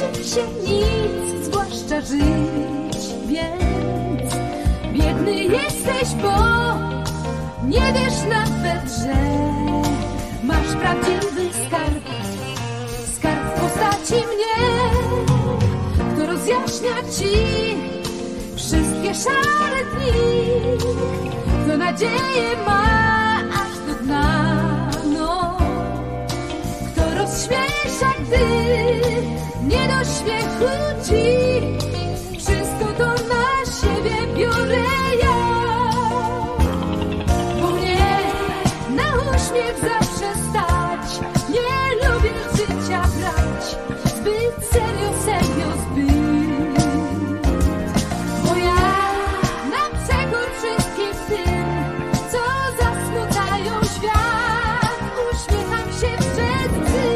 śpieszy się nic, zwłaszcza żyć, więc biedny jesteś, bo nie wiesz nawet, że masz prawdziwy skarb. Skarb w postaci mnie, kto rozjaśnia ci wszystkie szare dni, kto nadzieję ma aż do dna, no, kto rozśmiesza, gdy nie do śmiechu ci. Wszystko to na siebie biorę ja, bo mnie na uśmiech zawsze stać. Nie lubię życia brać zbyt serio, serio zbyt, bo ja na przekór wszystkim tym, co zasmucają świat, uśmiecham się przed łzy.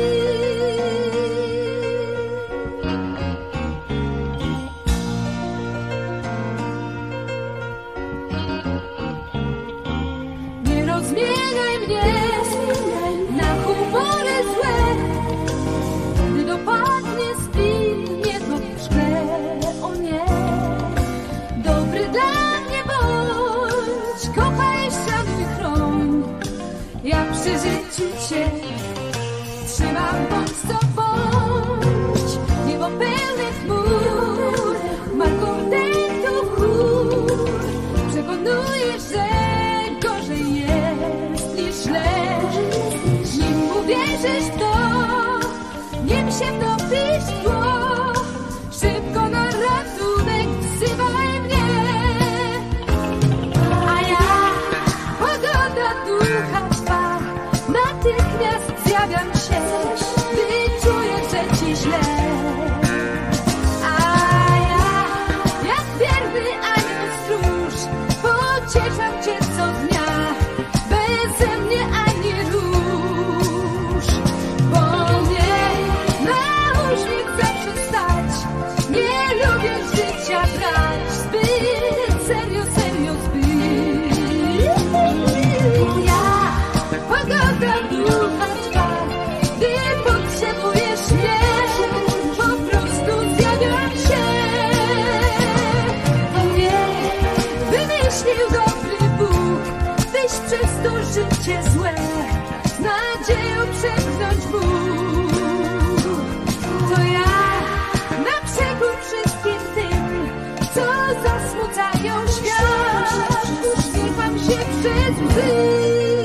Nie rozmieniaj mnie na humory złe, gdy dopadnie spin, nie to szkle, o nie. Dobry dla mnie bądź, kochaj, szanuj, chroń. Ja przy życiu cię trzymam, bądź co bądź. Niebo pełne chmur, ma kontentu chór. Przekonuje, że gorzej jest niż źle. Nim uwierzysz w to, nim się wtopisz w tło, szybko na ratunek wzywaj mnie. A ja, pogoda ducha twa, natychmiast zjawiam się, gdy czuję, że ci źle. A ja, jak wierny anioł stróż, pocieszam cię co dnia, beze mnie ani róż, bo mnie na uśmiech zawsze stać. Nie lubię życia brać zbyt serio, serio zbyt, bo ja, pogoda ducha twa, gdy potrzebujesz mnie, po prostu zjawiam się. Bo mnie wymyślił dobry Bóg, byś przez to życie złe z nadzieją przepchnąć mógł. To ja na przekór wszystkim tym, co zasmucają świat, uśmiecham się przez łzy.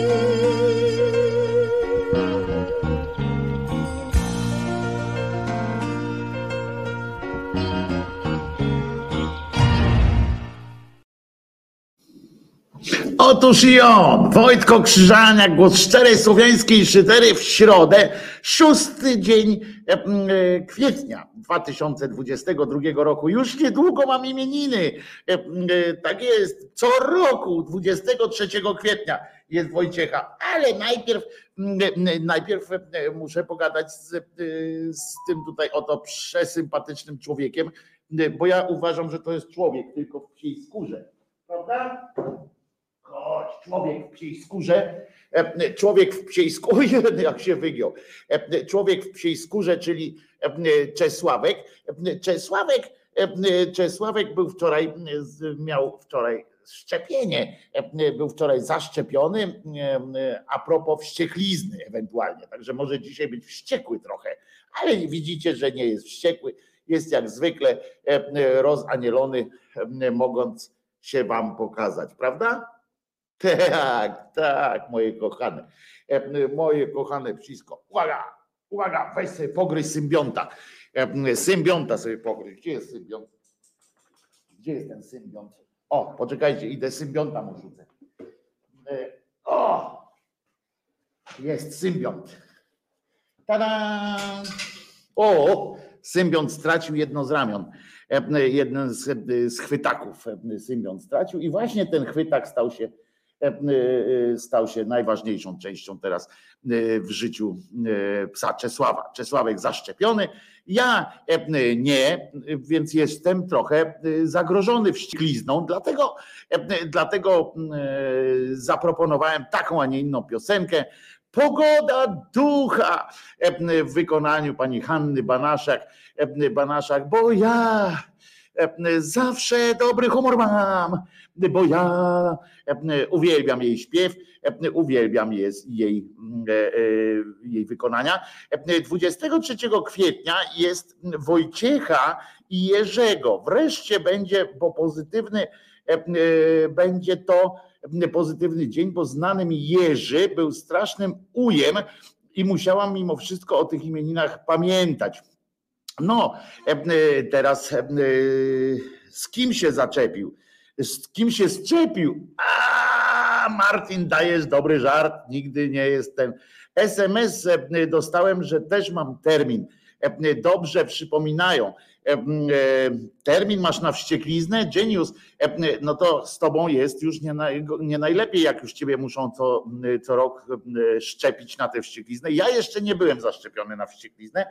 Otóż i on, Wojtko Krzyżaniak, głos szczerej słowiańskiej szydery w środę, 6 dzień kwietnia 2022 roku. Już niedługo mam imieniny. Tak jest, co roku 23 kwietnia jest Wojciecha, ale najpierw muszę pogadać z tym tutaj oto przesympatycznym człowiekiem, bo ja uważam, że to jest człowiek tylko w psiej skórze, prawda? Chodź, człowiek w psiej skórze, jak się wygiął, człowiek w psiej skórze, czyli Czesławek. Czesławek był wczoraj, miał wczoraj szczepienie, był wczoraj zaszczepiony, a propos wścieklizny ewentualnie, także może dzisiaj być wściekły trochę, ale widzicie, że nie jest wściekły, jest jak zwykle rozanielony, mogąc się wam pokazać, prawda? Tak, moje kochane psisko. Uwaga, weź sobie pogryź symbionta. Symbionta sobie pogryź. Gdzie jest symbiont? Gdzie jest ten symbiont? O, poczekajcie, idę symbionta mu rzucę. O! Jest symbiont. Tada! O! Symbiont stracił jedno z ramion. Jeden z chwytaków symbiont stracił i właśnie ten chwytak stał się najważniejszą częścią teraz w życiu psa Czesława. Czesławek zaszczepiony, ja nie, więc jestem trochę zagrożony wścieklizną, dlatego zaproponowałem taką, a nie inną piosenkę. Pogoda ducha w wykonaniu pani Hanny Banaszak, bo ja zawsze dobry humor mam, bo ja uwielbiam jej śpiew, uwielbiam jej wykonania. 23 kwietnia jest Wojciecha i Jerzego. Wreszcie będzie, bo będzie to pozytywny dzień, bo znany mi Jerzy był strasznym ujem i musiałam mimo wszystko o tych imieninach pamiętać. No, teraz z kim się zaczepił? Z kim się zczepił? Martin, dajesz dobry żart, nigdy nie jest ten. SMS dostałem, że też mam termin. Dobrze przypominają. Termin masz na wściekliznę? Genius, no to z tobą jest już nie najlepiej, jak już ciebie muszą co rok szczepić na tę wściekliznę. Ja jeszcze nie byłem zaszczepiony na wściekliznę,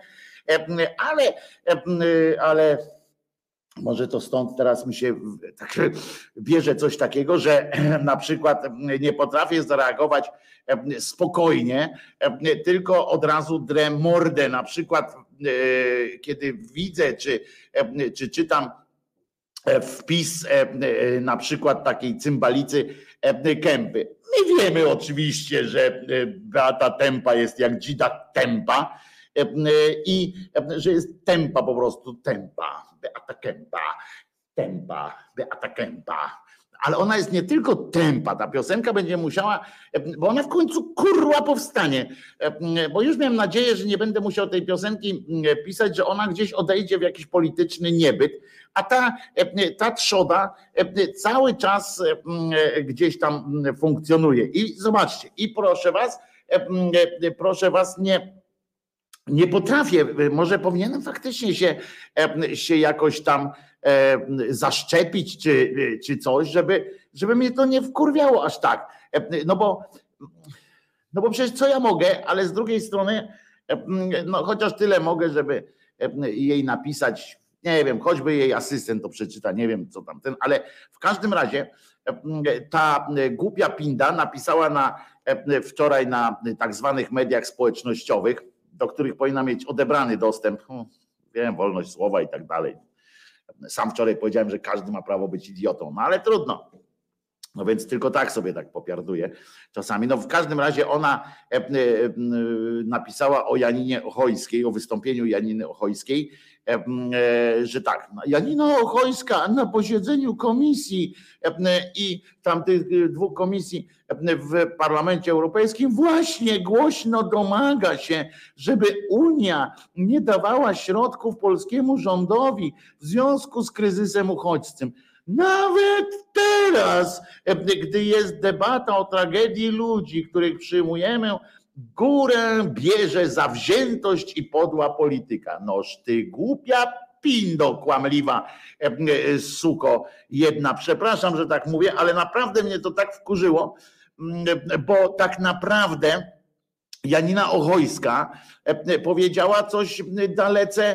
ale może to stąd teraz mi się tak bierze coś takiego, że na przykład nie potrafię zareagować spokojnie, tylko od razu drę mordę. Na przykład kiedy widzę, czy czytam wpis na przykład takiej cymbalicy Kępy. My wiemy oczywiście, że Beata Tempa jest jak Dzida Tempa i że jest tempa, po prostu tempa. Beata Tempa, Beata Kępa. Ale ona jest nie tylko tempa, ta piosenka będzie musiała, bo ona w końcu kurwa powstanie, bo już miałem nadzieję, że nie będę musiał tej piosenki pisać, że ona gdzieś odejdzie w jakiś polityczny niebyt, a ta trzoda cały czas gdzieś tam funkcjonuje. I zobaczcie, i proszę was, nie potrafię, może powinienem faktycznie się jakoś tam zaszczepić czy coś, żeby mnie to nie wkurwiało aż tak. No bo przecież co ja mogę, ale z drugiej strony no chociaż tyle mogę, żeby jej napisać, nie wiem, choćby jej asystent to przeczyta, nie wiem co tam ale w każdym razie ta głupia pinda napisała wczoraj na tak zwanych mediach społecznościowych, do których powinna mieć odebrany dostęp, wiem, wolność słowa i tak dalej. Sam wczoraj powiedziałem, że każdy ma prawo być idiotą, no ale trudno. No więc tylko tak sobie tak popiarduję czasami. No w każdym razie ona napisała o Janinie Ochojskiej, o wystąpieniu Janiny Ochojskiej, że tak, Janina Ochojska na posiedzeniu komisji i tamtych dwóch komisji w Parlamencie Europejskim właśnie głośno domaga się, żeby Unia nie dawała środków polskiemu rządowi w związku z kryzysem uchodźczym. Nawet teraz, gdy jest debata o tragedii ludzi, których przyjmujemy, górę bierze zawziętość i podła polityka. Noż ty głupia pindo kłamliwa, suko jedna. Przepraszam, że tak mówię, ale naprawdę mnie to tak wkurzyło, bo tak naprawdę Janina Ochojska powiedziała coś dalece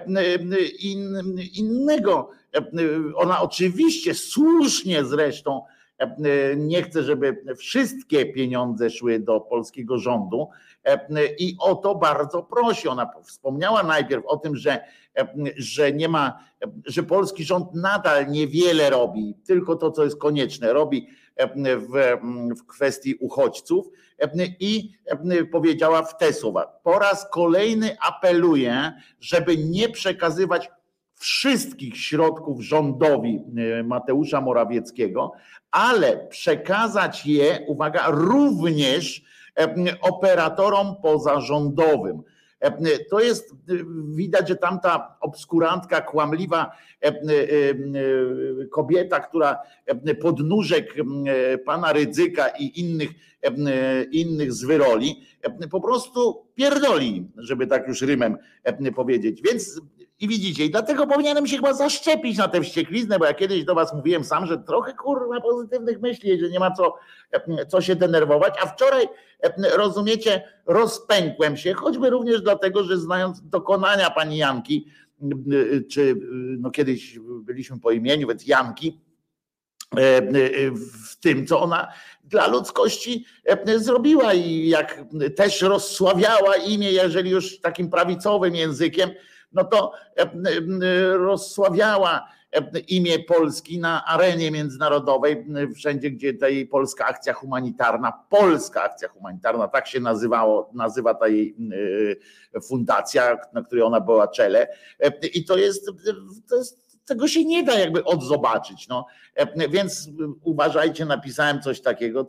innego. Ona oczywiście słusznie zresztą nie chce, żeby wszystkie pieniądze szły do polskiego rządu i o to bardzo prosi. Ona wspomniała najpierw o tym, że nie ma, że polski rząd nadal niewiele robi, tylko to, co jest konieczne, robi w kwestii uchodźców i powiedziała w te słowa: po raz kolejny apeluję, żeby nie przekazywać wszystkich środków rządowi Mateusza Morawieckiego, ale przekazać je, uwaga, również operatorom pozarządowym. To jest, widać, że tamta obskurantka, kłamliwa kobieta, która podnóżek pana Rydzyka i innych zwyroli po prostu pierdoli, żeby tak już rymem powiedzieć. Więc i widzicie, i dlatego powinienem się chyba zaszczepić na tę wściekliznę, bo ja kiedyś do was mówiłem sam, że trochę kurwa pozytywnych myśli, że nie ma co się denerwować, a wczoraj, rozumiecie, rozpękłem się, choćby również dlatego, że znając dokonania pani Janki, czy no kiedyś byliśmy po imieniu, więc Janki, w tym, co ona dla ludzkości zrobiła i jak też rozsławiała imię, jeżeli już takim prawicowym językiem, no to rozsławiała imię Polski na arenie międzynarodowej, wszędzie, gdzie ta jej polska akcja humanitarna, tak się nazywa ta jej fundacja, na której ona była czele. I to jest tego się nie da jakby odzobaczyć. No. Więc uważajcie, napisałem coś takiego,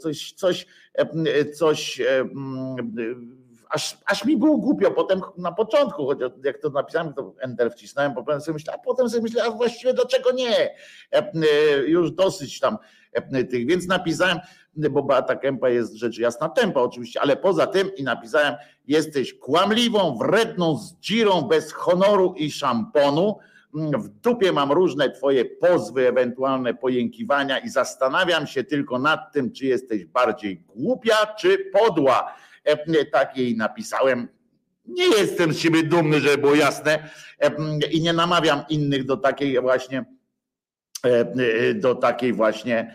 aż mi było głupio potem na początku, chociaż jak to napisałem, to enter wcisnąłem, potem sobie myślałem, a właściwie dlaczego nie? Już dosyć tam tych, więc napisałem, bo Beata Kempa jest rzecz jasna tempa oczywiście, ale poza tym i napisałem, jesteś kłamliwą, wredną zdzirą bez honoru i szamponu. W dupie mam różne twoje pozwy, ewentualne pojękiwania i zastanawiam się tylko nad tym, czy jesteś bardziej głupia, czy podła. Tak jej napisałem. Nie jestem z siebie dumny, żeby było jasne, i nie namawiam innych do takiej właśnie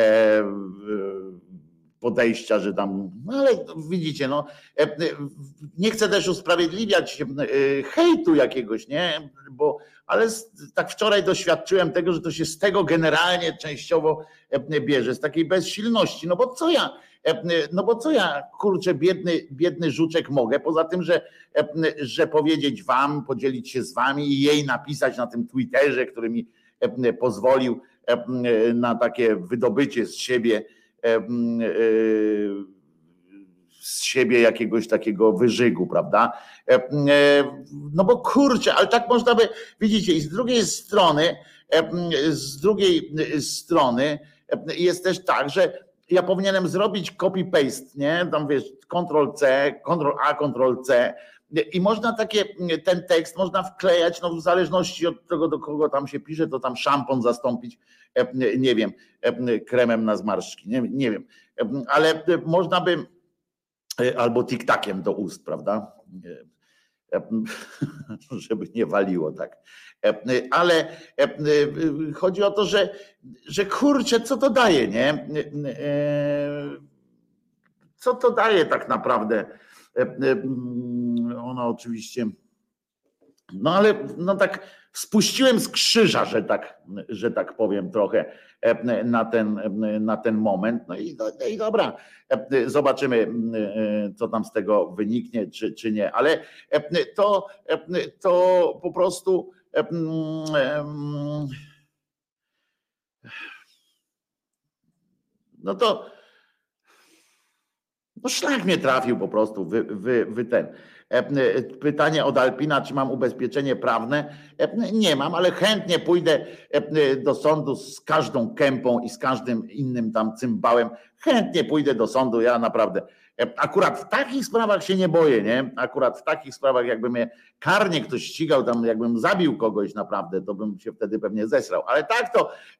podejścia, że tam, no ale widzicie, no, nie chcę też usprawiedliwiać hejtu jakiegoś, nie, ale tak wczoraj doświadczyłem tego, że to się z tego generalnie częściowo bierze, z takiej bezsilności, no bo co ja, kurczę, biedny żuczek mogę, poza tym, że powiedzieć wam, podzielić się z wami i jej napisać na tym Twitterze, który mi pozwolił na takie wydobycie z siebie jakiegoś takiego wyżygu, prawda? No bo kurczę, ale tak można by, widzicie, i z drugiej strony jest też tak, że ja powinienem zrobić copy-paste, nie? Tam wiesz, Ctrl-C, Ctrl-A, Ctrl-C i można ten tekst można wklejać, no w zależności od tego, do kogo tam się pisze, to tam szampon zastąpić, nie wiem, kremem na zmarszczki, nie wiem, ale można by, albo tiktakiem do ust, prawda? Żeby nie waliło tak. Ale chodzi o to, że kurczę, co to daje, nie? Co to daje tak naprawdę? Ona oczywiście, no ale no tak spuściłem z krzyża, że tak powiem trochę na ten moment. No i dobra, zobaczymy, co tam z tego wyniknie, czy nie, ale to po prostu no to no szlak mnie trafił po prostu, Pytanie od Alpina, czy mam ubezpieczenie prawne? Nie mam, ale chętnie pójdę do sądu z każdą kępą i z każdym innym tam cymbałem. Chętnie pójdę do sądu, ja naprawdę. Akurat w takich sprawach się nie boję, nie? Akurat w takich sprawach, jakby mnie karnie ktoś ścigał, tam jakbym zabił kogoś naprawdę, to bym się wtedy pewnie zesrał. Ale tak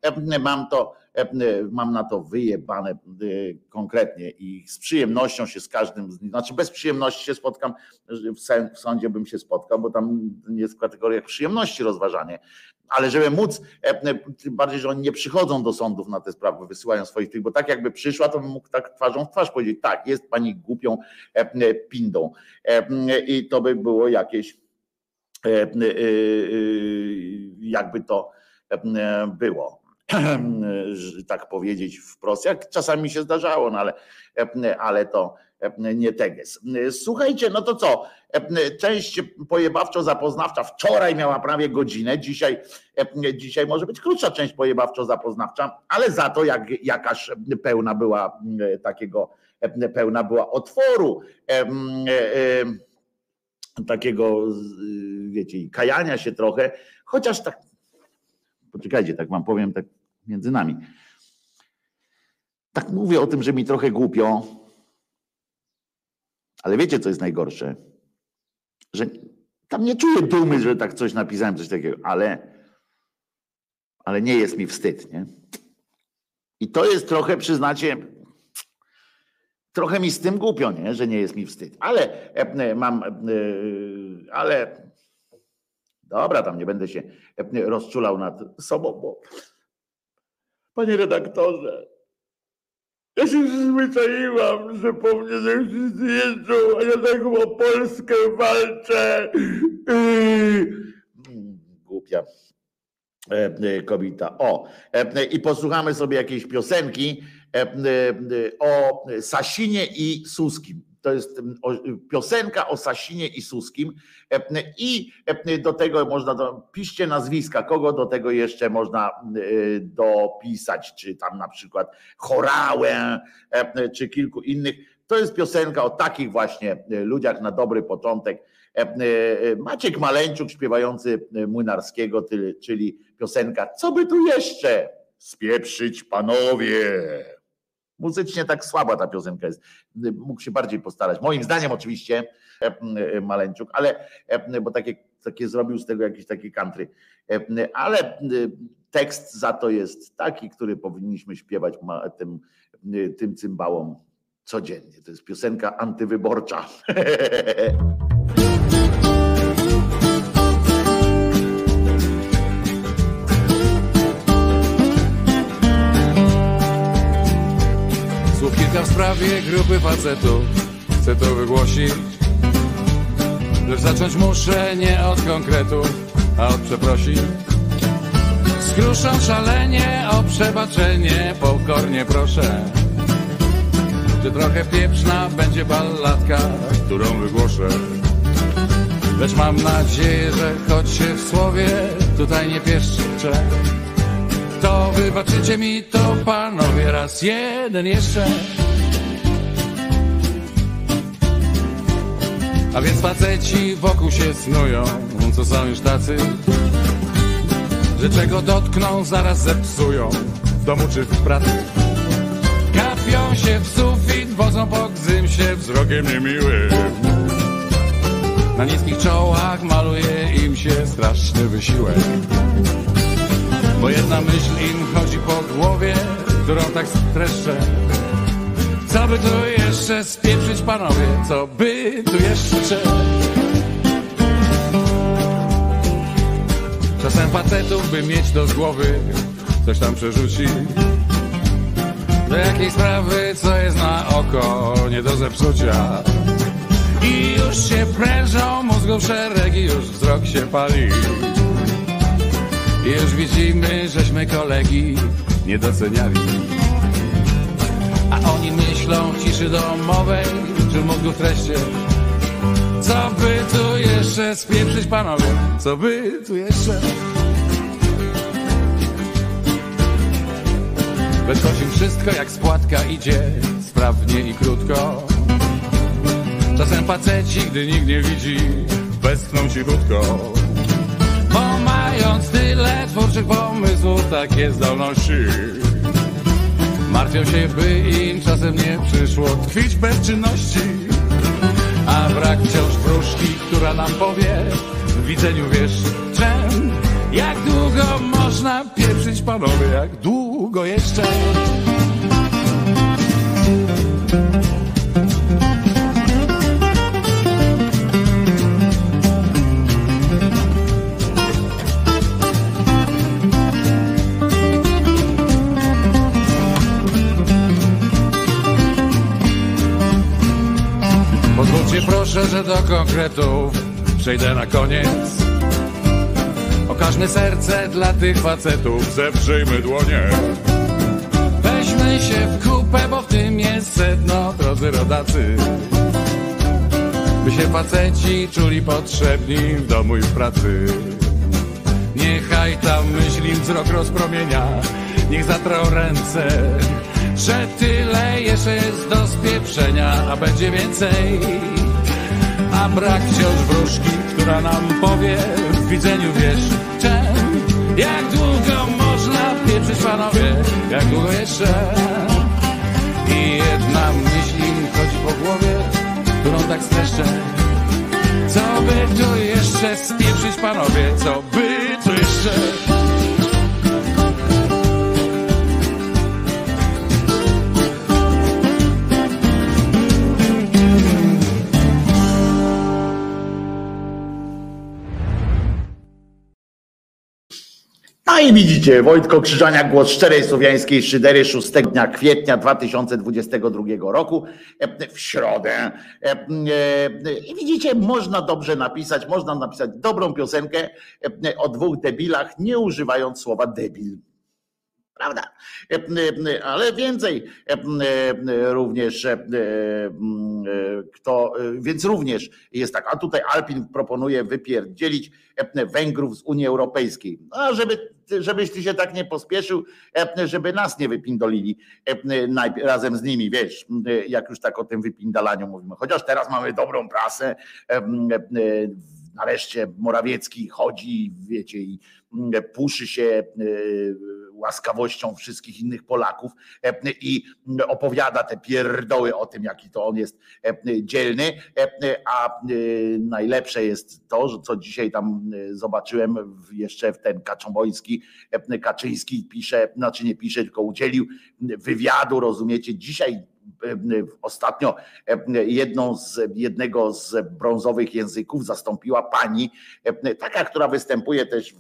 mam na to wyjebane konkretnie i z przyjemnością się z każdym, znaczy bez przyjemności się spotkam, w sądzie bym się spotkał, bo tam jest w kategoriach przyjemności rozważanie, ale żeby móc, tym bardziej, że oni nie przychodzą do sądów na te sprawy, wysyłają swoich tych, bo tak jakby przyszła, to bym mógł tak twarzą w twarz powiedzieć, tak, jest pani głupią pindą i to by było jakieś jakby to było, tak powiedzieć wprost, jak czasami się zdarzało, no ale to nie teges. Słuchajcie, no to co? Część pojebawczo-zapoznawcza wczoraj miała prawie godzinę, dzisiaj może być krótsza część pojebawczo-zapoznawcza, ale za to jakaż pełna była otworu, takiego, wiecie, kajania się trochę, chociaż tak, poczekajcie, tak wam powiem, tak między nami. Tak mówię o tym, że mi trochę głupio, ale wiecie, co jest najgorsze? Że tam nie czuję dumy, że tak coś napisałem, coś takiego, ale nie jest mi wstyd, nie? I to jest trochę, przyznacie, trochę mi z tym głupio, nie? Że nie jest mi wstyd, ale dobra, tam nie będę się rozczulał nad sobą, Panie redaktorze, ja się przyzwyczaiłam, że po mnie tak wszyscy jeżdżą, a ja tak o Polskę walczę. Głupia kobieta. O, i posłuchamy sobie jakiejś piosenki o Sasinie i Suskim. To jest piosenka o Sasinie i Suskim i do tego można, piszcie nazwiska, kogo do tego jeszcze można dopisać, czy tam na przykład Chorałę, czy kilku innych. To jest piosenka o takich właśnie ludziach na dobry początek. Maciek Maleńczuk śpiewający Młynarskiego, czyli piosenka Co by tu jeszcze spieprzyć panowie. Muzycznie tak słaba ta piosenka jest. Mógł się bardziej postarać. Moim zdaniem oczywiście Maleńczuk, ale bo takie zrobił z tego jakiś taki country. Ale tekst za to jest taki, który powinniśmy śpiewać tym cymbałom codziennie. To jest piosenka antywyborcza. Słów kilka w sprawie grupy facetów, chcę to wygłosić. Lecz zacząć muszę nie od konkretów, a od przeprosin. Skruszą szalenie o przebaczenie, pokornie proszę. Czy trochę pieprzna będzie balladka, którą wygłoszę. Lecz mam nadzieję, że choć się w słowie tutaj nie pieszczę, to wybaczycie mi to panowie raz jeden jeszcze. A więc faceci wokół się snują, co są już tacy, że czego dotkną zaraz zepsują, w domu czy w pracy. Kapią się w sufit, wodzą po gzymsie wzrokiem niemiłym. Na niskich czołach maluje im się straszny wysiłek. Bo jedna myśl im chodzi po głowie, którą tak streszczę. Co by tu jeszcze spieprzyć panowie, co by tu jeszcze? Czasem facetów by mieć do głowy, coś tam przerzuci. Do jakiej sprawy, co jest na oko, nie do zepsucia. I już się prężą mózgu szeregi, już wzrok się pali. I już widzimy, żeśmy kolegi nie doceniali. A oni myślą w ciszy domowej, czy mógł w treście. Co by tu jeszcze spieprzyć panowie, co by tu jeszcze? Lecz choć im wszystko jak spłatka idzie, sprawnie i krótko. Czasem faceci, gdy nikt nie widzi, westchną cichutko. Bo mając tyle twórczych pomysłów, takie zdolności, martwią się, by im czasem nie przyszło tkwić bez czynności. A brak wciąż wróżki, która nam powie w widzeniu wiesz czym. Jak długo można pieprzyć panowie, jak długo jeszcze? Pozwólcie proszę, że do konkretów przejdę na koniec. Okażmy serce dla tych facetów, zewrzyjmy dłonie. Weźmy się w kupę, bo w tym jest sedno, drodzy rodacy. By się faceci czuli potrzebni w domu i w pracy. Niechaj tam myśli wzrok rozpromienia, niech zatrą ręce, że tyle jeszcze jest do spieprzenia, a będzie więcej. A brak wciąż wróżki, która nam powie w widzeniu wiesz czym. Jak długo można pieprzyć panowie, jak długo jeszcze? I jedna myśl im chodzi po głowie, którą tak streszczę. Co by tu jeszcze spieprzyć panowie, co by tu jeszcze? No i widzicie, Wojtko Krzyżaniak, głos szczerej słowiańskiej szydery 6 dnia kwietnia 2022 roku w środę. I widzicie, można dobrze napisać, można napisać dobrą piosenkę o dwóch debilach, nie używając słowa debil. Prawda? Ale więcej również więc również jest tak, a tutaj Alpin proponuje wypierdzielić Węgrów z Unii Europejskiej. A żebyś ty się tak nie pospieszył, żeby nas nie wypindolili razem z nimi, wiesz, jak już tak o tym wypindalaniu mówimy. Chociaż teraz mamy dobrą prasę, nareszcie Morawiecki chodzi, wiecie, i puszy się łaskawością wszystkich innych Polaków i opowiada te pierdoły o tym, jaki to on jest dzielny, a najlepsze jest to, że co dzisiaj tam zobaczyłem jeszcze w ten Kaczyński pisze, znaczy nie pisze, tylko udzielił wywiadu, rozumiecie, dzisiaj ostatnio jednego z brązowych języków zastąpiła pani, taka, która występuje też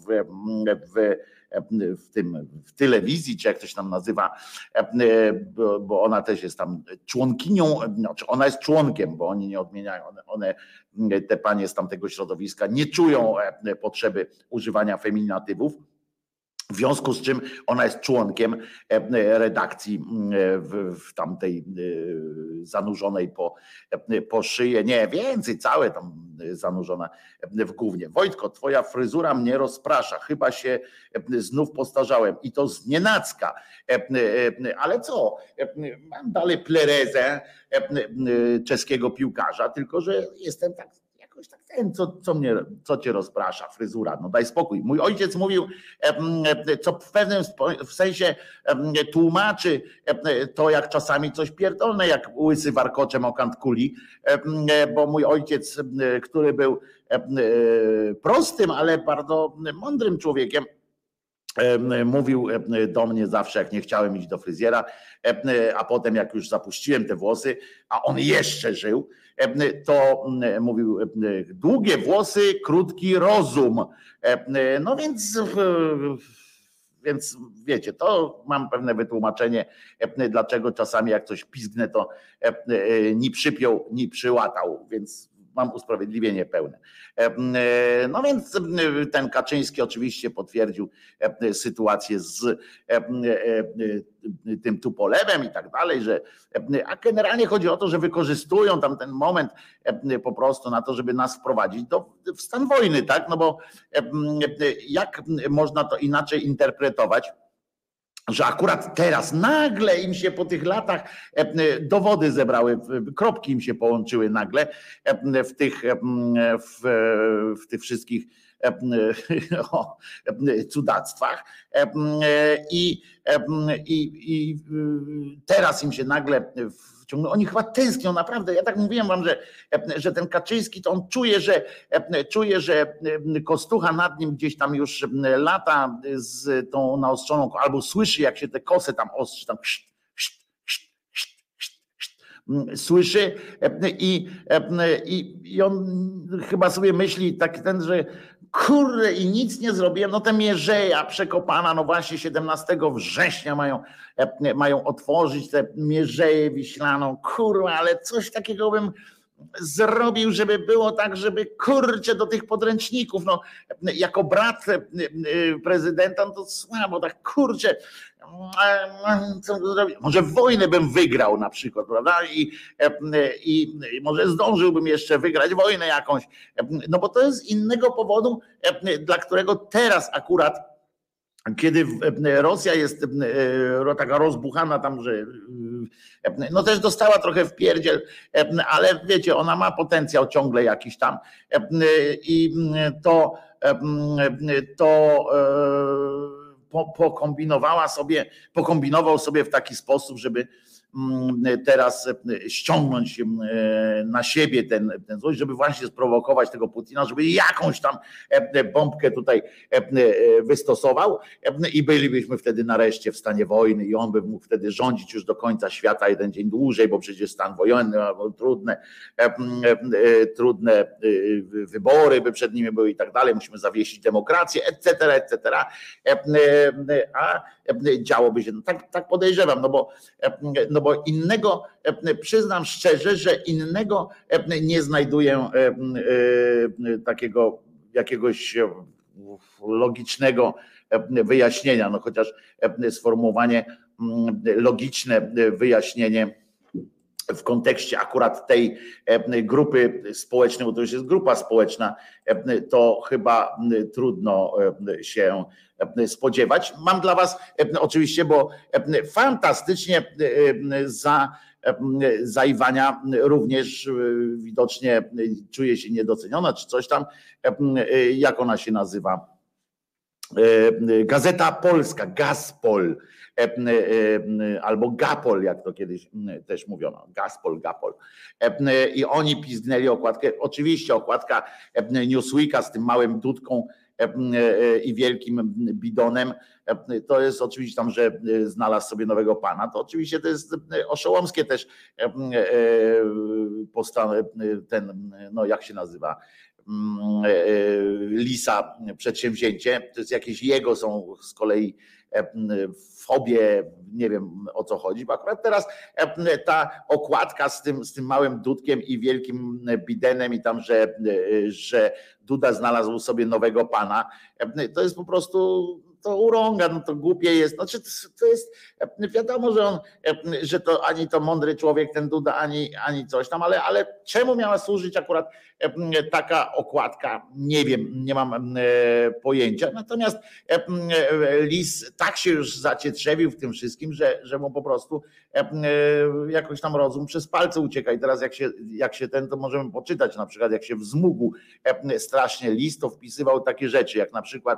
w telewizji, czy jak to się tam nazywa, bo ona też jest tam członkinią, znaczy ona jest członkiem, bo oni nie odmieniają, te panie z tamtego środowiska nie czują potrzeby używania feminatywów. W związku z czym ona jest członkiem redakcji w tamtej zanurzonej po szyję, nie więcej, całe tam zanurzona w gównie. Wojtko, twoja fryzura mnie rozprasza, chyba się znów postarzałem i to znienacka. Ale co, mam dalej plerezę czeskiego piłkarza, tylko że jestem tak jakoś tak ten, co cię rozprasza, fryzura, no daj spokój. Mój ojciec mówił, co w pewnym sensie tłumaczy to, jak czasami coś pierdolne, jak łysy warkoczem o kant kuli, bo mój ojciec, który był prostym, ale bardzo mądrym człowiekiem, mówił do mnie zawsze, jak nie chciałem iść do fryzjera, a potem jak już zapuściłem te włosy, a on jeszcze żył, to mówił: długie włosy, krótki rozum. No więc wiecie, to mam pewne wytłumaczenie, dlaczego czasami jak coś pizgnę, to ni przypiął, ni przyłatał, więc mam usprawiedliwienie pełne. No więc ten Kaczyński oczywiście potwierdził sytuację z tym Tupolewem i tak dalej, a generalnie chodzi o to, że wykorzystują tam ten moment po prostu na to, żeby nas wprowadzić w stan wojny, tak? No bo jak można to inaczej interpretować, że akurat teraz nagle im się po tych latach dowody zebrały, kropki im się połączyły nagle w tych wszystkich cudactwach i teraz im się nagle wciągnęło. Oni chyba tęsknią, naprawdę. Ja tak mówiłem wam, że ten Kaczyński, to on czuje, że Kostucha nad nim gdzieś tam już lata z tą naostrzoną, albo słyszy, jak się te kosy tam ostrzy, tam słyszy i on chyba sobie myśli tak że kurde i nic nie zrobiłem, no te Mierzeja przekopana, no właśnie 17 września mają otworzyć tę Mierzeję Wiślaną, kurwa, ale coś takiego bym zrobił, żeby było tak, żeby kurczę do tych podręczników, no jako brat prezydenta, no to słabo, tak kurczę, co zrobić? Może wojnę bym wygrał na przykład, prawda? I może zdążyłbym jeszcze wygrać wojnę jakąś, no bo to jest z innego powodu, dla którego teraz akurat, kiedy Rosja jest taka rozbuchana tam, że no też dostała trochę w pierdziel, ale wiecie, ona ma potencjał ciągle jakiś tam i pokombinował sobie w taki sposób, żeby teraz ściągnąć na siebie ten złość, żeby właśnie sprowokować tego Putina, żeby jakąś tam bombkę tutaj wystosował i bylibyśmy wtedy nareszcie w stanie wojny i on by mógł wtedy rządzić już do końca świata jeden dzień dłużej, bo przecież stan wojenny, trudne wybory by przed nimi były i tak dalej, musimy zawiesić demokrację, etc., a działoby się, no tak podejrzewam, no bo innego, przyznam szczerze, że innego nie znajduję takiego jakiegoś logicznego wyjaśnienia, no chociaż sformułowanie logiczne wyjaśnienie w kontekście akurat tej grupy społecznej, bo to już jest grupa społeczna, to chyba trudno się spodziewać. Mam dla was oczywiście, bo fantastycznie za Iwania również widocznie czuje się niedoceniona, czy coś tam, jak ona się nazywa? Gazeta Polska, Gazpol, albo Gapol, jak to kiedyś też mówiono, Gapol. I oni pizdnęli okładkę, oczywiście okładka Newsweeka z tym małym dudką i wielkim bidonem, to jest oczywiście tam, że znalazł sobie nowego pana, to oczywiście to jest oszołomskie też ten, no jak się nazywa, Lisa przedsięwzięcie, to jest jakieś jego są z kolei fobie, nie wiem o co chodzi, bo akurat teraz ta okładka z tym małym dudkiem i wielkim bidenem i tam, że Duda znalazł sobie nowego pana, to jest po prostu, to urąga, no to głupie jest, znaczy to jest, wiadomo, że to ani to mądry człowiek ten Duda, ani coś tam, ale czemu miała służyć akurat taka okładka, nie wiem, nie mam pojęcia, natomiast Lis tak się już zacietrzewił w tym wszystkim, że mu po prostu jakoś tam rozum przez palce ucieka i teraz jak się to możemy poczytać, na przykład jak się wzmógł strasznie Lis, to wpisywał takie rzeczy, jak na przykład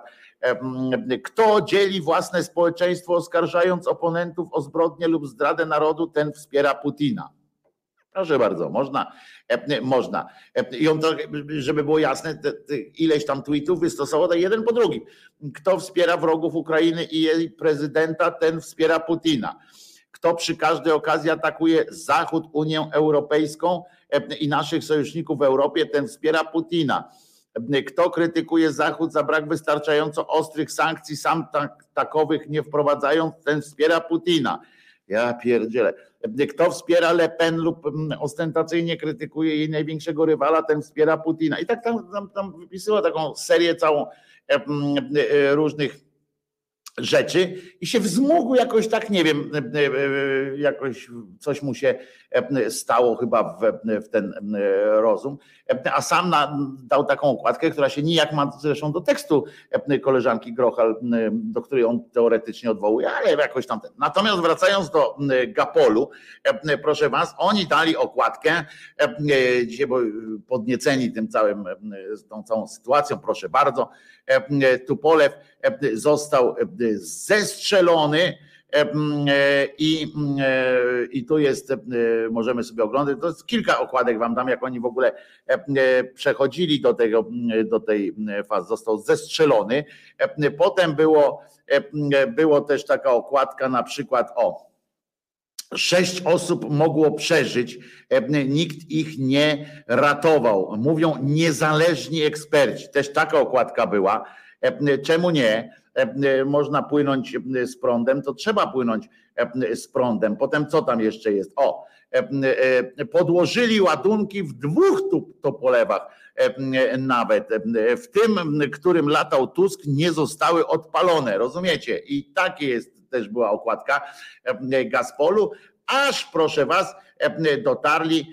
kto dzieli własne społeczeństwo, oskarżając oponentów o zbrodnię lub zdradę narodu, ten wspiera Putina. Proszę bardzo, można. I on to, żeby było jasne, ileś tam tweetów wystosował, tak jeden po drugim. Kto wspiera wrogów Ukrainy i jej prezydenta, ten wspiera Putina. Kto przy każdej okazji atakuje Zachód, Unię Europejską i naszych sojuszników w Europie, ten wspiera Putina. Kto krytykuje Zachód za brak wystarczająco ostrych sankcji, sam takowych nie wprowadzając, ten wspiera Putina. Ja pierdzielę. Kto wspiera Le Pen lub ostentacyjnie krytykuje jej największego rywala, ten wspiera Putina. I tak tam wypisywał taką serię całą różnych rzeczy i się wzmógł jakoś tak, nie wiem, jakoś coś mu się stało chyba w ten rozum, a sam dał taką okładkę, która się nijak ma zresztą do tekstu koleżanki Grochal, do której on teoretycznie odwołuje, ale jakoś tam. Natomiast wracając do Gapolu, proszę was, oni dali okładkę dzisiaj, bo podnieceni tą całą sytuacją, proszę bardzo, Tupolew został zestrzelony i tu jest, możemy sobie oglądać, to jest kilka okładek wam dam, jak oni w ogóle przechodzili do tej fazy, został zestrzelony. Potem było też taka okładka, na przykład 6 osób mogło przeżyć, nikt ich nie ratował, mówią niezależni eksperci, też taka okładka była. Czemu nie? Można płynąć z prądem, to trzeba płynąć z prądem. Potem co tam jeszcze jest? Podłożyli ładunki w 2 topolewach nawet. W tym, którym latał Tusk, nie zostały odpalone. Rozumiecie? I takie jest, też była okładka Gazpolu. Aż proszę was, dotarli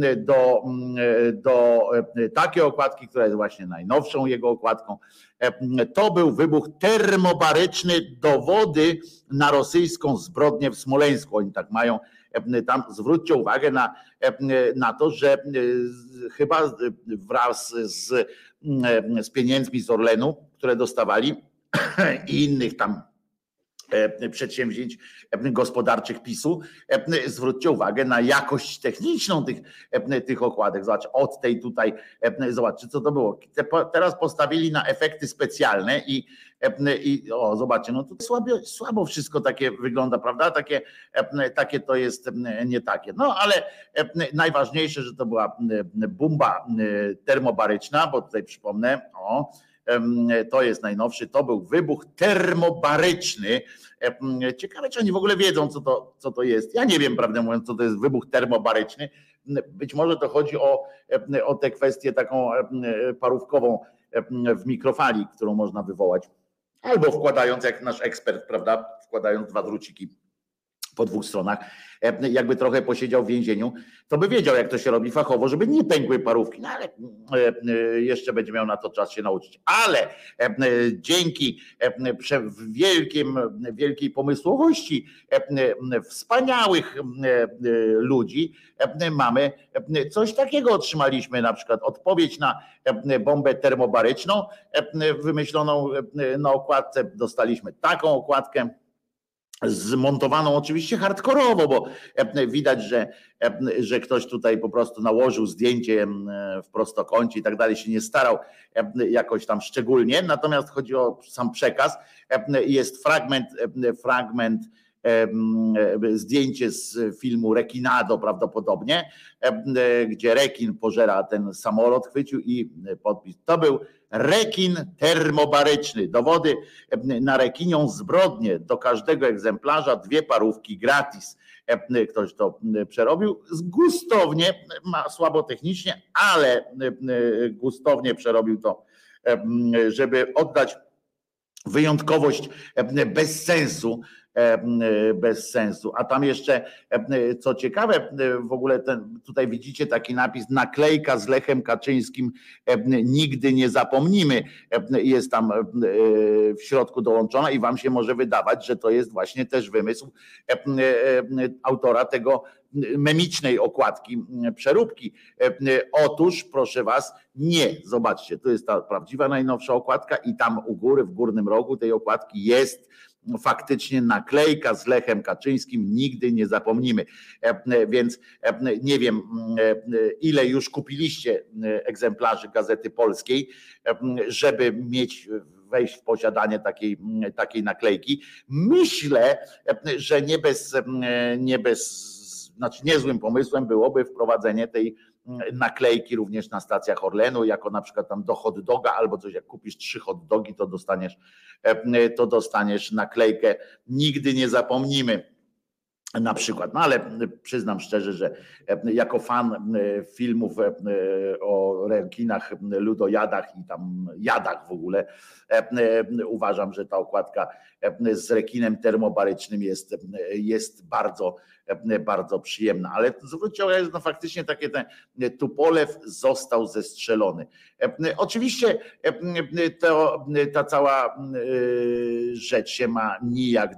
do takiej okładki, która jest właśnie najnowszą jego okładką. To był wybuch termobaryczny, dowody na rosyjską zbrodnię w Smoleńsku. Oni tak mają tam, zwróćcie uwagę na to, że chyba wraz z pieniędzmi z Orlenu, które dostawali i innych tam przedsięwzięć gospodarczych PiS-u. Zwróćcie uwagę na jakość techniczną tych okładek. Zobacz, od tej tutaj, zobaczcie co to było. Teraz postawili na efekty specjalne i o, zobaczcie, no to słabo wszystko takie wygląda, prawda? Takie to jest nie takie. No ale najważniejsze, że to była bomba termobaryczna, bo tutaj przypomnę, to jest najnowszy, to był wybuch termobaryczny. Ciekawe, czy oni w ogóle wiedzą, co to jest. Ja nie wiem, prawdę mówiąc, co to jest wybuch termobaryczny. Być może to chodzi o tę kwestię taką parówkową w mikrofali, którą można wywołać. Albo wkładając, jak nasz ekspert, prawda, wkładając 2 druciki po 2 stronach, jakby trochę posiedział w więzieniu, to by wiedział, jak to się robi fachowo, żeby nie pękły parówki, no ale jeszcze będzie miał na to czas się nauczyć. Ale dzięki wielkiej pomysłowości wspaniałych ludzi mamy coś takiego, otrzymaliśmy na przykład odpowiedź na bombę termobaryczną wymyśloną na okładce, dostaliśmy taką okładkę, zmontowaną oczywiście hardkorowo, bo widać, że ktoś tutaj po prostu nałożył zdjęcie w prostokącie i tak dalej, się nie starał jakoś tam szczególnie, natomiast chodzi o sam przekaz. Jest fragment zdjęcie z filmu Rekinado prawdopodobnie, gdzie rekin pożera ten samolot, chwycił i podpis. To był rekin termobaryczny. Dowody na rekinią zbrodnię. Do każdego egzemplarza 2 parówki gratis. Ktoś to przerobił. Gustownie, słabo technicznie, ale gustownie przerobił to, żeby oddać wyjątkowość bez sensu. A tam jeszcze, co ciekawe, w ogóle tutaj widzicie taki napis, naklejka z Lechem Kaczyńskim, nigdy nie zapomnimy, jest tam w środku dołączona i wam się może wydawać, że to jest właśnie też wymysł autora tego memicznej okładki przeróbki. Otóż, proszę was, nie. Zobaczcie, to jest ta prawdziwa najnowsza okładka i tam u góry, w górnym rogu tej okładki jest faktycznie naklejka z Lechem Kaczyńskim, nigdy nie zapomnimy. Więc nie wiem, ile już kupiliście egzemplarzy Gazety Polskiej, żeby wejść w posiadanie takiej naklejki. Myślę, że znaczy niezłym pomysłem byłoby wprowadzenie tej naklejki również na stacjach Orlenu, jako na przykład tam do hot doga albo coś, jak kupisz 3 hot dogi, to dostaniesz naklejkę nigdy nie zapomnimy na przykład. No ale przyznam szczerze, że jako fan filmów o rekinach, ludojadach i tam jadach w ogóle, uważam, że ta okładka z rekinem termobarycznym jest bardzo, bardzo przyjemna. Ale zwróćcie uwagę, że no faktycznie Tupolew został zestrzelony. Oczywiście ta cała rzecz się ma nijak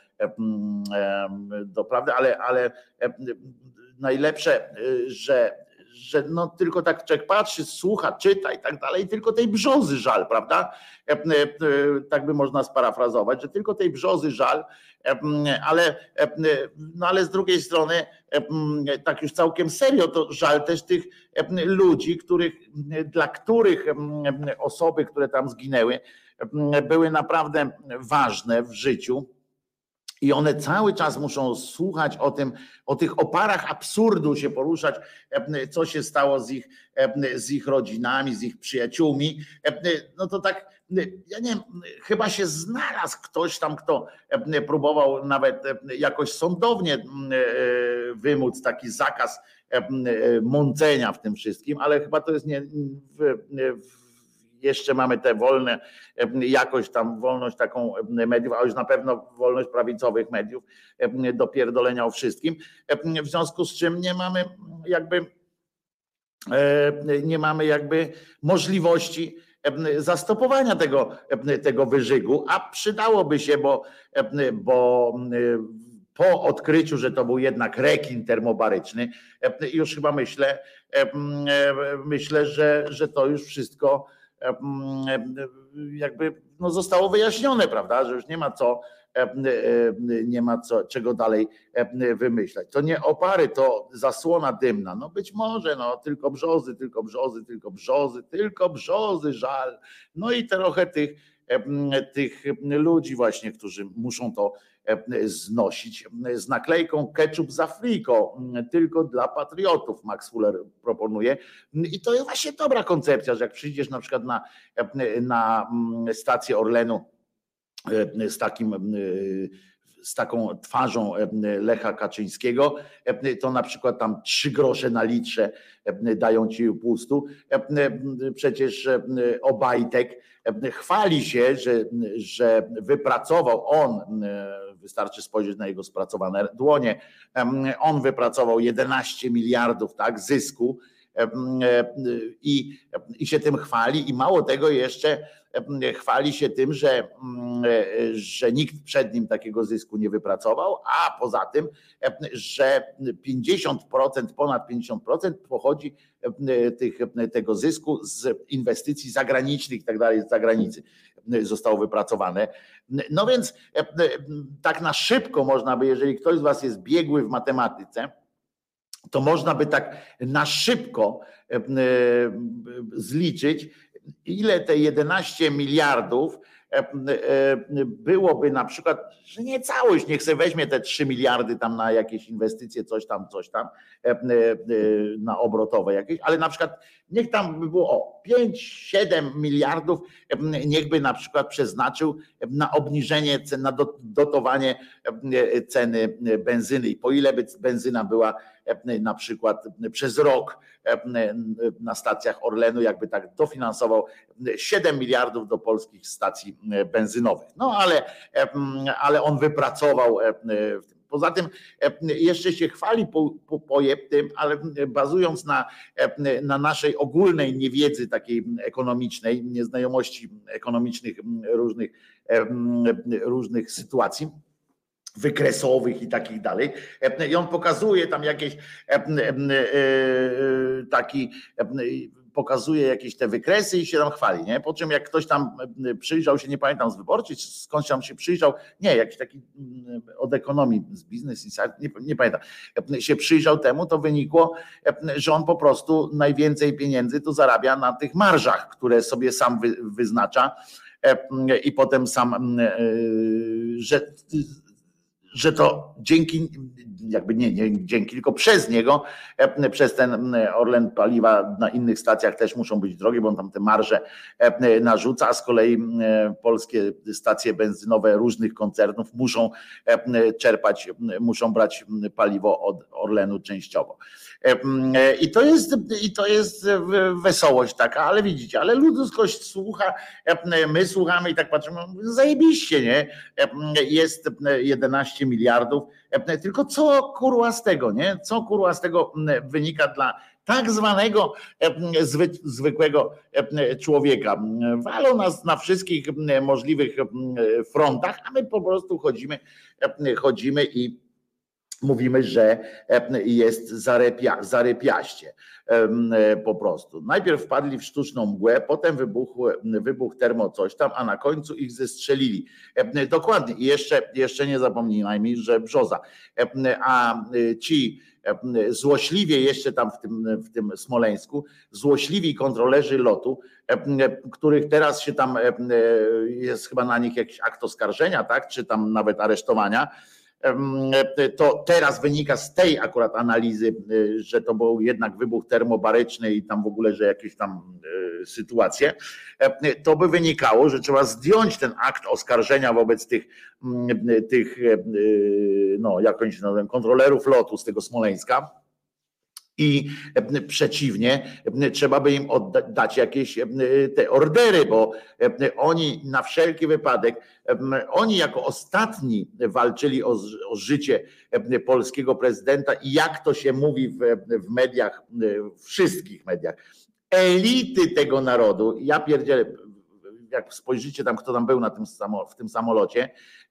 do prawdy, ale najlepsze, że no tylko tak człowiek patrzy, słucha, czyta i tak dalej, tylko tej brzozy żal, prawda? Tak by można sparafrazować, że tylko tej brzozy żal, ale z drugiej strony, tak już całkiem serio, to żal też tych ludzi, dla których osoby, które tam zginęły, były naprawdę ważne w życiu. I one cały czas muszą słuchać o tych oparach absurdu się poruszać, co się stało z ich rodzinami, z ich przyjaciółmi. No to tak, ja nie wiem, chyba się znalazł ktoś tam, kto próbował nawet jakoś sądownie wymóc taki zakaz mącenia w tym wszystkim, ale chyba to jest jeszcze mamy te wolne, jakoś tam wolność taką mediów, a już na pewno wolność prawicowych mediów do pierdolenia o wszystkim. W związku z czym nie mamy jakby możliwości zastopowania tego wyżygu, a przydałoby się, bo po odkryciu, że to był jednak rekin termobaryczny, już chyba myślę, że to już wszystko jakby zostało wyjaśnione, prawda, że już nie ma co nie ma czego dalej wymyślać. To nie opary, to zasłona dymna. No być może, no tylko brzozy, tylko brzozy, tylko brzozy, tylko brzozy, żal. No i trochę tych ludzi właśnie, którzy muszą to znosić z naklejką ketchup z Afriko, tylko dla patriotów, Max Fuller proponuje. I to jest właśnie dobra koncepcja, że jak przyjdziesz na przykład na stację Orlenu z taką twarzą Lecha Kaczyńskiego, to na przykład tam 3 grosze na litrze dają ci upustu. Przecież Obajtek chwali się, że wypracował on, wystarczy spojrzeć na jego spracowane dłonie, on wypracował 11 miliardów tak, zysku i się tym chwali i mało tego jeszcze chwali się tym, że nikt przed nim takiego zysku nie wypracował, a poza tym, że 50%, ponad 50% pochodzi tego zysku z inwestycji zagranicznych i tak dalej, z zagranicy zostało wypracowane. No więc tak na szybko można by, jeżeli ktoś z was jest biegły w matematyce, to można by tak na szybko zliczyć, ile te 11 miliardów byłoby na przykład, że nie całość, niech sobie weźmie te 3 miliardy tam na jakieś inwestycje, coś tam, na obrotowe jakieś, ale na przykład niech tam by było 5-7 miliardów, niech by na przykład przeznaczył na obniżenie cen, na dotowanie ceny benzyny i po ile by benzyna była na przykład przez rok na stacjach Orlenu, jakby tak dofinansował 7 miliardów do polskich stacji benzynowych. No ale on wypracował. Poza tym jeszcze się chwali tym, ale bazując na naszej ogólnej niewiedzy takiej ekonomicznej, nieznajomości ekonomicznych różnych sytuacji wykresowych i takich dalej. I on pokazuje tam jakieś pokazuje jakieś te wykresy i się tam chwali, nie? Po czym jak ktoś tam przyjrzał się, nie pamiętam z Wyborczej, skądś tam się przyjrzał, nie, jakiś taki od ekonomii, z Business Insight, nie pamiętam, się przyjrzał temu, to wynikło, że on po prostu najwięcej pieniędzy to zarabia na tych marżach, które sobie sam wyznacza i potem sam, że to dzięki, jakby nie dzięki, tylko przez niego, przez ten Orlen paliwa na innych stacjach też muszą być drogie, bo on tam te marże narzuca, a z kolei polskie stacje benzynowe różnych koncernów muszą czerpać, muszą brać paliwo od Orlenu częściowo. I to jest wesołość taka, ale widzicie, ale ludzkość słucha, my słuchamy i tak patrzymy, zajebiście, nie? Jest 11 miliardów, tylko co kurwa z tego, nie? Co kurwa z tego wynika dla tak zwanego zwykłego człowieka. Walą nas na wszystkich możliwych frontach, a my po prostu chodzimy i mówimy, że jest zarepiaście po prostu. Najpierw wpadli w sztuczną mgłę, potem wybuch termo coś tam, a na końcu ich zestrzelili. Dokładnie. I jeszcze nie zapomnijmy, że brzoza. A ci złośliwie jeszcze tam w tym Smoleńsku, złośliwi kontrolerzy lotu, których teraz się tam jest chyba na nich jakiś akt oskarżenia, tak? Czy tam nawet aresztowania, to teraz wynika z tej akurat analizy, że to był jednak wybuch termobaryczny i tam w ogóle, że jakieś tam sytuacje, to by wynikało, że trzeba zdjąć ten akt oskarżenia wobec tych no jak oni się nazywają, kontrolerów lotu z tego Smoleńska. I przeciwnie, trzeba by im dać jakieś te ordery, bo oni na wszelki wypadek, oni jako ostatni walczyli o życie polskiego prezydenta i jak to się mówi w mediach, wszystkich mediach, elity tego narodu, ja pierdzielę, jak spojrzycie tam, kto tam był w tym samolocie,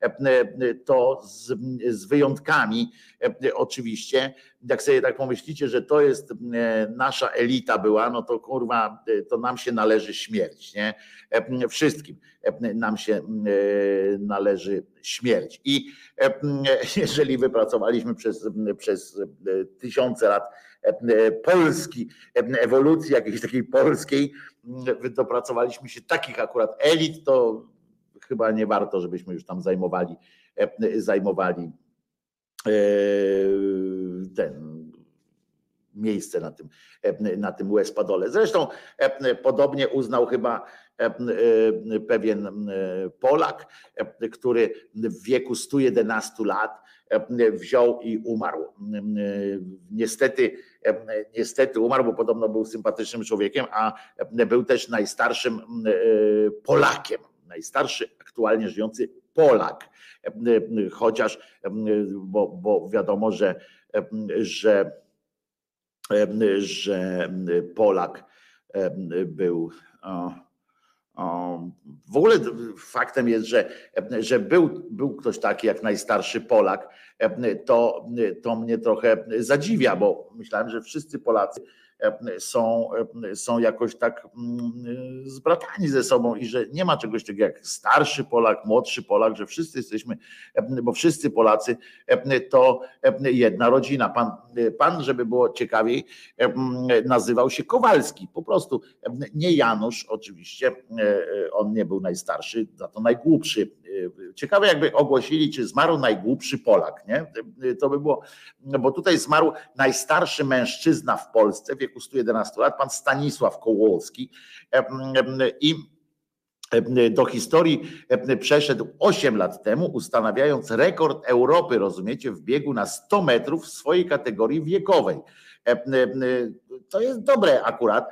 to z wyjątkami oczywiście, jak sobie tak pomyślicie, że to jest nasza elita była, no to kurwa, to nam się należy śmierć, nie? Wszystkim nam się należy śmierć. I jeżeli wypracowaliśmy przez tysiące lat Polski, ewolucji jakiejś takiej polskiej, dopracowaliśmy się takich akurat elit, to chyba nie warto, żebyśmy już tam zajmowali ten miejsce na tym łez-padole. Zresztą podobnie uznał chyba pewien Polak, który w wieku 111 lat wziął i umarł. Niestety umarł, bo podobno był sympatycznym człowiekiem, a był też najstarszym Polakiem. Najstarszy aktualnie żyjący Polak. Chociaż, bo wiadomo, że Polak był. W ogóle faktem jest, że był ktoś taki jak najstarszy Polak, to mnie trochę zadziwia, bo myślałem, że wszyscy Polacy są jakoś tak zbratani ze sobą i że nie ma czegoś takiego jak starszy Polak, młodszy Polak, że wszyscy jesteśmy, bo wszyscy Polacy to jedna rodzina. Pan, żeby było ciekawiej, nazywał się Kowalski, po prostu nie Janusz, oczywiście, on nie był najstarszy, za to najgłupszy. Ciekawe, jakby ogłosili, czy zmarł najgłupszy Polak, nie? To by było, bo tutaj zmarł najstarszy mężczyzna w Polsce w wieku 111 lat, pan Stanisław Kołowski, i do historii przeszedł 8 lat temu, ustanawiając rekord Europy, rozumiecie, w biegu na 100 metrów w swojej kategorii wiekowej. To jest dobre akurat.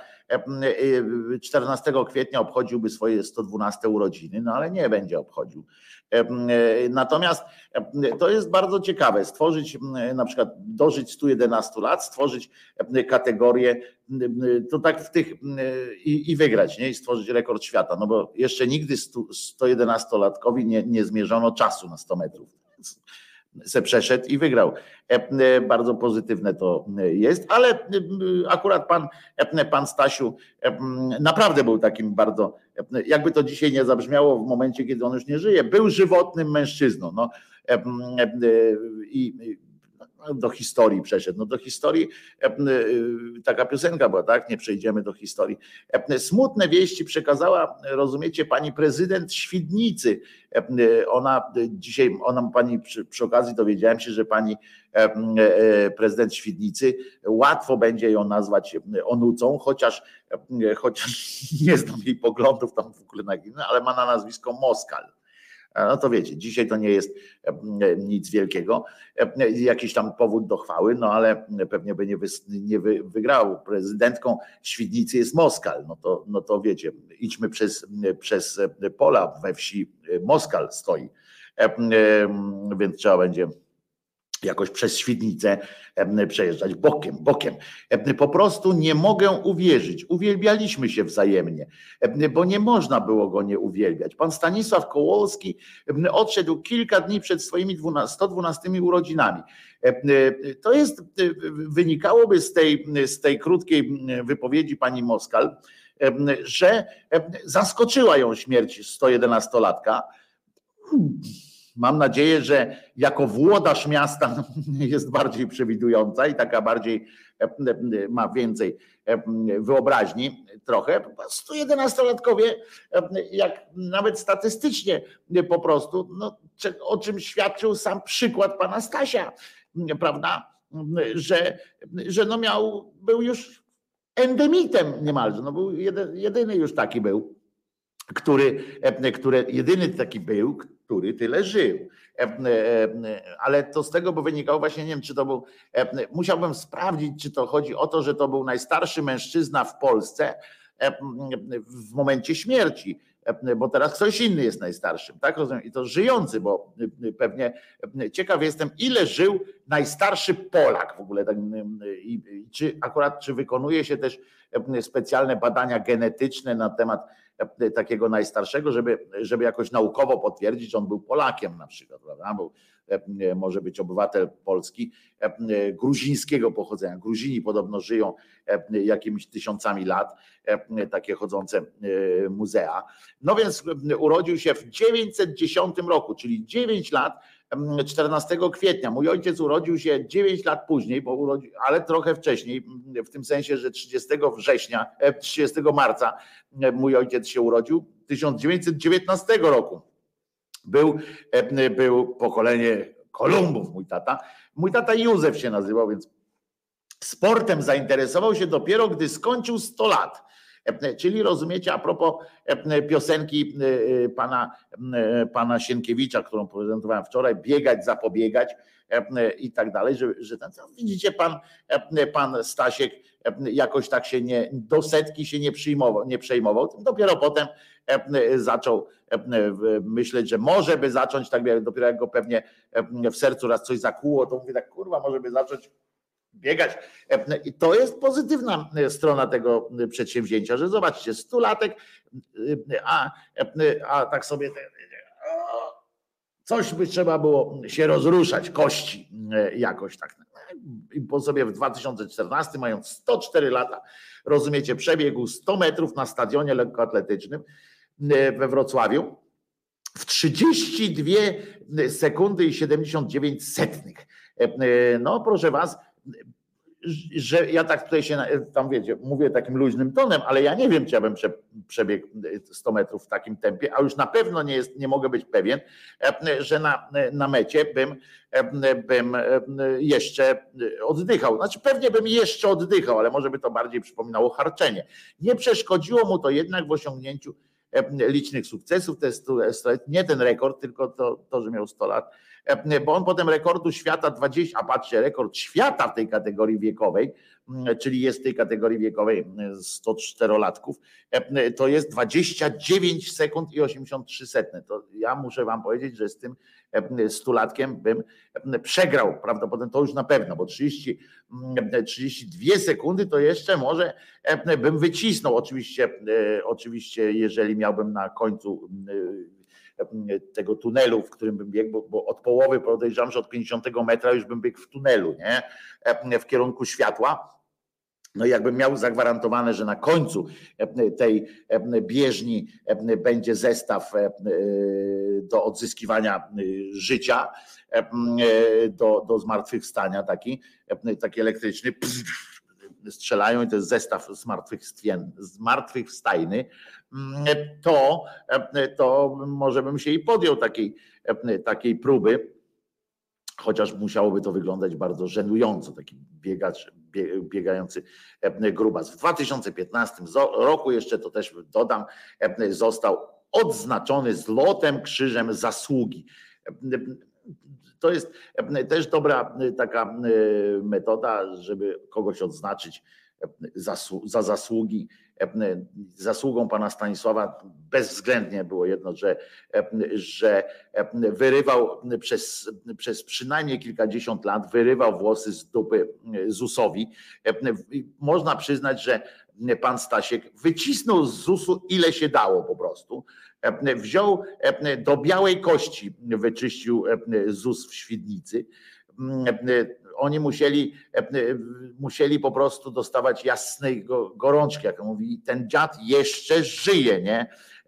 14 kwietnia obchodziłby swoje 112 urodziny, no ale nie będzie obchodził. Natomiast to jest bardzo ciekawe, stworzyć, na przykład dożyć 111 lat, stworzyć kategorię, to tak w tych i wygrać, nie? I stworzyć rekord świata, no bo jeszcze nigdy 111-latkowi nie zmierzono czasu na 100 metrów. Se przeszedł i wygrał. Bardzo pozytywne to jest, ale akurat pan Stasiu naprawdę był takim bardzo, jakby to dzisiaj nie zabrzmiało w momencie, kiedy on już nie żyje, był żywotnym mężczyzną. No, i do historii przeszedł. No do historii taka piosenka była, tak? Nie przejdziemy do historii. Smutne wieści przekazała, rozumiecie, pani prezydent Świdnicy. Pani przy okazji dowiedziałem się, że pani prezydent Świdnicy, łatwo będzie ją nazwać onucą, chociaż nie znam jej poglądów tam w ogóle, ale ma na nazwisko Moskal. No to wiecie, dzisiaj to nie jest nic wielkiego, jakiś tam powód do chwały, no ale pewnie by nie wygrał. Prezydentką Świdnicy jest Moskal, no to wiecie, idźmy przez pola, we wsi Moskal stoi, więc trzeba będzie jakoś przez Świdnicę przejeżdżać bokiem. Po prostu nie mogę uwierzyć. Uwielbialiśmy się wzajemnie, bo nie można było go nie uwielbiać. Pan Stanisław Kołowski odszedł kilka dni przed swoimi 112 urodzinami. To jest, wynikałoby z tej krótkiej wypowiedzi pani Moskal, że zaskoczyła ją śmierć 111-latka. Mam nadzieję, że jako włodarz miasta jest bardziej przewidująca i taka bardziej ma więcej wyobraźni trochę. 111-latkowie, jak nawet statystycznie po prostu, no, o czym świadczył sam przykład pana Stasia, prawda, że no był już endemitem niemalże, no był jedyny już taki był, jedyny taki był, który tyle żył. Ale to z tego by wynikało, właśnie nie wiem, czy to był, musiałbym sprawdzić, czy to chodzi o to, że to był najstarszy mężczyzna w Polsce w momencie śmierci, bo teraz ktoś inny jest najstarszym, tak rozumiem, i to żyjący, bo pewnie ciekaw jestem, ile żył najstarszy Polak w ogóle, czy wykonuje się też specjalne badania genetyczne na temat takiego najstarszego, żeby jakoś naukowo potwierdzić, że on był Polakiem na przykład, prawda? Może być obywatel Polski gruzińskiego pochodzenia. Gruzini podobno żyją jakimiś tysiącami lat, takie chodzące muzea. No więc urodził się w 910 roku, czyli 9 lat, 14 kwietnia. Mój ojciec urodził się 9 lat później, ale trochę wcześniej, w tym sensie, że 30 marca mój ojciec się urodził, 1919 roku. Był pokolenie Kolumbów, mój tata. Mój tata Józef się nazywał, więc sportem zainteresował się dopiero, gdy skończył 100 lat. Czyli rozumiecie, a propos piosenki pana Sienkiewicza, którą prezentowałem wczoraj, biegać, zapobiegać i tak dalej, że widzicie, pan Stasiek jakoś tak się do setki się nie przejmował. Dopiero potem zaczął myśleć, że może by zacząć, tak dopiero jak go pewnie w sercu raz coś zakłuło, to mówię tak, kurwa, może by zacząć biegać. I to jest pozytywna strona tego przedsięwzięcia, że zobaczcie, 100-latek, a tak sobie coś by trzeba było się rozruszać, kości jakoś tak. I po sobie w 2014, mając 104 lata, rozumiecie, przebiegł 100 metrów na stadionie lekkoatletycznym we Wrocławiu w 32 sekundy i 79 setnych. No proszę was, że ja tak tutaj się tam wiecie, mówię takim luźnym tonem, ale ja nie wiem, czy ja bym przebiegł 100 metrów w takim tempie, a już na pewno nie mogę być pewien, że na mecie bym jeszcze oddychał. Znaczy pewnie bym jeszcze oddychał, ale może by to bardziej przypominało harczenie. Nie przeszkodziło mu to jednak w osiągnięciu licznych sukcesów. To jest nie ten rekord, tylko to, że miał 100 lat, bo on potem rekordu świata 20, a patrzcie, rekord świata w tej kategorii wiekowej, czyli jest w tej kategorii wiekowej 104-latków, to jest 29 sekund i 83 setne. To ja muszę wam powiedzieć, że z tym 100-latkiem bym przegrał prawdopodobnie, to już na pewno, bo 32 sekundy to jeszcze może bym wycisnął. Oczywiście jeżeli miałbym na końcu tego tunelu, w którym bym biegł, bo od połowy podejrzewam, że od 50 metra już bym biegł w tunelu, nie? W kierunku światła. No i jakbym miał zagwarantowane, że na końcu tej bieżni będzie zestaw do odzyskiwania życia, do zmartwychwstania taki elektryczny, strzelają i to jest zestaw zmartwychwstajny, to może bym się i podjął takiej próby, chociaż musiałoby to wyglądać bardzo żenująco, taki biegający grubas. W 2015 roku, jeszcze to też dodam, został odznaczony Złotem Krzyżem Zasługi. To jest też dobra taka metoda, żeby kogoś odznaczyć za zasługi. Zasługą pana Stanisława bezwzględnie było jedno, że wyrywał przez przynajmniej kilkadziesiąt lat, wyrywał włosy z dupy ZUS-owi. Można przyznać, że pan Stasiek wycisnął z ZUS-u ile się dało po prostu. Wziął do białej kości, wyczyścił ZUS w Świdnicy. Oni musieli po prostu dostawać jasnej gorączki, jak mówi, ten dziad jeszcze żyje, nie?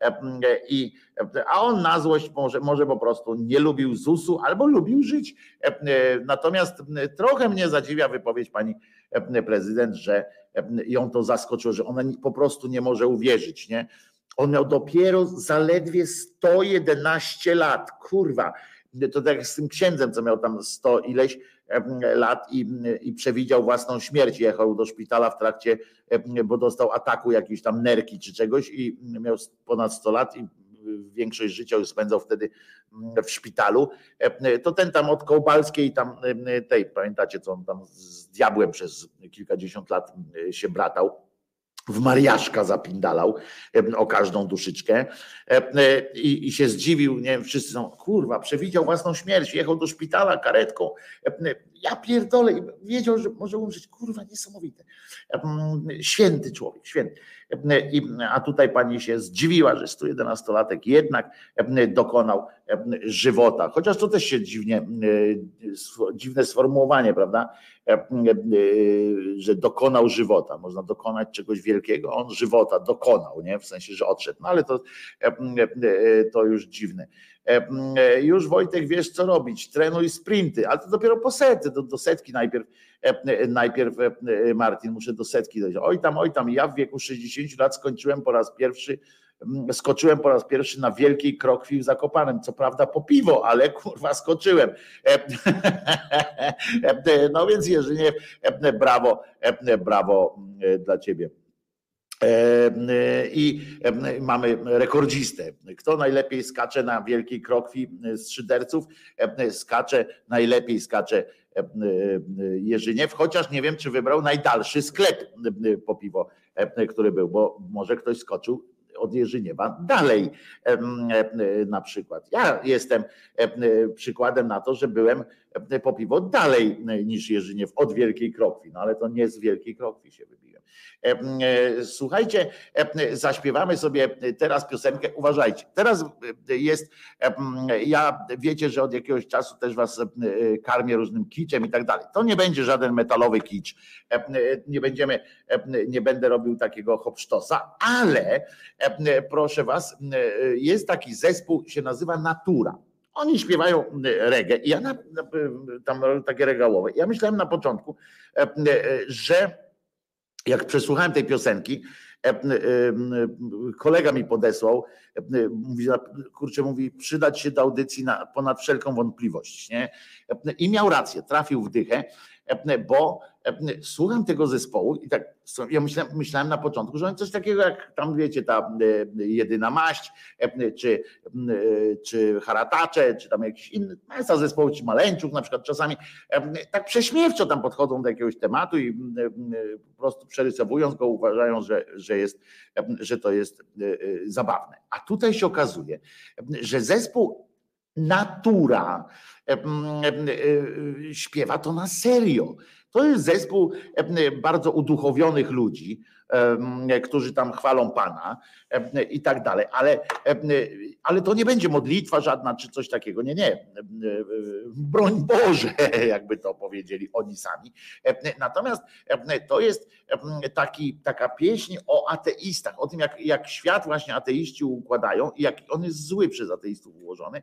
A on na złość może po prostu nie lubił ZUS-u albo lubił żyć. Natomiast trochę mnie zadziwia wypowiedź pani prezydent, że ją to zaskoczyło, że ona po prostu nie może uwierzyć, nie? On miał dopiero zaledwie 111 lat, kurwa. To tak jak z tym księdzem, co miał tam 100 ileś lat i przewidział własną śmierć. Jechał do szpitala w trakcie, bo dostał ataku jakiejś tam nerki czy czegoś i miał ponad 100 lat i większość życia już spędzał wtedy w szpitalu. To ten tam od Kołbalskiej tam pamiętacie, co on tam z diabłem przez kilkadziesiąt lat się bratał. W Mariaszka zapindalał o każdą duszyczkę i się zdziwił, nie wiem, wszyscy są, kurwa, przewidział własną śmierć, jechał do szpitala karetką Ja pierdolę, i wiedział, że może umrzeć, kurwa, niesamowite. Święty człowiek, święty. A tutaj pani się zdziwiła, że 111-latek jednak dokonał żywota. Chociaż to też się dziwne sformułowanie, prawda? Że dokonał żywota. Można dokonać czegoś wielkiego, on żywota dokonał, nie? W sensie, że odszedł. No ale to już dziwne. Już Wojtek wiesz co robić, trenuj sprinty, ale to dopiero po setce, do setki najpierw Martin, muszę do setki dojść. Oj tam, ja w wieku 60 lat skoczyłem po raz pierwszy na Wielkiej Krokwi w Zakopanem, co prawda po piwo, ale kurwa skoczyłem. No więc Jerzynie, brawo dla ciebie. I mamy rekordzistę. Kto najlepiej skacze na Wielkiej Krokwi z szyderców? Najlepiej skacze Jerzyniew, chociaż nie wiem, czy wybrał najdalszy sklep po piwo, który był, bo może ktoś skoczył od Jerzyniewa dalej na przykład. Ja jestem przykładem na to, że byłem po piwo dalej niż Jerzyniew od Wielkiej Krokwi, no ale to nie z Wielkiej Krokwi się wybiłem. Słuchajcie, zaśpiewamy sobie teraz piosenkę, uważajcie, teraz jest, ja wiecie, że od jakiegoś czasu też was karmię różnym kiczem i tak dalej, to nie będzie żaden metalowy kicz, nie będę robił takiego hopsztosa, ale proszę was, jest taki zespół, się nazywa Natura. Oni śpiewają reggae i ja tam takie regałowe. Ja myślałem na początku, że jak przesłuchałem tej piosenki, kolega mi podesłał, mówi, przydać się do audycji ponad wszelką wątpliwość. Nie? I miał rację, trafił w dychę, bo słucham tego zespołu i tak ja myślałem na początku, że on coś takiego jak tam wiecie, ta Jedyna Maść, czy Haratacze, czy tam jakiś inny, masa zespołów, czy Maleńczuk na przykład czasami tak prześmiewczo tam podchodzą do jakiegoś tematu i po prostu przerysowując go uważają, że to jest zabawne. A tutaj się okazuje, że zespół Natura śpiewa to na serio. To jest zespół bardzo uduchowionych ludzi, którzy tam chwalą Pana i tak dalej, ale to nie będzie modlitwa żadna czy coś takiego, nie. Broń Boże, jakby to powiedzieli oni sami. Natomiast to jest taka pieśń o ateistach, o tym jak świat właśnie ateiści układają i jak on jest zły przez ateistów ułożony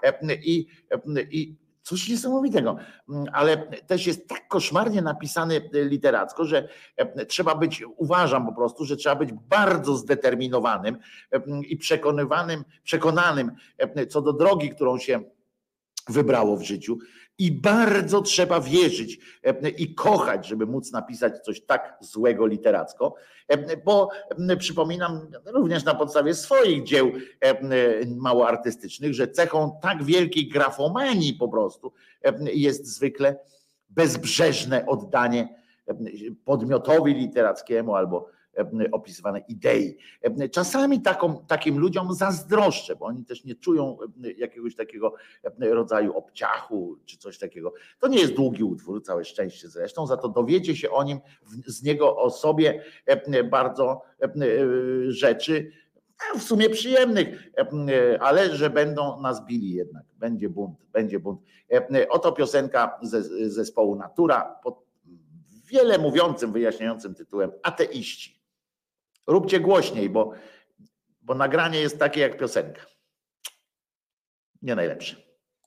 i coś niesamowitego, ale też jest tak koszmarnie napisany literacko, że uważam po prostu, że trzeba być bardzo zdeterminowanym i przekonanym co do drogi, którą się wybrało w życiu i bardzo trzeba wierzyć i kochać, żeby móc napisać coś tak złego literacko, bo przypominam również na podstawie swoich dzieł mało artystycznych, że cechą tak wielkiej grafomanii po prostu jest zwykle bezbrzeżne oddanie podmiotowi literackiemu albo opisywane idei. Czasami takim ludziom zazdroszczę, bo oni też nie czują jakiegoś takiego rodzaju obciachu czy coś takiego. To nie jest długi utwór, całe szczęście zresztą, za to dowiecie się o nim, o sobie bardzo rzeczy, w sumie przyjemnych, ale że będą nas bili jednak. Będzie bunt. Oto piosenka zespołu Natura pod wiele mówiącym, wyjaśniającym tytułem Ateiści. Róbcie głośniej, bo nagranie jest takie jak piosenka. Nie najlepsze.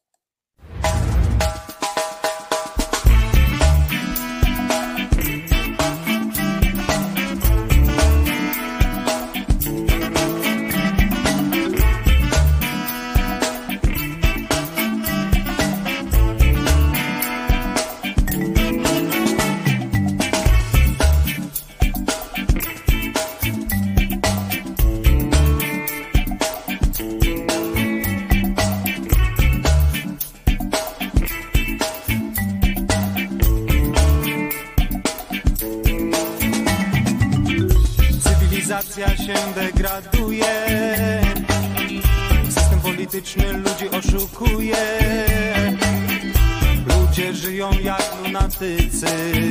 Się degraduje, system polityczny ludzi oszukuje, ludzie żyją jak fanatycy,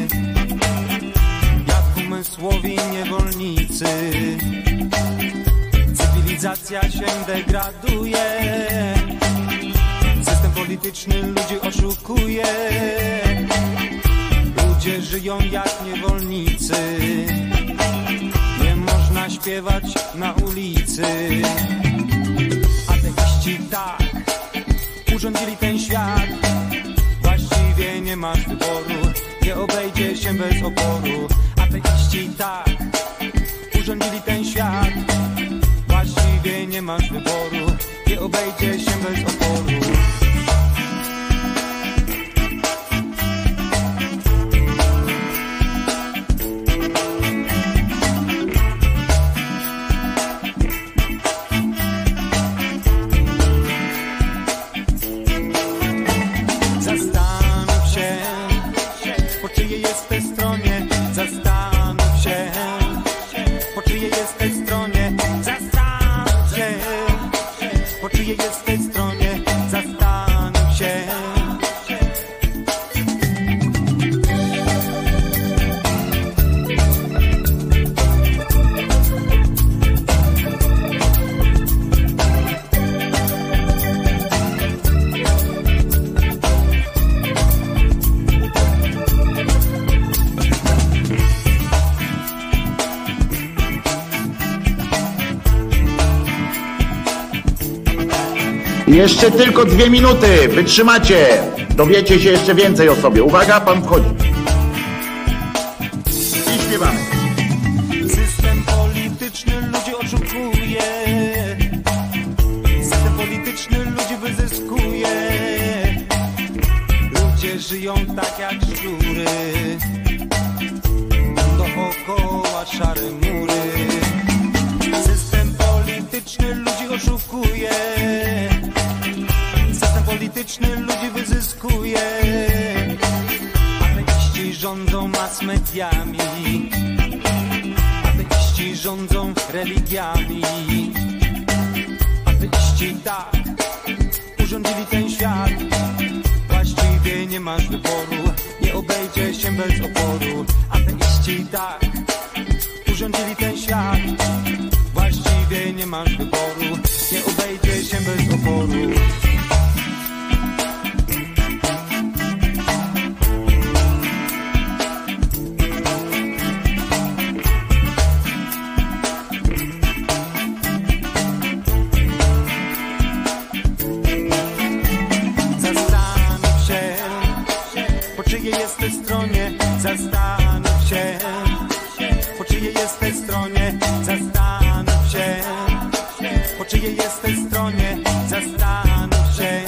jak umysłowi niewolnicy. Cywilizacja się degraduje, system polityczny ludzi oszukuje. Ludzie żyją jak niewolnicy, nie można śpiewać na ulicy. Ateiści tak urządzili ten świat, właściwie nie masz wyboru, nie obejdzie się bez oporu. Ateiści tak urządzili ten świat, właściwie nie masz wyboru, nie obejdzie się bez oporu. Jeszcze tylko 2 minuty, wytrzymacie, dowiecie się jeszcze więcej o sobie. Uwaga, pan wchodzi. I śpiewamy. System polityczny ludzi oszukuje, system polityczny ludzi wyzyskuje. Ludzie żyją tak jak szczury, dookoła szare mury. System polityczny ludzi oszukuje, polityczny ludzi wyzyskuje. Ateiści rządzą mass mediami, ateiści rządzą religiami. Ateiści tak urządzili ten świat, właściwie nie masz wyboru, nie obejdzie się bez oporu. Ateiści tak urządzili ten świat, właściwie nie masz wyboru, nie obejdzie się bez oporu. Zastanów się, po czyjej jesteś stronie. Zastanów się, po czyjej jesteś stronie. Zastanów się.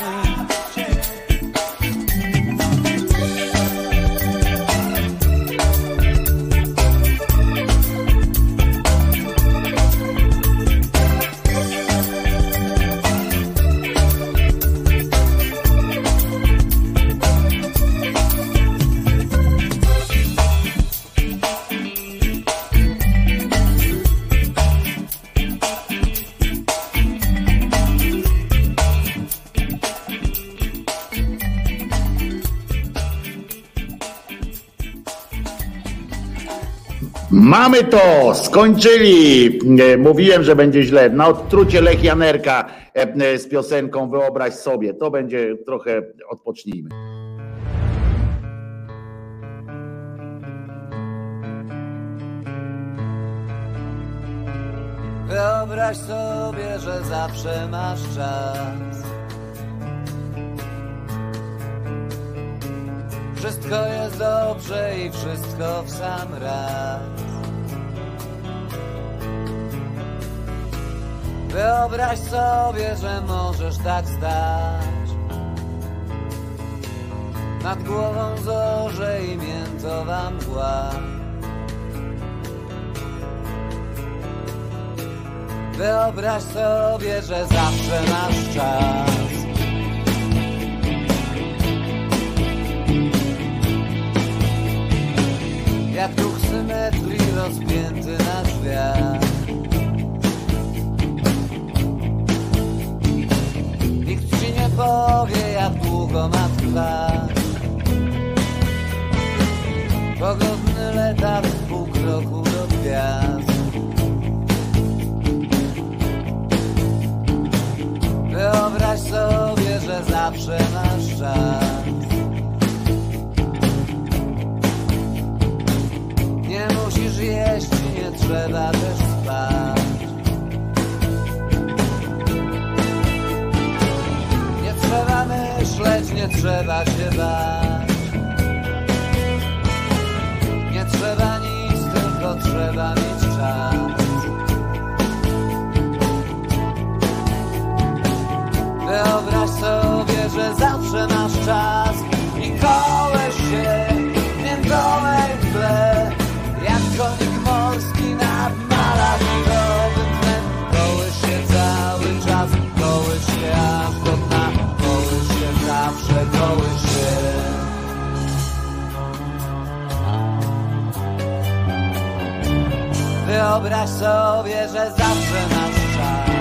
Mamy to! Skończyli! Mówiłem, że będzie źle. Na odtrucie Lech Janerka z piosenką Wyobraź sobie. To będzie trochę odpocznijmy. Wyobraź sobie, że zawsze masz czas. Wszystko jest dobrze i wszystko w sam raz. Wyobraź sobie, że możesz tak stać. Nad głową zorze i miętowa mgła. Wyobraź sobie, że zawsze masz czas. Jak duch symetrii rozpięty na drzwiach. Nikt ci nie powie, jak długo ma trwać. Pogodny letarg w pół kroku do gwiazd. Wyobraź sobie, że zawsze masz czas. Nie musisz jeść, nie trzeba też spać. Nie trzeba myśleć, nie trzeba się bać. Nie trzeba nic, tylko trzeba mieć czas. Wyobraź sobie, że zawsze masz czas i kołeś się w miętowej tle, jak konik morski nad malachtowym tłem. Kołeś się cały czas, kołeś się aż do dna, kołeś się zawsze, kołeś się. Wyobraź sobie, że zawsze masz czas.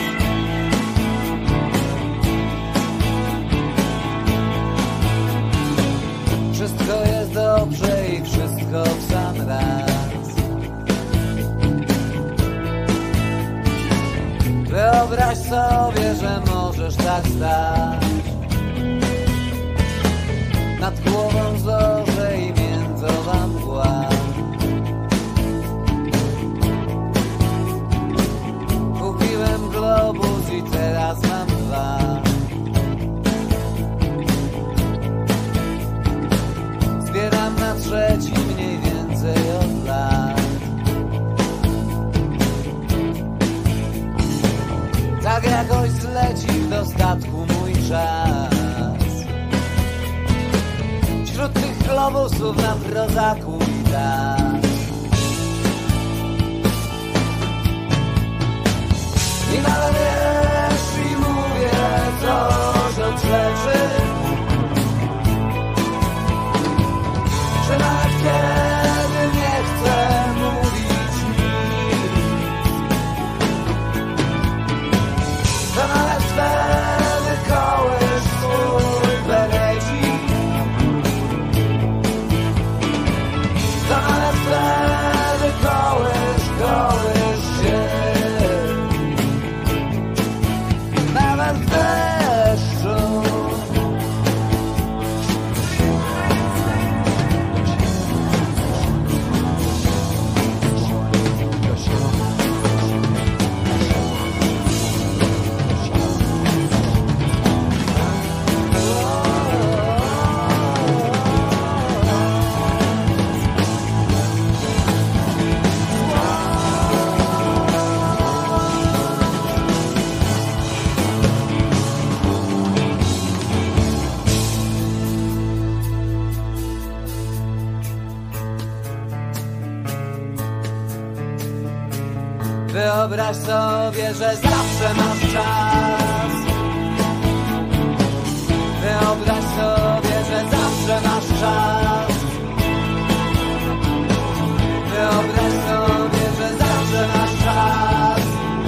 Wszystko jest dobrze i wszystko w sam raz. Wyobraź sobie, że możesz tak stać. Nad głową zorze i międzowa mgła. Kupiłem globus i teraz mam dwa. Zbieram na trzeci mniej więcej od lat. Tak jakoś zleci w dostatku mój czas. Wśród tych globusów na prozaku i tak. I nawet jeśli mówię coś od rzeczy, że nawet kiedy nie chcę mówić nic, to nawet wtedy kołysz swój berecik, to nawet wtedy kołysz się. Nawet w deszczu. Wyobraź sobie, że zawsze masz czas. Wyobraź sobie, że zawsze masz czas. Wyobraź sobie, że zawsze masz czas.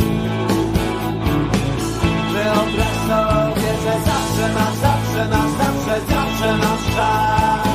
Wyobraź sobie, że zawsze masz czas.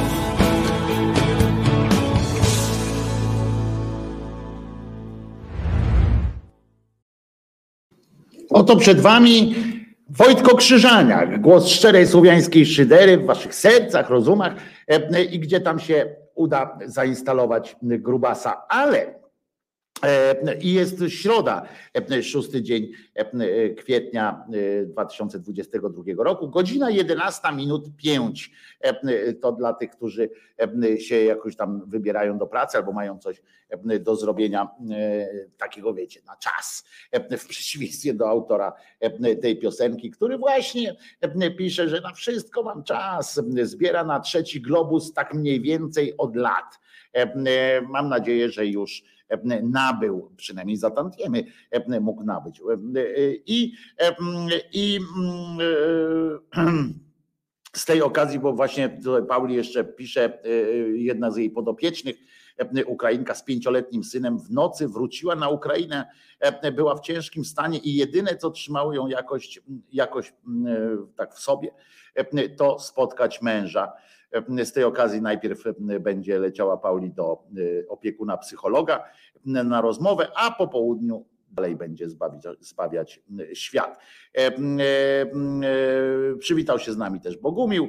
Oto przed wami Wojtko Krzyżaniak, głos szczerej słowiańskiej szydery w waszych sercach, rozumach i gdzie tam się uda zainstalować grubasa, ale i jest środa, 6 dzień kwietnia 2022 roku, godzina 11:05. To dla tych, którzy się jakoś tam wybierają do pracy albo mają coś do zrobienia takiego, wiecie, na czas. W przeciwieństwie do autora tej piosenki, który właśnie pisze, że na wszystko mam czas, zbiera na trzeci globus tak mniej więcej od lat. Mam nadzieję, że już nabył, przynajmniej za tantiemy mógł nabyć. I z tej okazji, bo właśnie Pauli jeszcze pisze, jedna z jej podopiecznych, Ukrainka z 5-letnim synem w nocy wróciła na Ukrainę, była w ciężkim stanie i jedyne co trzymało ją jakoś tak w sobie, to spotkać męża. Z tej okazji najpierw będzie leciała Pauli do opiekuna psychologa na rozmowę, a po południu dalej będzie zbawiać świat. Przywitał się z nami też Bogumił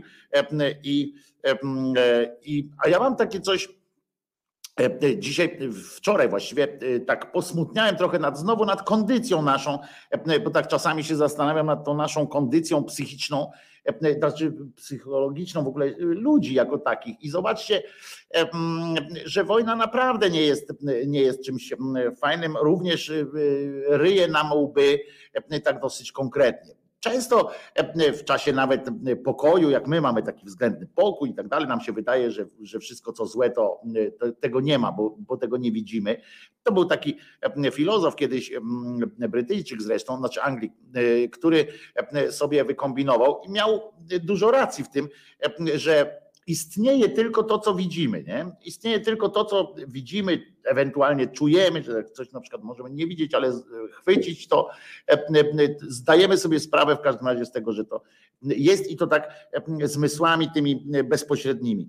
a ja mam takie coś dzisiaj, wczoraj właściwie tak posmutniałem trochę znowu nad kondycją naszą, bo tak czasami się zastanawiam nad tą naszą kondycją psychiczną, znaczy psychologiczną w ogóle ludzi jako takich. I zobaczcie, że wojna naprawdę nie jest czymś fajnym, również ryje nam łby tak dosyć konkretnie. Często w czasie nawet pokoju, jak my mamy taki względny pokój i tak dalej, nam się wydaje, że wszystko co złe to tego nie ma, bo tego nie widzimy. To był taki filozof kiedyś, Brytyjczyk zresztą, znaczy Anglik, który sobie wykombinował i miał dużo racji w tym, że istnieje tylko to, co widzimy, nie? Istnieje tylko to, co widzimy, ewentualnie czujemy, że coś na przykład możemy nie widzieć, ale chwycić to, zdajemy sobie sprawę w każdym razie z tego, że to jest i to tak zmysłami tymi bezpośrednimi.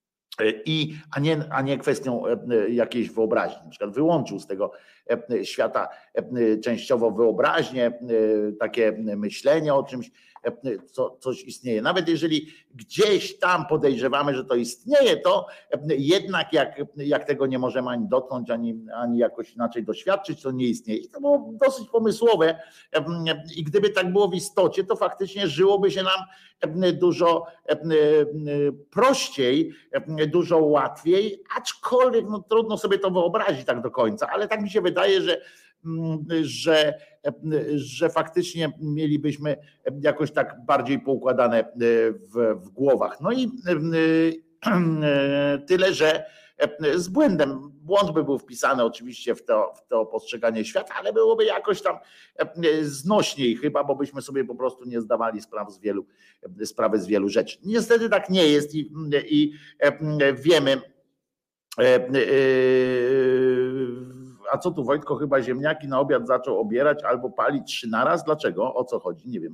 A nie kwestią jakiejś wyobraźni. Na przykład wyłączył z tego świata częściowo wyobraźnię, takie myślenie o czymś, coś istnieje. Nawet jeżeli gdzieś tam podejrzewamy, że to istnieje, to jednak jak tego nie możemy ani dotknąć, ani jakoś inaczej doświadczyć, to nie istnieje. I to było dosyć pomysłowe i gdyby tak było w istocie, to faktycznie żyłoby się nam dużo prościej, dużo łatwiej, aczkolwiek no, trudno sobie to wyobrazić tak do końca, ale tak mi się wydaje, że faktycznie mielibyśmy jakoś tak bardziej poukładane w głowach. No i tyle, że z błędem. Błąd by był wpisany oczywiście w to postrzeganie świata, ale byłoby jakoś tam znośniej chyba, bo byśmy sobie po prostu nie zdawali sprawy z wielu rzeczy. Niestety tak nie jest i wiemy. A co tu Wojtko, chyba ziemniaki na obiad zaczął obierać albo palić 3 naraz? Dlaczego? O co chodzi? Nie wiem.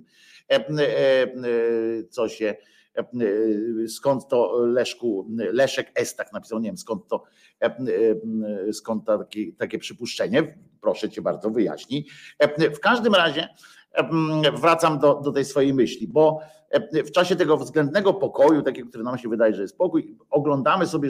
Skąd to Leszek S tak napisał, nie wiem skąd takie przypuszczenie, proszę cię bardzo wyjaśnij. W każdym razie wracam do tej swojej myśli, bo w czasie tego względnego pokoju, takiego, który nam się wydaje, że jest pokój, oglądamy sobie,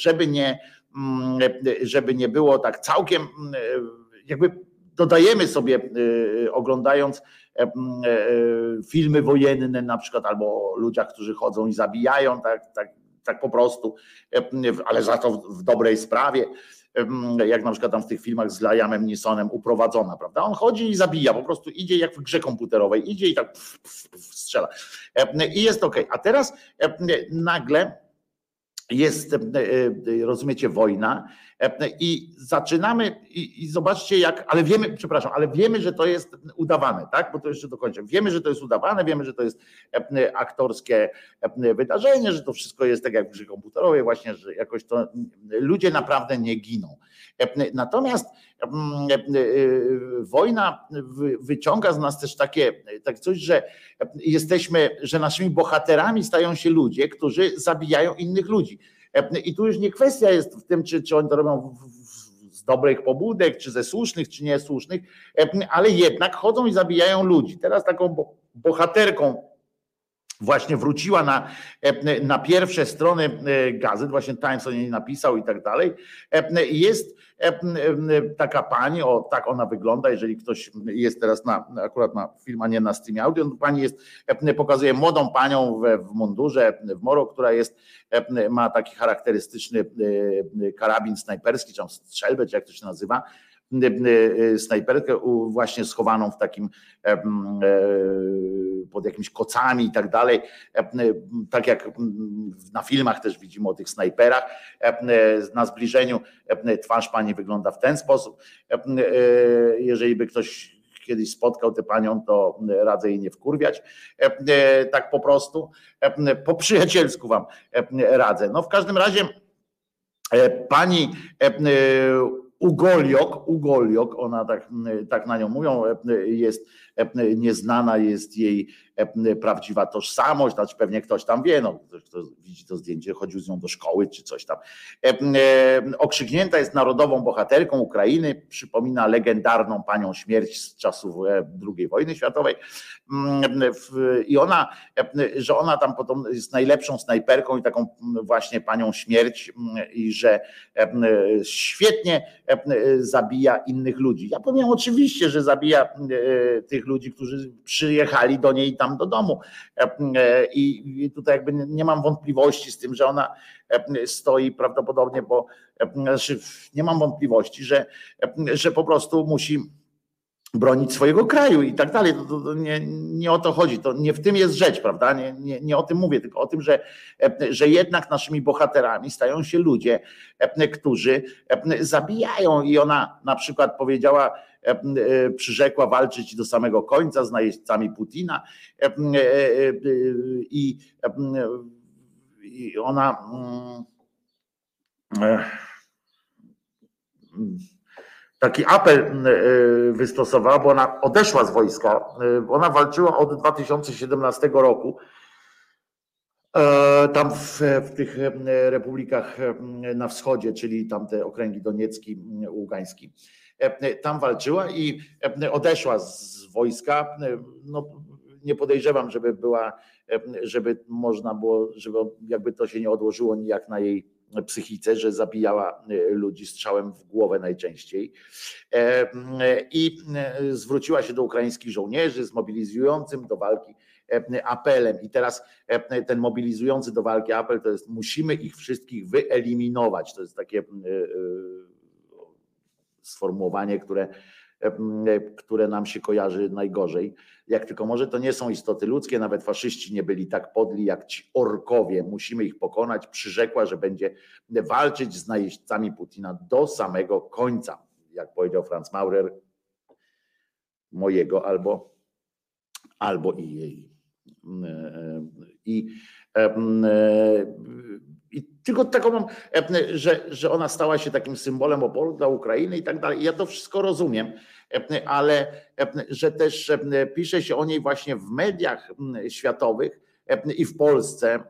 żeby nie było tak całkiem, jakby dodajemy sobie, oglądając filmy wojenne na przykład, albo o ludziach, którzy chodzą i zabijają, tak po prostu, ale za to w dobrej sprawie, jak na przykład tam w tych filmach z Liamem Neesonem Uprowadzona, prawda? On chodzi i zabija, po prostu idzie jak w grze komputerowej, idzie i tak strzela. I jest okej. A teraz nagle jest, rozumiecie, wojna i zaczynamy i zobaczcie ale wiemy, że to jest udawane, tak? Bo to jeszcze dokończę. Wiemy, że to jest udawane, wiemy, że to jest aktorskie wydarzenie, że to wszystko jest tak jak w grze komputerowej właśnie, że jakoś to ludzie naprawdę nie giną. Natomiast wojna wyciąga z nas też tak coś, że naszymi bohaterami stają się ludzie, którzy zabijają innych ludzi. I tu już nie kwestia jest w tym, czy oni to robią z dobrych pobudek, czy ze słusznych, czy niesłusznych, ale jednak chodzą i zabijają ludzi. Teraz taką bohaterką właśnie wróciła na pierwsze strony gazet, właśnie Times o niej napisał i tak dalej. Jest taka pani, tak ona wygląda, jeżeli ktoś jest teraz akurat na film, a nie na streamie audio, pani pokazuje młodą panią w mundurze, w moro, która ma taki charakterystyczny karabin snajperski, czy tam strzelbę, czy jak to się nazywa, snajperkę właśnie schowaną w takim pod jakimiś kocami i tak dalej, tak jak na filmach też widzimy o tych snajperach. Na zbliżeniu twarz pani wygląda w ten sposób. Jeżeli by ktoś kiedyś spotkał tę panią, to radzę jej nie wkurwiać, tak po prostu, po przyjacielsku wam radzę. No w każdym razie Pani Ugoliok, ona tak na nią mówią, jest nieznana, jest jej prawdziwa tożsamość, znaczy pewnie ktoś tam wie, no, kto widzi to zdjęcie, chodził z nią do szkoły czy coś tam. Okrzyknięta jest narodową bohaterką Ukrainy, przypomina legendarną panią śmierć z czasów II wojny światowej i że ona tam potem jest najlepszą snajperką i taką właśnie panią śmierć i że świetnie zabija innych ludzi. Ja powiem oczywiście, że zabija tych ludzi, którzy przyjechali do niej tam do domu i tutaj jakby nie mam wątpliwości z tym, że ona stoi prawdopodobnie, bo znaczy nie mam wątpliwości, że po prostu musi bronić swojego kraju i tak dalej. To nie o to chodzi, to nie w tym jest rzecz, prawda? Nie o tym mówię, tylko o tym, że jednak naszymi bohaterami stają się ludzie, którzy zabijają i ona na przykład powiedziała, przyrzekła walczyć do samego końca z najeźdźcami Putina i ona taki apel wystosowała, bo ona odeszła z wojska, ona walczyła od 2017 roku tam w tych republikach na wschodzie, czyli tam te okręgi Doniecki, Ługański. Tam walczyła i odeszła z wojska. No, nie podejrzewam, żeby można było, żeby jakby to się nie odłożyło nijak na jej psychice, że zabijała ludzi strzałem w głowę najczęściej. I zwróciła się do ukraińskich żołnierzy z mobilizującym do walki apelem. I teraz ten mobilizujący do walki apel to jest: musimy ich wszystkich wyeliminować. To jest takie sformułowanie, które nam się kojarzy najgorzej. Jak tylko może, to nie są istoty ludzkie, nawet faszyści nie byli tak podli jak ci orkowie. Musimy ich pokonać. Przyrzekła, że będzie walczyć z najeźdźcami Putina do samego końca. Jak powiedział Franz Maurer, mojego albo i jej. I tylko taką mam, że ona stała się takim symbolem oporu dla Ukrainy i tak dalej. Ja to wszystko rozumiem, ale że też pisze się o niej właśnie w mediach światowych i w Polsce,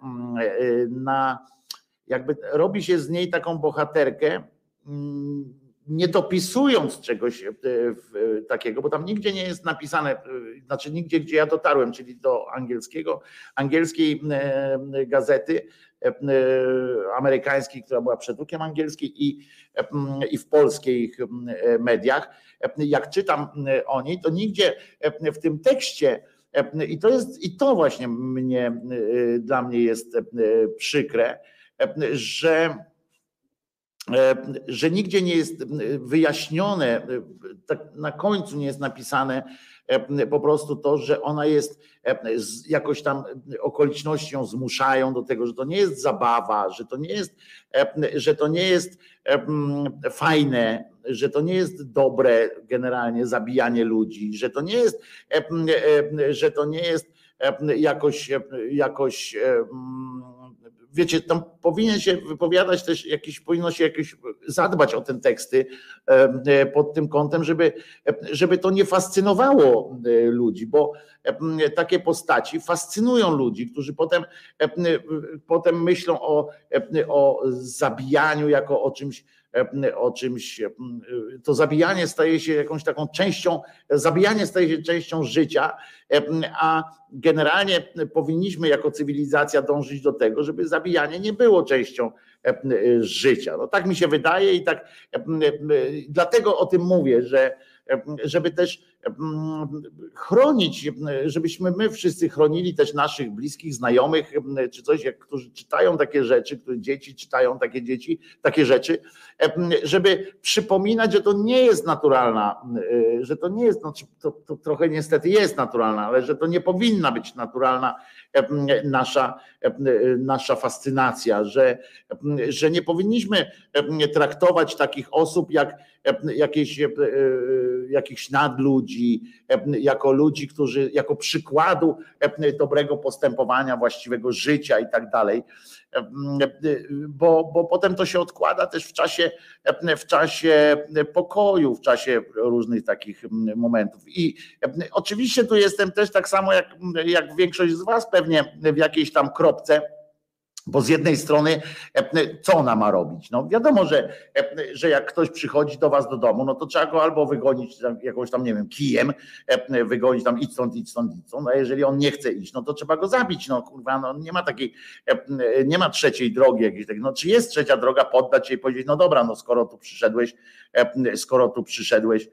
jakby robi się z niej taką bohaterkę, nie dopisując czegoś takiego, bo tam nigdzie nie jest napisane, znaczy nigdzie, gdzie ja dotarłem, czyli do angielskiej gazety amerykańskiej, która była przedrukiem angielskiej i w polskich mediach. Jak czytam o niej, to nigdzie w tym tekście, i to właśnie dla mnie jest przykre, że nigdzie nie jest wyjaśnione, tak na końcu nie jest napisane po prostu to, że ona jest jakoś tam, okoliczności ją zmuszają do tego, że to nie jest zabawa, że to nie jest fajne, że to nie jest dobre generalnie zabijanie ludzi, że to nie jest jakoś wiecie, tam powinien się wypowiadać też powinno się zadbać o te teksty pod tym kątem, żeby to nie fascynowało ludzi, bo takie postaci fascynują ludzi, którzy potem myślą o zabijaniu jako o czymś, to zabijanie staje się jakąś taką zabijanie staje się częścią życia, a generalnie powinniśmy jako cywilizacja dążyć do tego, żeby zabijanie nie było częścią życia. No tak mi się wydaje i tak dlatego o tym mówię, żeby też chronić, żebyśmy my wszyscy chronili też naszych bliskich, znajomych, czy coś, którzy czytają takie rzeczy, które dzieci czytają takie rzeczy, żeby przypominać, że to nie jest naturalna, że to nie jest, znaczy to trochę niestety jest naturalna, ale że to nie powinna być naturalna nasza fascynacja, że nie powinniśmy traktować takich osób jak jakichś nadludzi, jako ludzi, którzy jako przykładu dobrego postępowania, właściwego życia i tak dalej. bo potem to się odkłada też w czasie pokoju, w czasie różnych takich momentów. I oczywiście tu jestem też tak samo jak większość z was pewnie w jakiejś tam kropce. Bo z jednej strony, co ona ma robić? No wiadomo, że jak ktoś przychodzi do was do domu, no to trzeba go albo wygonić jakąś tam, nie wiem, kijem, wygonić tam idź stąd, a jeżeli on nie chce iść, no to trzeba go zabić, no kurwa, no nie ma takiej, nie ma trzeciej drogi jakiejś takiej, no czy jest trzecia droga, poddać się i powiedzieć, no dobra, no skoro tu przyszedłeś,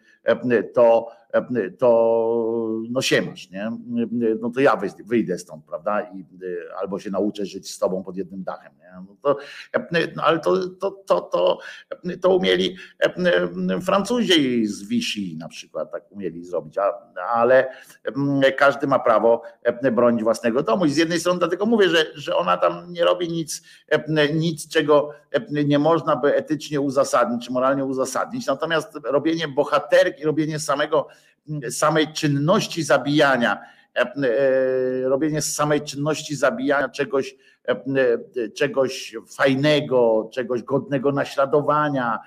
to no siemasz, nie? No to ja wyjdę stąd, prawda? Albo się nauczę żyć z tobą pod jednym dachem, nie? No ale to umieli Francuzi z Vichy na przykład, tak umieli zrobić, ale każdy ma prawo bronić własnego domu i z jednej strony dlatego mówię, że ona tam nie robi nic, czego nie można by etycznie uzasadnić, czy moralnie uzasadnić, natomiast robienie bohaterki, robienie samej czynności zabijania, czegoś fajnego, czegoś godnego naśladowania,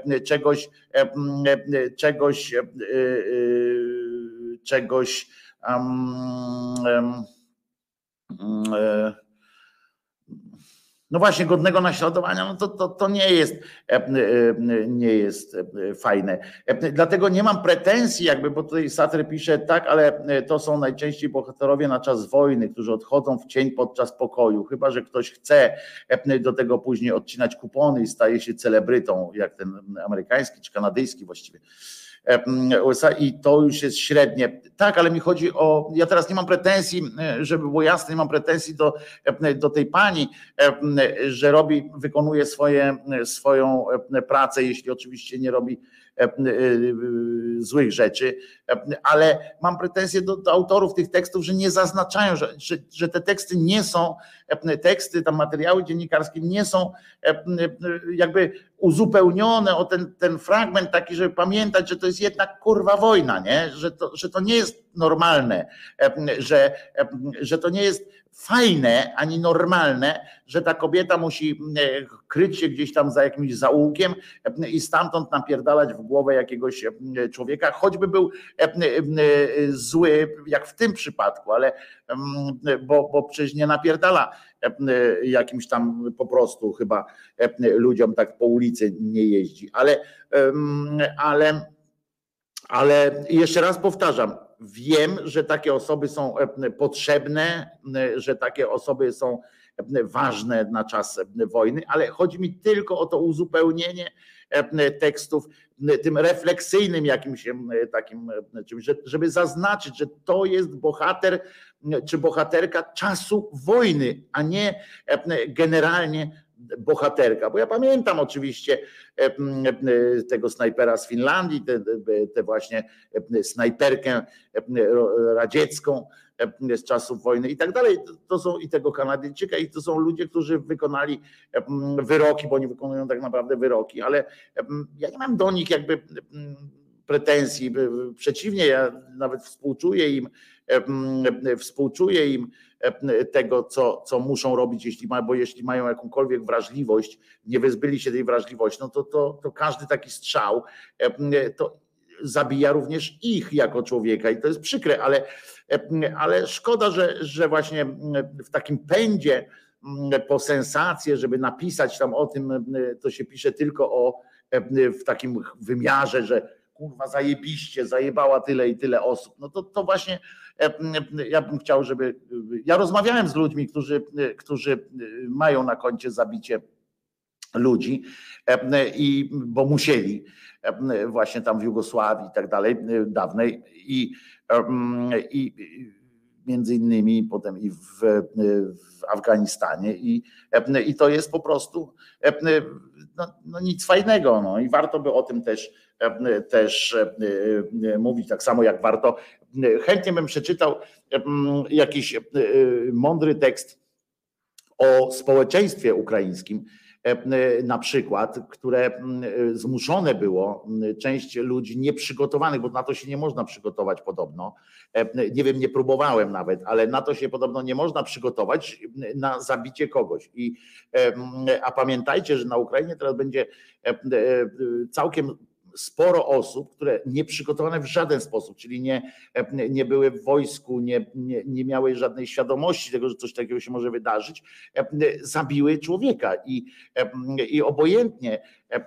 czegoś no właśnie godnego naśladowania, no to nie jest fajne. Dlatego nie mam pretensji jakby, bo tutaj Satyr pisze tak, ale to są najczęściej bohaterowie na czas wojny, którzy odchodzą w cień podczas pokoju, chyba że ktoś chce do tego później odcinać kupony i staje się celebrytą, jak ten amerykański czy kanadyjski właściwie. USA i to już jest średnie. Tak, ale mi chodzi o, ja teraz nie mam pretensji, żeby było jasne, nie mam pretensji do tej pani, że wykonuje swoją pracę, jeśli oczywiście nie robi złych rzeczy, ale mam pretensje do autorów tych tekstów, że nie zaznaczają, że te teksty nie są, tam materiały dziennikarskie nie są jakby uzupełnione o ten fragment taki, żeby pamiętać, że to jest jednak kurwa wojna, nie? Że to nie jest normalne, że to nie jest fajne ani normalne, że ta kobieta musi kryć się gdzieś tam za jakimś zaułkiem i stamtąd napierdalać w głowę jakiegoś człowieka, choćby był zły, jak w tym przypadku, ale bo przecież nie napierdala jakimś tam po prostu chyba ludziom tak po ulicy nie jeździ, ale jeszcze raz powtarzam, wiem, że takie osoby są potrzebne, że takie osoby są ważne na czas wojny, ale chodzi mi tylko o to uzupełnienie tekstów tym refleksyjnym jakimś takim czymś, żeby zaznaczyć, że to jest bohater czy bohaterka czasu wojny, a nie generalnie bohaterka, bo ja pamiętam oczywiście tego snajpera z Finlandii, tę właśnie snajperkę radziecką z czasów wojny i tak dalej. To są i tego Kanadyjczyka i to są ludzie, którzy wykonali wyroki, bo oni wykonują tak naprawdę wyroki, ale ja nie mam do nich jakby pretensji, przeciwnie, ja nawet współczuję im tego, co muszą robić, bo jeśli mają jakąkolwiek wrażliwość, nie wyzbyli się tej wrażliwości, no to każdy taki strzał to zabija również ich jako człowieka i to jest przykre, ale szkoda, że właśnie w takim pędzie po sensację, żeby napisać tam o tym, to się pisze tylko w takim wymiarze, że kurwa zajebiście, zajebała tyle i tyle osób. No to właśnie ja bym chciał, żeby... Ja rozmawiałem z ludźmi, którzy mają na koncie zabicie ludzi, bo musieli właśnie tam w Jugosławii i tak dalej, dawnej i między innymi potem i w Afganistanie i to jest po prostu no nic fajnego, no i warto by o tym też mówić, tak samo jak warto, chętnie bym przeczytał jakiś mądry tekst o społeczeństwie ukraińskim, na przykład, które zmuszone było, część ludzi nieprzygotowanych, bo na to się nie można przygotować podobno, nie wiem, nie próbowałem nawet, ale na to się podobno nie można przygotować, na zabicie kogoś. A pamiętajcie, że na Ukrainie teraz będzie całkiem sporo osób, które nie przygotowane w żaden sposób, czyli nie były w wojsku, nie miały żadnej świadomości tego, że coś takiego się może wydarzyć, zabiły człowieka i obojętnie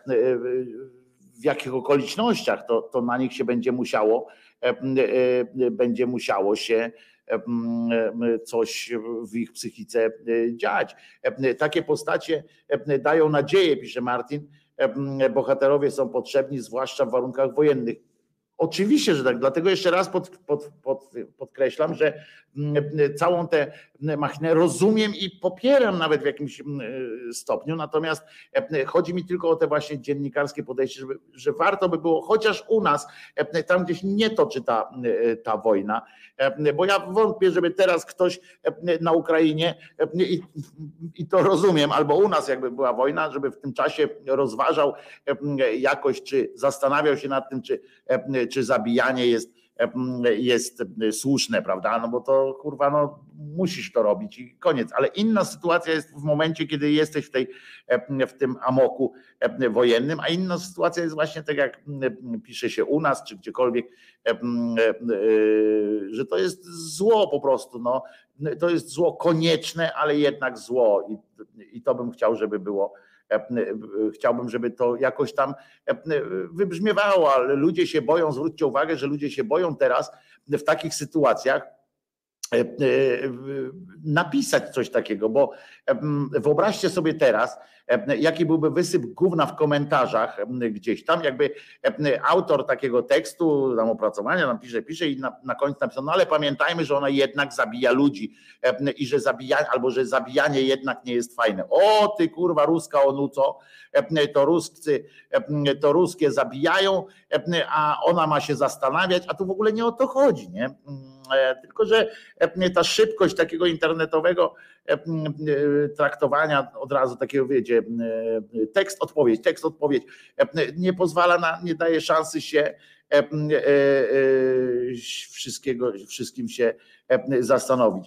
w jakich okolicznościach to na nich się będzie musiało się coś w ich psychice dziać. Takie postacie dają nadzieję, pisze Martin. Bohaterowie są potrzebni, zwłaszcza w warunkach wojennych. Oczywiście, że tak. Dlatego jeszcze raz podkreślam, że całą tę machinę rozumiem i popieram nawet w jakimś stopniu. Natomiast chodzi mi tylko o te właśnie dziennikarskie podejście, że warto by było chociaż u nas, tam gdzieś nie toczy ta wojna, bo ja wątpię, żeby teraz ktoś na Ukrainie, i to rozumiem, albo u nas jakby była wojna, żeby w tym czasie rozważał jakoś, czy zastanawiał się nad tym, czy zabijanie jest słuszne, prawda? No bo to kurwa, no musisz to robić i koniec. Ale inna sytuacja jest w momencie, kiedy jesteś w tym amoku wojennym, a inna sytuacja jest właśnie tak, jak pisze się u nas, czy gdziekolwiek, że to jest zło po prostu. No. To jest zło konieczne, ale jednak zło. I to bym chciał, żeby było. Chciałbym, żeby to jakoś tam wybrzmiewało, ale ludzie się boją, zwróćcie uwagę, że ludzie się boją teraz w takich sytuacjach napisać coś takiego, bo wyobraźcie sobie teraz, jaki byłby wysyp gówna w komentarzach gdzieś tam, jakby autor takiego tekstu, tam opracowania, tam pisze i na końcu napisał, no ale pamiętajmy, że ona jednak zabija ludzi i że zabijanie jednak nie jest fajne. O ty kurwa ruska onuco, to ruskie zabijają, a ona ma się zastanawiać, a tu w ogóle nie o to chodzi, nie? Tylko że ta szybkość takiego internetowego traktowania od razu takiego, wiecie, tekst, odpowiedź, nie pozwala nie daje szansy się wszystkim się zastanowić.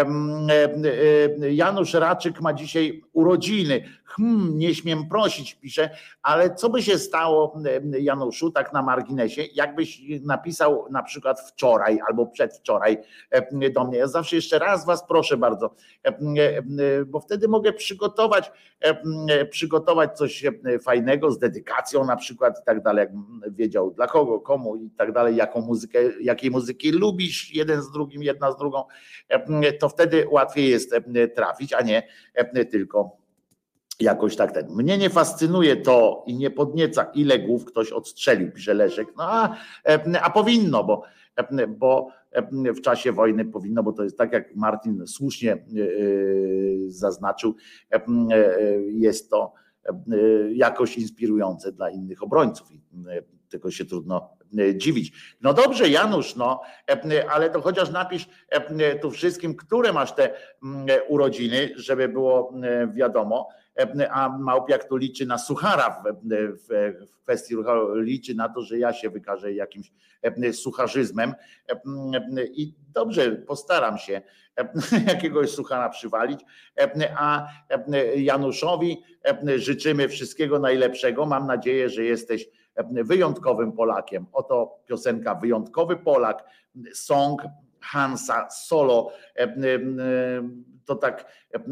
Janusz Raczyk ma dzisiaj urodziny. Nie śmiem prosić, pisze, ale co by się stało, Januszu, tak na marginesie, jakbyś napisał na przykład wczoraj albo przedwczoraj do mnie. Ja zawsze jeszcze raz was proszę bardzo, bo wtedy mogę przygotować coś fajnego z dedykacją na przykład i tak dalej, jakbym wiedział dla kogo, komu i tak dalej, jakiej muzyki lubisz jeden z drugim, jedna z drugą, to wtedy łatwiej jest trafić, a nie tylko jakoś tak ten. Mnie nie fascynuje to i nie podnieca, ile głów ktoś odstrzelił, pisze Leszek. No a powinno, bo w czasie wojny powinno, bo to jest tak, jak Martin słusznie zaznaczył, jest to jakoś inspirujące dla innych obrońców. Tego się trudno dziwić. No dobrze, Janusz, no, ale to chociaż napisz tu wszystkim, które masz te urodziny, żeby było wiadomo, a Małpiak tu liczy na suchara w kwestii liczy na to, że ja się wykażę jakimś sucharzyzmem i dobrze, postaram się jakiegoś suchara przywalić, a Januszowi życzymy wszystkiego najlepszego. Mam nadzieję, że jesteś wyjątkowym Polakiem. Oto piosenka Wyjątkowy Polak, song Hansa Solo. To tak,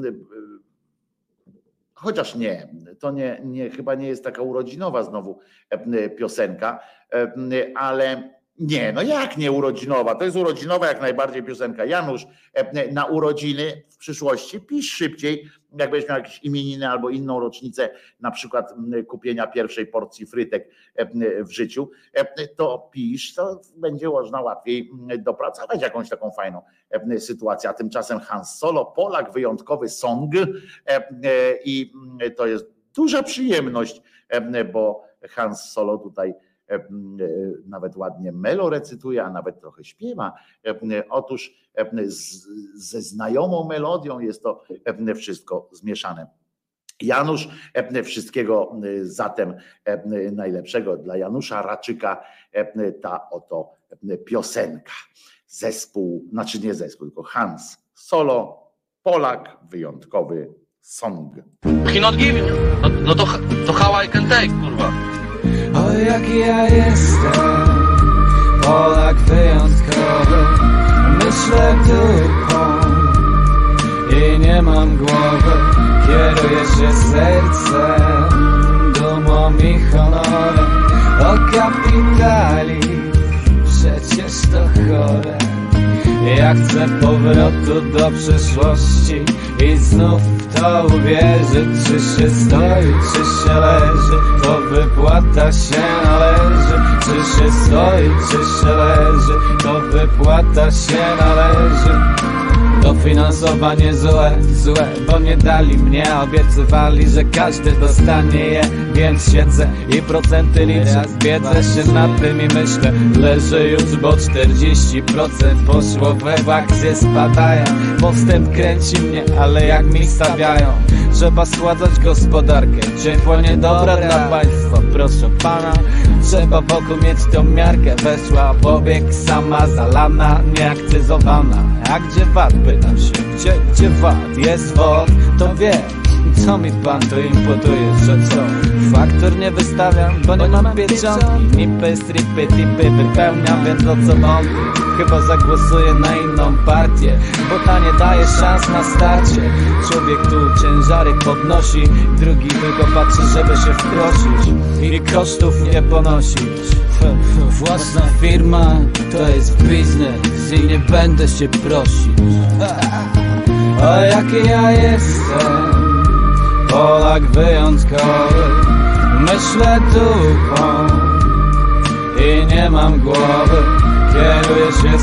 chociaż nie, to nie, chyba nie jest taka urodzinowa znowu piosenka, ale nie, no jak nie urodzinowa? To jest urodzinowa jak najbardziej piosenka. Janusz, na urodziny w przyszłości pisz szybciej, jak będziesz miał jakieś imieniny albo inną rocznicę, na przykład kupienia pierwszej porcji frytek w życiu, to pisz, to będzie można łatwiej dopracować jakąś taką fajną sytuację. A tymczasem Hans Solo, Polak, wyjątkowy song i to jest duża przyjemność, bo Hans Solo tutaj nawet ładnie melo recytuje, a nawet trochę śpiewa. Otóż ze znajomą melodią jest to wszystko zmieszane. Janusz, wszystkiego zatem najlepszego dla Janusza Raczyka, ta oto piosenka. Zespół, znaczy nie zespół, tylko Hans Solo, Polak, wyjątkowy song. He not giving. No to how I can take, kurwa. O jaki ja jestem, Polak wyjątkowy, myślę dupą i nie mam głowy, kieruję się sercem, dumą i honorem, o kapitali, przecież to chore. Ja chcę powrotu do przeszłości i znów w to uwierzyć. Czy się stoi, czy się leży, to wypłata się należy. Czy się stoi, czy się leży, to wypłata się należy. Dofinansowanie złe, bo nie dali mnie, obiecywali, że każdy dostanie je. Więc siedzę i procenty liczę, zbiedzę się nad tym i myślę, leżę już, bo 40% poszło we akcje spadają. Postęp kręci mnie, ale jak mi stawiają, trzeba schładzać gospodarkę, ciepło niedobre dla państwa, proszę pana. Trzeba wokół mieć tą miarkę, weszła w obieg sama zalana, nieakcyzowana. A gdzie VAT? Pytam się, gdzie VAT? Jest VAT, to wie. Co mi pan tu imputuje, że co? Faktur nie wystawiam, bo nie mam pieczątki. Nipy, stripy, tipy wypełniam, więc o co wątpię? Chyba zagłosuję na inną partię, bo ta nie daje szans na starcie. Człowiek tu ciężary podnosi, drugi tylko patrzy, żeby się wprosić i kosztów nie ponosić. Własna firma to jest biznes i nie będę się prosić. O jaki ja jestem, Polak wyjątkowy, myślę dupą i nie mam głowy, kieruję się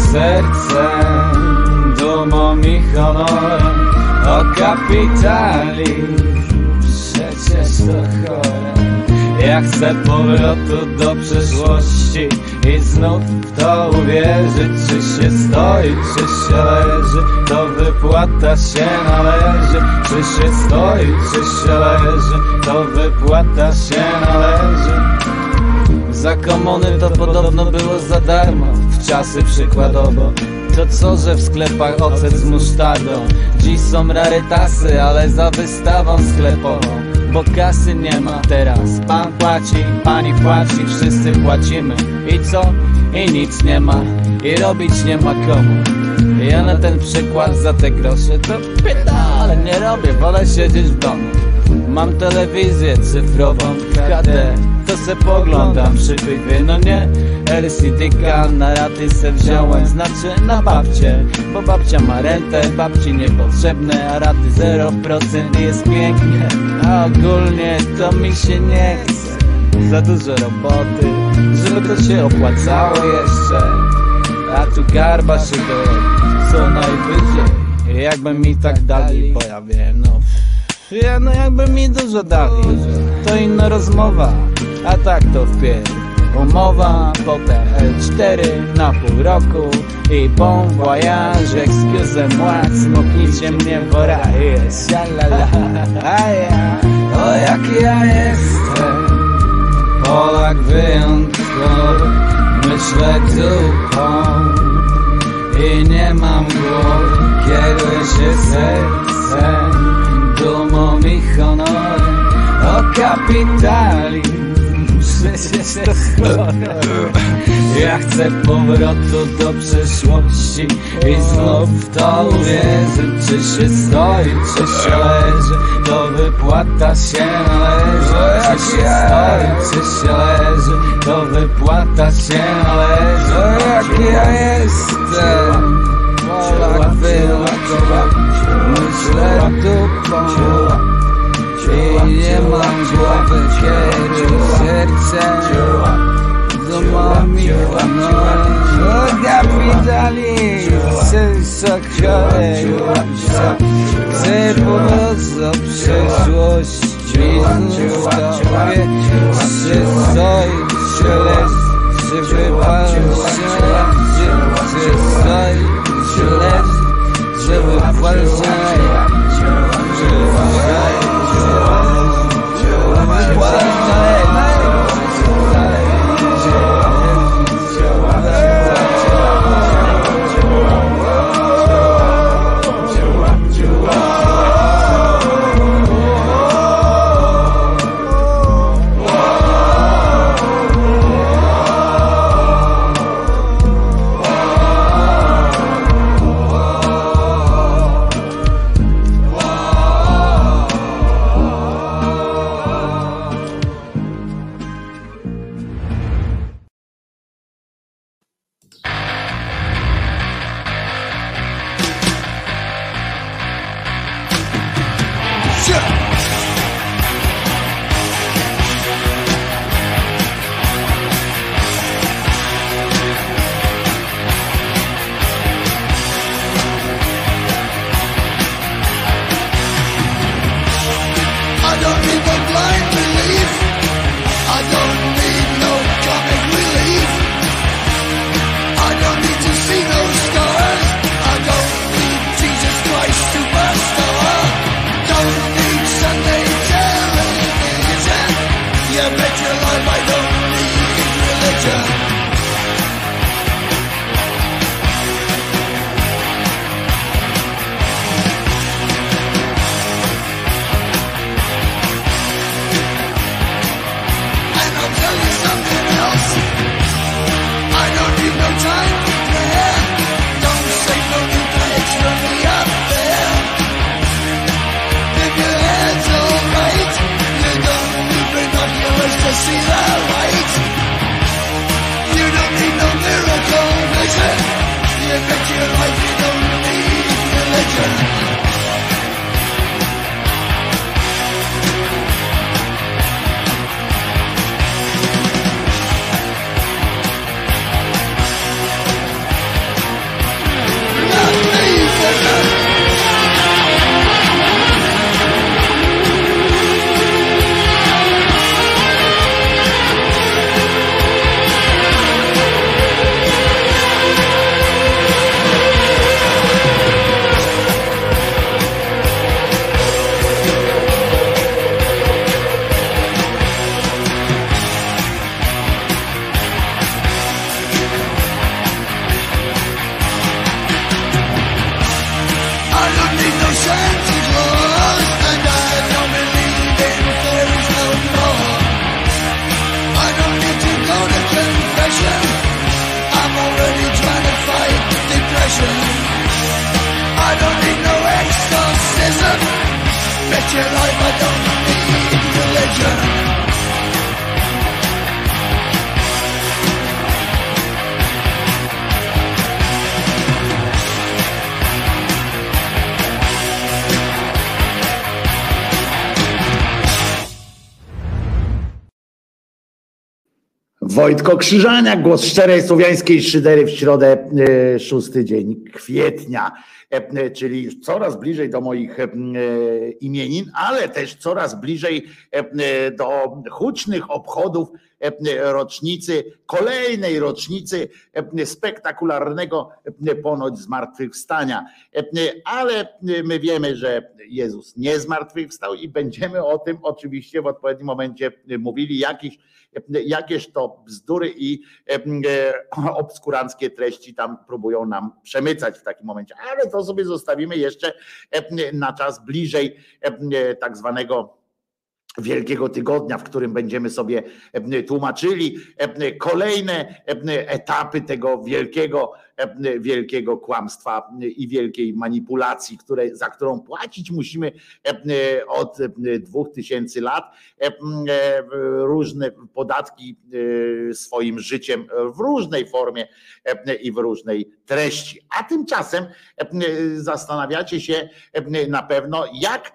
sercem, dumą i honorem, o kapitalizm, przecież to chore. Ja chcę powrotu do przeszłości i znów w to uwierzyć. Czy się stoi, czy się leży, to wypłata się należy. Czy się stoi, czy się leży, to wypłata się należy. Za komuny to podobno było za darmo, w czasy przykładowo. To co, że w sklepach ocet z musztardą? Dziś są rarytasy, ale za wystawą sklepową, bo kasy nie ma teraz. Pan płaci, pani płaci, wszyscy płacimy. I co? I nic nie ma, i robić nie ma komu. Ja na ten przykład za te grosze to ale nie robię, wolę siedzieć w domu. Mam telewizję cyfrową w HD, to se poglądam przy piwie, no nie LCD-ka na raty se wziąłem, znaczy na babcię, bo babcia ma rentę, babci niepotrzebne, a raty 0% jest pięknie, a ogólnie to mi się nie chce, za dużo roboty, żeby to się opłacało jeszcze, a tu garba się dorodzi, co najwyżej, jakby mi tak dali, bo ja wiem, no jakby mi dużo dali, to inna rozmowa, a tak to wpierw umowa, potem L4 na pół roku i bon voyage, excusez-moi, smoknijcie mnie w oraje, sialala, a ja, o jaki ja jestem, Polak wyjątkowy, myślę dupą i nie mam głowy, kieruję się sercem, dumą i honorem, o kapitalizm, przecież to chore. Ja chcę powrotu do przeszłości i znów w to uwierzyć. Czy się stoi, czy się leży, to wypłata się należy. Czy się stoi, czy się leży, to wypłata się należy. Jaki ja jestem, Polak wyjątkowy, myślę dupą i nie mam głowy, kieruję sercem, domami honorem, o kapitalizm, wszystko chore. Chcę powrót do przeszłości, znów to wie, czy stoi, czy leży. żeby walczyć, żeby Wojtko Krzyżaniak, głos szczerej słowiańskiej szydery w środę, 6 dzień kwietnia, czyli coraz bliżej do moich imienin, ale też coraz bliżej do hucznych obchodów rocznicy, kolejnej rocznicy spektakularnego ponoć zmartwychwstania. Ale my wiemy, że Jezus nie zmartwychwstał i będziemy o tym oczywiście w odpowiednim momencie mówili. Jakież to bzdury i obskuranckie treści tam próbują nam przemycać w takim momencie, ale to sobie zostawimy jeszcze na czas bliżej tak zwanego Wielkiego Tygodnia, w którym będziemy sobie tłumaczyli kolejne etapy tego wielkiego kłamstwa i wielkiej manipulacji, za którą płacić musimy od 2000 lat różne podatki swoim życiem w różnej formie i w różnej treści. A tymczasem zastanawiacie się na pewno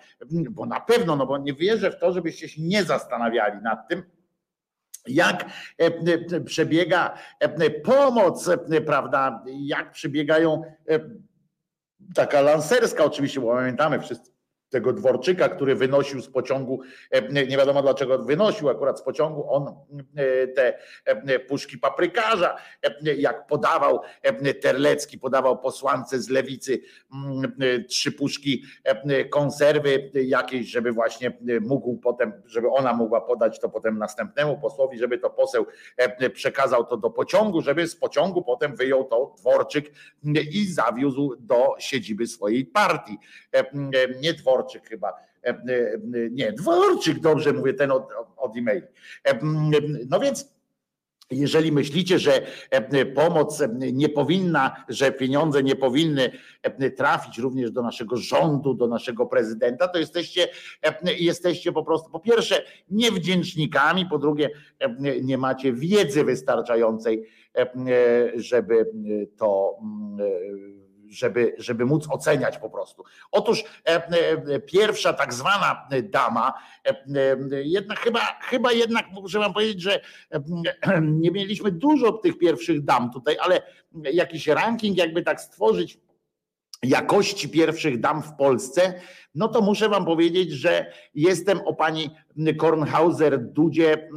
bo nie wierzę w to, żebyście się nie zastanawiali nad tym, jak przebiega pomoc, prawda, jak przebiegają taka lancerska, oczywiście, bo pamiętamy wszyscy tego Dworczyka, który wynosił z pociągu, nie wiadomo dlaczego wynosił akurat z pociągu on te puszki paprykarza, jak podawał Terlecki, podawał posłance z Lewicy 3 puszki konserwy jakiejś, żeby właśnie mógł potem, żeby ona mogła podać to potem następnemu posłowi, żeby to poseł przekazał to do pociągu, żeby z pociągu potem wyjął to Dworczyk i zawiózł do siedziby swojej partii. Nie Dworczyk chyba, nie, Dworczyk, dobrze mówię, ten od e-maili. No więc jeżeli myślicie, że pomoc nie powinna, że pieniądze nie powinny trafić również do naszego rządu, do naszego prezydenta, to jesteście po prostu, po pierwsze, niewdzięcznikami, po drugie, nie macie wiedzy wystarczającej, żeby to żeby móc oceniać po prostu. Otóż pierwsza tak zwana dama, chyba jednak muszę wam powiedzieć, że nie mieliśmy dużo tych pierwszych dam tutaj, ale jakiś ranking jakby tak stworzyć jakości pierwszych dam w Polsce, no to muszę wam powiedzieć, że jestem o pani Kornhauser-Dudzie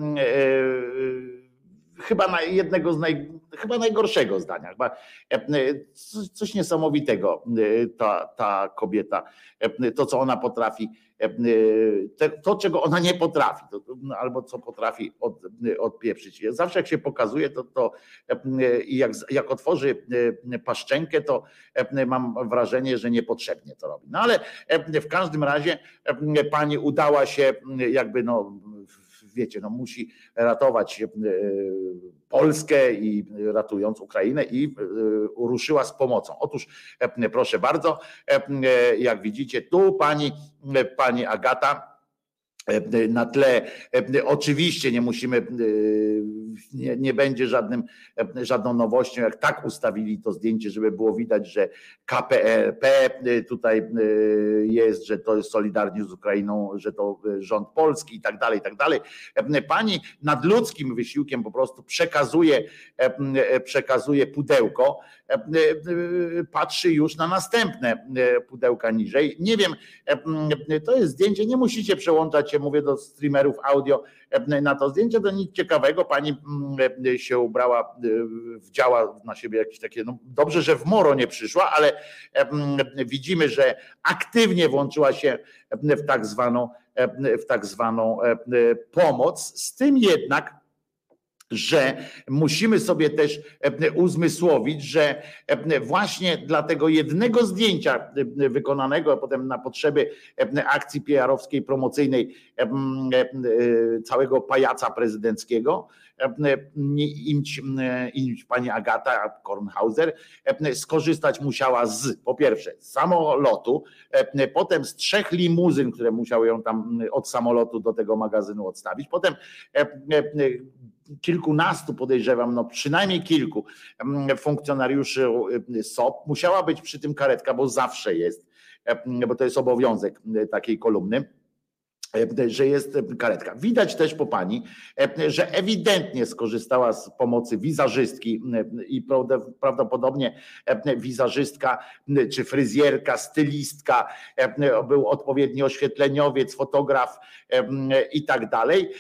chyba na jednego z chyba najgorszego zdania. Chyba coś niesamowitego ta kobieta, to co ona potrafi, to czego ona nie potrafi, albo co potrafi odpieprzyć. Zawsze jak się pokazuje, to i jak otworzy paszczenkę, to mam wrażenie, że niepotrzebnie to robi. No ale w każdym razie pani udała się jakby wiecie, musi ratować Polskę i ratując Ukrainę i ruszyła z pomocą. Otóż proszę bardzo, jak widzicie tu pani Agata na tle, oczywiście nie musimy, nie będzie żadną nowością, jak tak ustawili to zdjęcie, żeby było widać, że KPRP tutaj jest, że to jest solidarnie z Ukrainą, że to rząd polski i tak dalej, i tak dalej. Pani nadludzkim wysiłkiem po prostu przekazuje pudełko, patrzy już na następne pudełka niżej. Nie wiem, to jest zdjęcie, nie musicie przełączać się, mówię do streamerów audio, na to zdjęcie, to nic ciekawego, pani się ubrała, wdziała na siebie jakieś takie, dobrze, że w moro nie przyszła, ale widzimy, że aktywnie włączyła się w tak zwaną pomoc, z tym jednak, że musimy sobie też uzmysłowić, że właśnie dla tego jednego zdjęcia wykonanego potem na potrzeby akcji PR-owskiej, promocyjnej całego pajaca prezydenckiego, pani Agata Kornhauser skorzystać musiała po pierwsze z samolotu, potem z 3 limuzyn, które musiały ją tam od samolotu do tego magazynu odstawić, potem kilkunastu, podejrzewam, przynajmniej kilku funkcjonariuszy SOP, musiała być przy tym karetka, bo zawsze jest, bo to jest obowiązek takiej kolumny, że jest karetka. Widać też po pani, że ewidentnie skorzystała z pomocy wizerzystki i prawdopodobnie wizerzystka czy fryzjerka, stylistka, był odpowiedni oświetleniowiec, fotograf i tak dalej.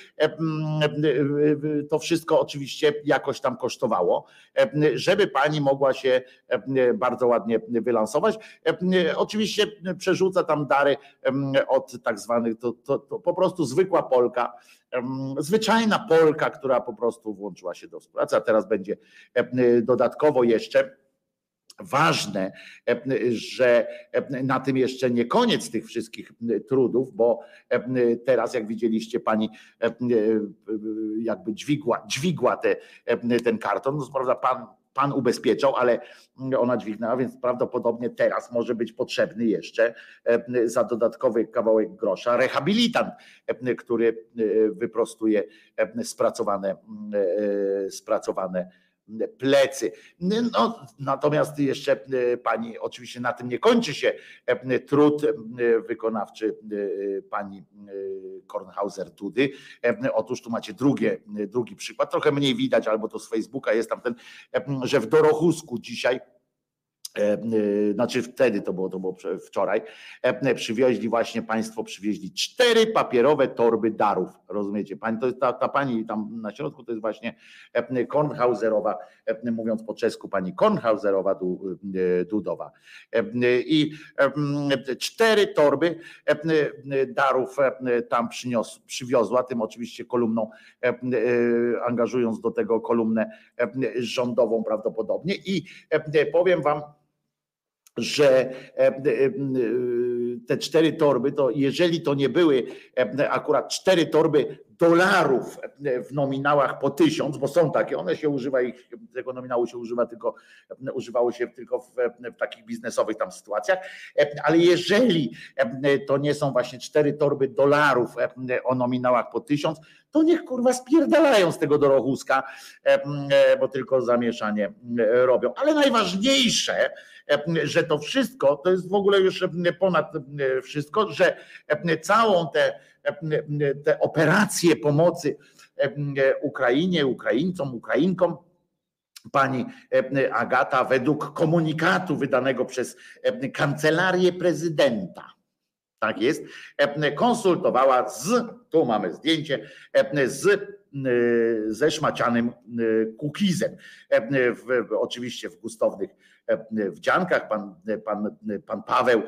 To wszystko oczywiście jakoś tam kosztowało, żeby pani mogła się bardzo ładnie wylansować. Oczywiście przerzuca tam dary od tak zwanych, to po prostu zwykła Polka, zwyczajna Polka, która po prostu włączyła się do współpracy, a teraz będzie dodatkowo jeszcze ważne, że na tym jeszcze nie koniec tych wszystkich trudów, bo teraz jak widzieliście pani jakby dźwigła ten karton, no co prawda pan ubezpieczał, ale ona dźwignęła, więc prawdopodobnie teraz może być potrzebny jeszcze za dodatkowy kawałek grosza rehabilitant, który wyprostuje spracowane plecy. No, natomiast jeszcze pani, oczywiście na tym nie kończy się trud wykonawczy pani Kornhauser-Dudy. Otóż tu macie drugi przykład, trochę mniej widać, albo to z Facebooka jest tam ten, że w Dorochusku dzisiaj Znaczy wtedy to było wczoraj, przywieźli właśnie państwo, 4 papierowe torby darów, rozumiecie? To jest ta pani tam na środku, to jest właśnie Kornhauserowa, mówiąc po czesku, pani Kornhauserowa Dudowa. I 4 torby darów tam przywiozła, tym oczywiście kolumną, angażując do tego kolumnę rządową prawdopodobnie. I powiem wam, że te 4 torby, to jeżeli to nie były akurat 4 torby dolarów w nominałach po 1000, bo są takie, one się używa, tego nominału się używało się tylko w takich biznesowych tam sytuacjach, ale jeżeli to nie są właśnie 4 torby dolarów o nominałach po 1000, to niech kurwa spierdalają z tego dorochuska, bo tylko zamieszanie robią. Ale najważniejsze, że to wszystko, to jest w ogóle już ponad wszystko, że całą te operacje pomocy Ukrainie, Ukraińcom, Ukrainkom, pani Agata według komunikatu wydanego przez Kancelarię Prezydenta, tak jest, konsultowała tu mamy zdjęcie, ze szmacianym Kukizem. Oczywiście w gustownych wdziankach, pan Paweł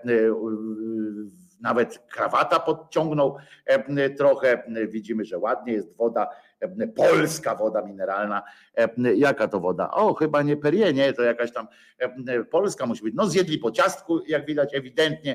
nawet krawata podciągnął trochę, widzimy, że ładnie jest woda, polska woda mineralna. Jaka to woda? O, chyba nie Perrier, nie, to jakaś tam polska musi być. No zjedli po ciastku, jak widać ewidentnie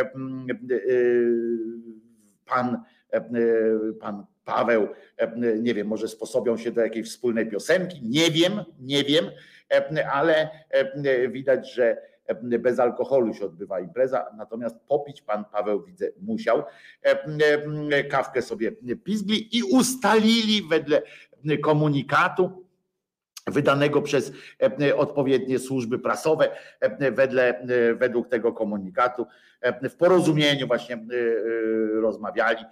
pan Paweł, nie wiem, może sposobią się do jakiejś wspólnej piosenki, nie wiem, ale widać, że bez alkoholu się odbywa impreza, natomiast popić pan Paweł, widzę, musiał. Kawkę sobie pizgli i ustalili wedle komunikatu wydanego przez odpowiednie służby prasowe, według tego komunikatu, w porozumieniu właśnie rozmawiali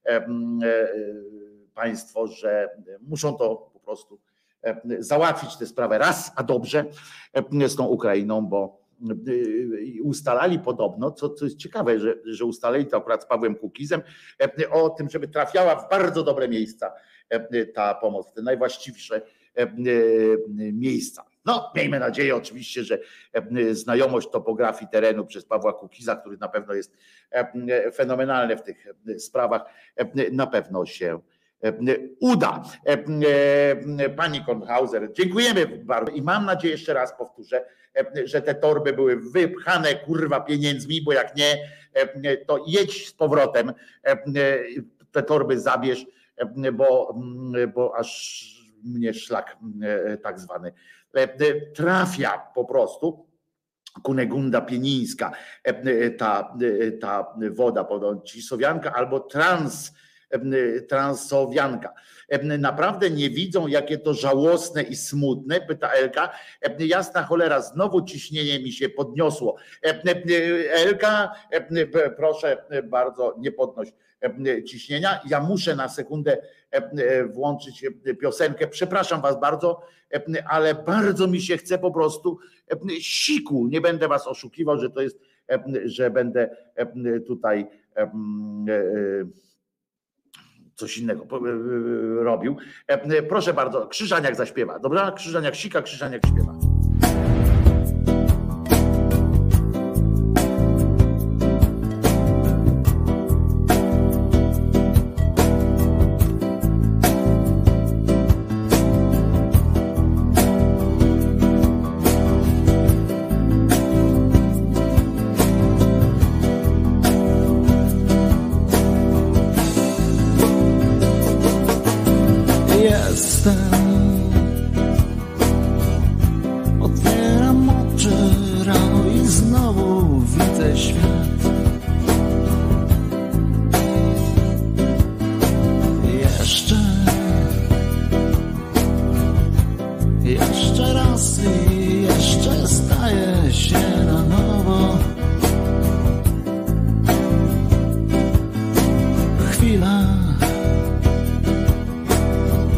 państwo, że muszą to po prostu załatwić tę sprawę raz a dobrze z tą Ukrainą, bo ustalali podobno, co jest ciekawe, że ustalili to akurat z Pawłem Kukizem, o tym, żeby trafiała w bardzo dobre miejsca ta pomoc, te najwłaściwsze miejsca. No, miejmy nadzieję oczywiście, że znajomość topografii terenu przez Pawła Kukiza, który na pewno jest fenomenalny w tych sprawach, na pewno się uda. Pani Kornhauser, dziękujemy bardzo i mam nadzieję, jeszcze raz powtórzę, że te torby były wypchane kurwa pieniędzmi, bo jak nie, to jedź z powrotem, te torby zabierz, bo aż mnie szlak tak zwany trafia po prostu. Kunegunda Pienińska, ta woda Ciszowianka albo transowianka. Naprawdę nie widzą, jakie to żałosne i smutne, pyta Elka. Jasna cholera, znowu ciśnienie mi się podniosło. Elka, proszę bardzo, nie podnoś ciśnienia. Ja muszę na sekundę włączyć piosenkę. Przepraszam was bardzo, ale bardzo mi się chce po prostu siku. Nie będę was oszukiwał, że to jest, że będę tutaj coś innego robił. Proszę bardzo, Krzyżaniak zaśpiewa. Dobra? Krzyżaniak sika, Krzyżaniak śpiewa. Otwieram oczy rano i znowu widzę świat. Jeszcze raz i jeszcze staje się na nowo. Chwila,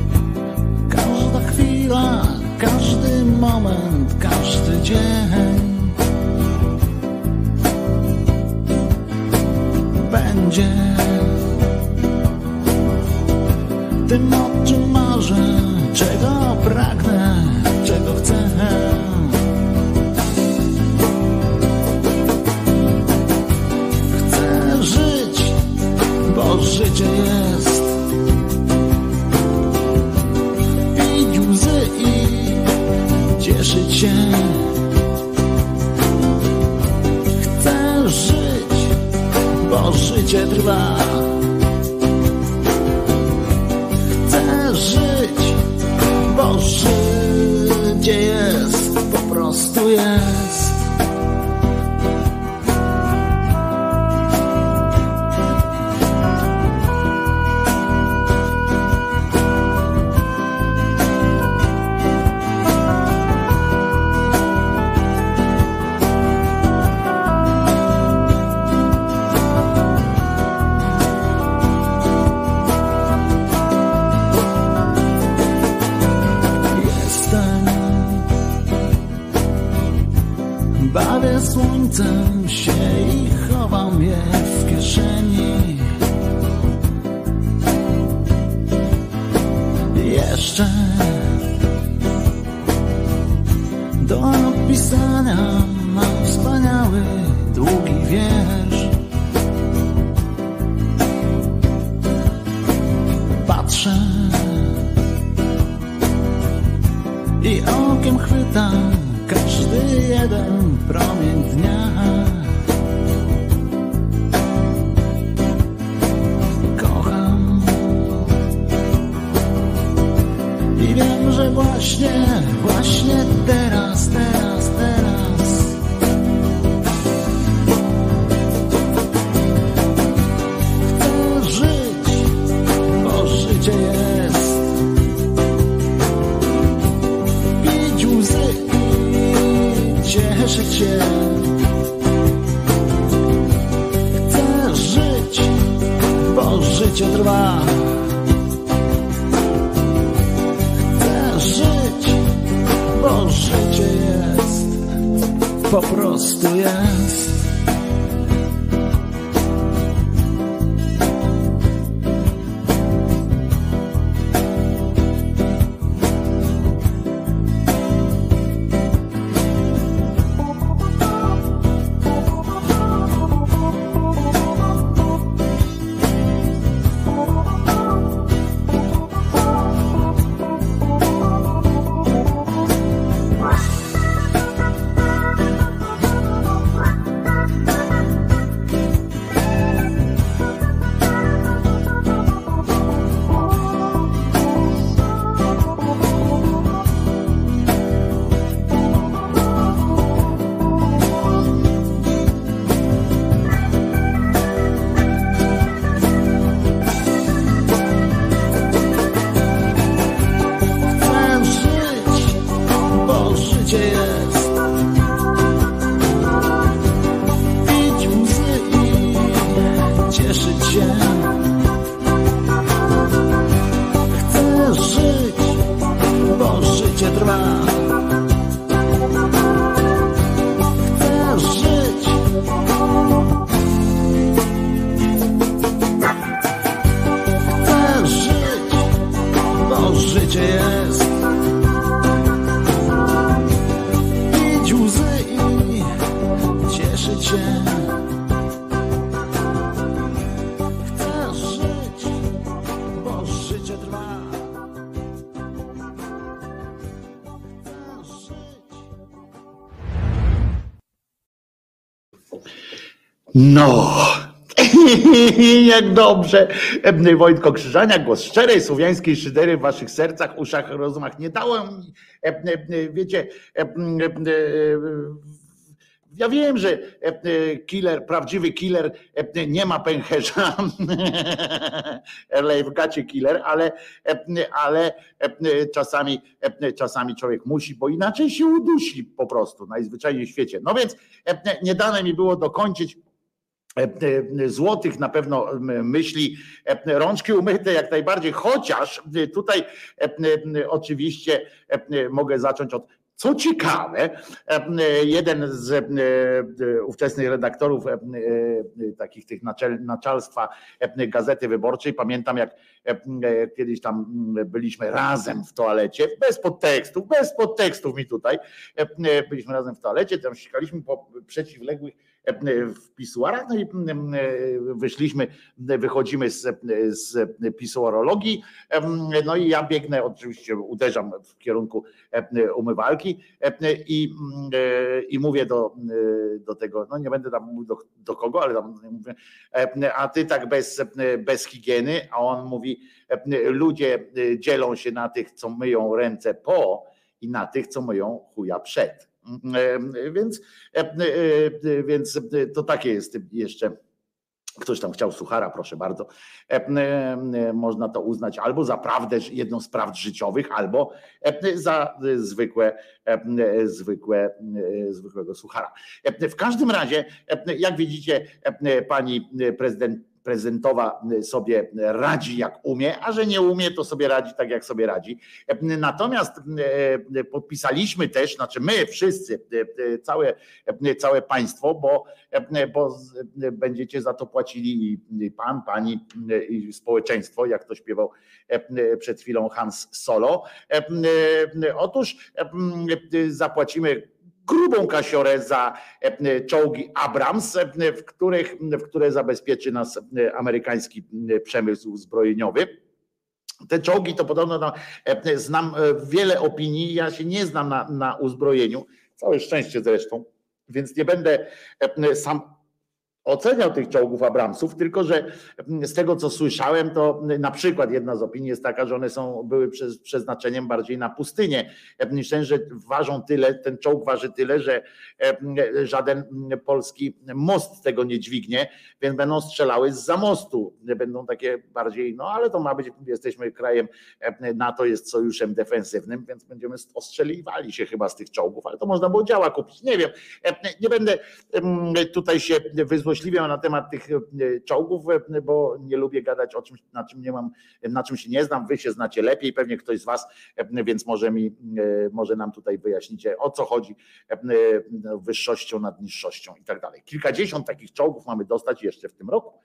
każda chwila, każdy moment, każdy dzień. tym, o czym marzę, czego pragnę, czego chcę. Chcę żyć, bo życie jest. Pić łzy i cieszyć się. Chcę żyć, bo życie trwa. Chcę żyć, bo życie jest, po prostu jest. Bawię słońcem się i chowam je w kieszeni. Jeszcze do napisania mam wspaniały, długi wiersz. Patrzę i okiem chwytam każdy jeden promień dnia. Kocham i wiem, że właśnie teraz chcę żyć, bo życie jest. Pić łzy i cieszyć się. Chcę żyć, bo życie trwa. Chcę żyć, bo życie jest, po prostu jest. No, jak dobrze. Wojtko Krzyżaniak, głos szczerej słowiańskiej szydery w waszych sercach, uszach, rozumach. Nie dałem, wiecie, ja wiem, że killer, prawdziwy killer nie ma pęcherza, w gacie killer, ale czasami człowiek musi, bo inaczej się udusi po prostu najzwyczajniej w świecie. No więc nie dane mi było dokończyć złotych na pewno myśli, rączki umyte jak najbardziej, chociaż tutaj oczywiście mogę zacząć od Co ciekawe, jeden z ówczesnych redaktorów takich tych naczelstwa Gazety Wyborczej, pamiętam jak kiedyś tam byliśmy razem w toalecie, bez podtekstów mi tutaj, byliśmy razem w toalecie, tam sikaliśmy po przeciwległych w pisuarach, no i wychodzimy z pisuarologii, no i ja biegnę, oczywiście uderzam w kierunku umywalki i mówię do tego, no nie będę tam mówił do kogo, ale tam mówię, a ty tak bez higieny, a on mówi, ludzie dzielą się na tych, co myją ręce po i na tych, co myją chuja przed. Więc to takie jest jeszcze. Ktoś tam chciał suchara, proszę bardzo. Można to uznać albo za prawdę, jedną z prawd życiowych, albo za zwykłego suchara. W każdym razie, jak widzicie, pani prezydentowa sobie radzi jak umie, a że nie umie, to sobie radzi tak jak sobie radzi. Natomiast podpisaliśmy też, znaczy my wszyscy, całe państwo, bo będziecie za to płacili i pan, pani i społeczeństwo, jak to śpiewał przed chwilą Hans Solo. Otóż zapłacimy grubą kasiorę za czołgi Abrams, w które zabezpieczy nas amerykański przemysł zbrojeniowy. Te czołgi to podobno, znam wiele opinii, ja się nie znam na uzbrojeniu, całe szczęście zresztą, więc nie będę sam oceniał tych czołgów Abramsów, tylko że z tego co słyszałem, to na przykład jedna z opinii jest taka, że one były przeznaczeniem bardziej na pustynię, niż ten, że ważą tyle, ten czołg waży tyle, że żaden polski most tego nie dźwignie, więc będą strzelały zza mostu, będą takie bardziej, no ale to ma być, jesteśmy krajem, NATO jest sojuszem defensywnym, więc będziemy ostrzeliwali się chyba z tych czołgów, ale to można było działa kupić, nie wiem, nie będę tutaj się wyzłośliwiał na temat tych czołgów, bo nie lubię gadać o czymś, na czym się nie znam, wy się znacie lepiej, pewnie ktoś z was, więc może nam tutaj wyjaśnicie, o co chodzi wyższością nad niższością i tak dalej. Kilkadziesiąt takich czołgów mamy dostać jeszcze w tym roku,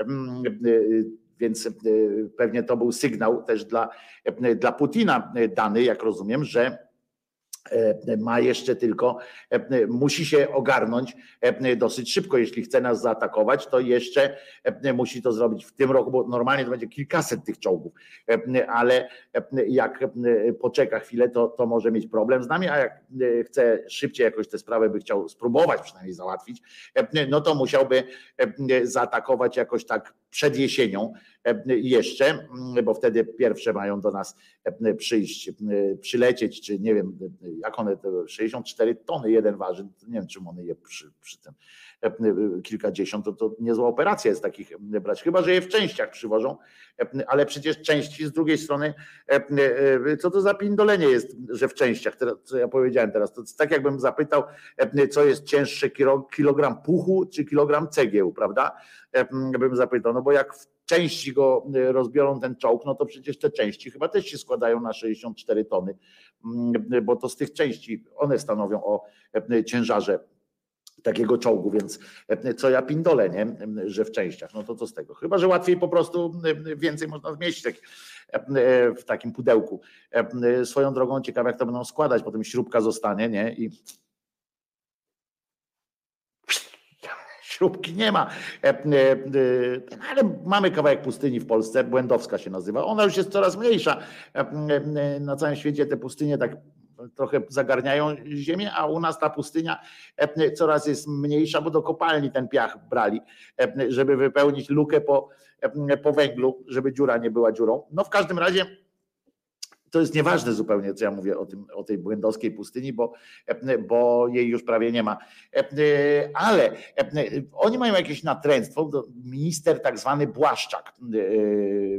więc pewnie to był sygnał też dla Putina dany, jak rozumiem, że ma jeszcze tylko, musi się ogarnąć dosyć szybko, jeśli chce nas zaatakować, to jeszcze musi to zrobić w tym roku, bo normalnie to będzie kilkaset tych czołgów, ale jak poczeka chwilę, to może mieć problem z nami, a jak chce szybciej jakoś tę sprawę by chciał spróbować przynajmniej załatwić, no to musiałby zaatakować jakoś tak przed jesienią jeszcze, bo wtedy pierwsze mają do nas przylecieć, czy nie wiem, jak one, 64 tony jeden waży, nie wiem, czym one je przy tym kilkadziesiąt, to niezła operacja jest takich brać, chyba że je w częściach przywożą, ale przecież części z drugiej strony, co to za pindolenie jest, że w częściach, co ja powiedziałem teraz, to jest tak jakbym zapytał, co jest cięższe, kilogram puchu czy kilogram cegieł, prawda? Bym zapytał, no bo jak w części go rozbiorą ten czołg, no to przecież te części chyba też się składają na 64 tony, bo to z tych części one stanowią o ciężarze takiego czołgu, więc co ja pindolę, nie? Że w częściach, no to co z tego? Chyba że łatwiej po prostu więcej można zmieścić w takim pudełku. Swoją drogą ciekawe jak to będą składać, potem śrubka zostanie, nie? I śrubki nie ma, ale mamy kawałek pustyni w Polsce, Błędowska się nazywa, ona już jest coraz mniejsza, na całym świecie te pustynie tak trochę zagarniają ziemię, a u nas ta pustynia coraz jest mniejsza, bo do kopalni ten piach brali, żeby wypełnić lukę po węglu, żeby dziura nie była dziurą. No w każdym razie to jest nieważne zupełnie, co ja mówię o tej błędowskiej pustyni, bo jej już prawie nie ma. Ale oni mają jakieś natręctwo, minister tak zwany Błaszczak,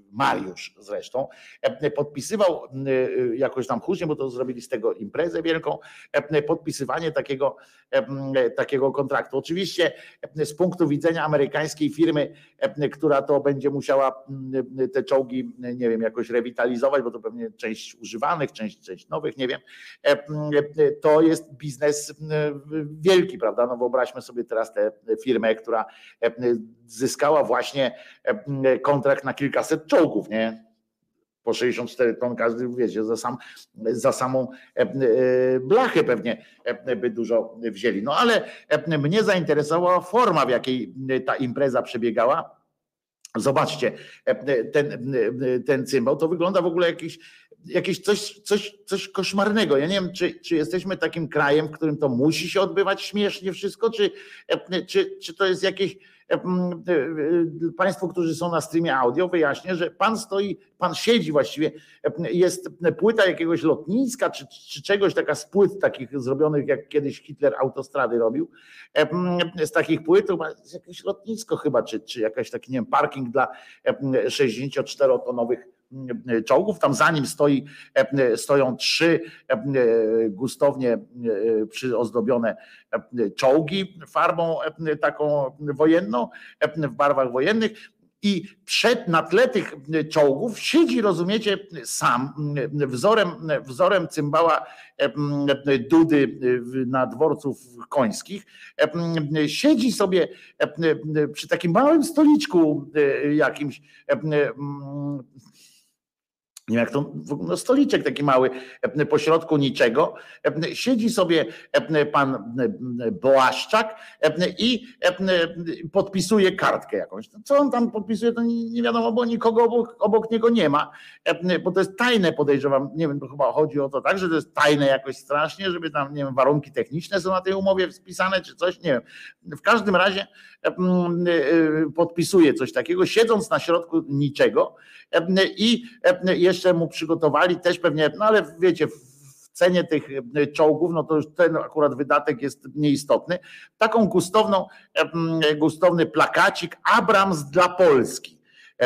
Mariusz zresztą, podpisywał jakoś tam hucznie, bo to zrobili z tego imprezę wielką, podpisywanie takiego kontraktu. Oczywiście z punktu widzenia amerykańskiej firmy, która to będzie musiała te czołgi, nie wiem, jakoś rewitalizować, bo to pewnie część używanych, część nowych, nie wiem, to jest biznes wielki, prawda? No wyobraźmy sobie teraz tę firmę, która zyskała właśnie kontrakt na kilkaset czołgów, nie? Po 64 ton każdy, wiecie, za samą blachę pewnie by dużo wzięli. No ale mnie zainteresowała forma, w jakiej ta impreza przebiegała. Zobaczcie, ten cymbał, to wygląda w ogóle jakieś coś koszmarnego. Ja nie wiem, czy jesteśmy takim krajem, w którym to musi się odbywać śmiesznie wszystko, czy to jest jakieś. Państwo, którzy są na streamie audio, wyjaśnię, że pan siedzi właściwie, jest płyta jakiegoś lotniska, czy czegoś, taka z płyt takich zrobionych, jak kiedyś Hitler autostrady robił, z takich płyt, to jest jakieś lotnisko chyba, czy jakaś taki, nie wiem, parking dla 64-tonowych czołgów. Tam za nim stoją 3 gustownie przyozdobione czołgi farbą taką wojenną, w barwach wojennych. I na tle tych czołgów siedzi, rozumiecie, sam wzorem cymbała Dudy na dworców końskich, siedzi sobie przy takim małym stoliczku jakimś, nie wiem jak to, no stoliczek taki mały, pośrodku niczego, siedzi sobie pan Błaszczak i podpisuje kartkę jakąś. Co on tam podpisuje, to nie wiadomo, bo nikogo obok niego nie ma, bo to jest tajne, podejrzewam, nie wiem, to chyba chodzi o to tak, że to jest tajne jakoś strasznie, żeby tam, nie wiem, warunki techniczne są na tej umowie spisane, czy coś, nie wiem. W każdym razie podpisuje coś takiego, siedząc na środku niczego i jeszcze mu przygotowali też pewnie, no ale wiecie, w cenie tych czołgów, no to już ten akurat wydatek jest nieistotny, taką gustowny plakacik Abrams dla Polski.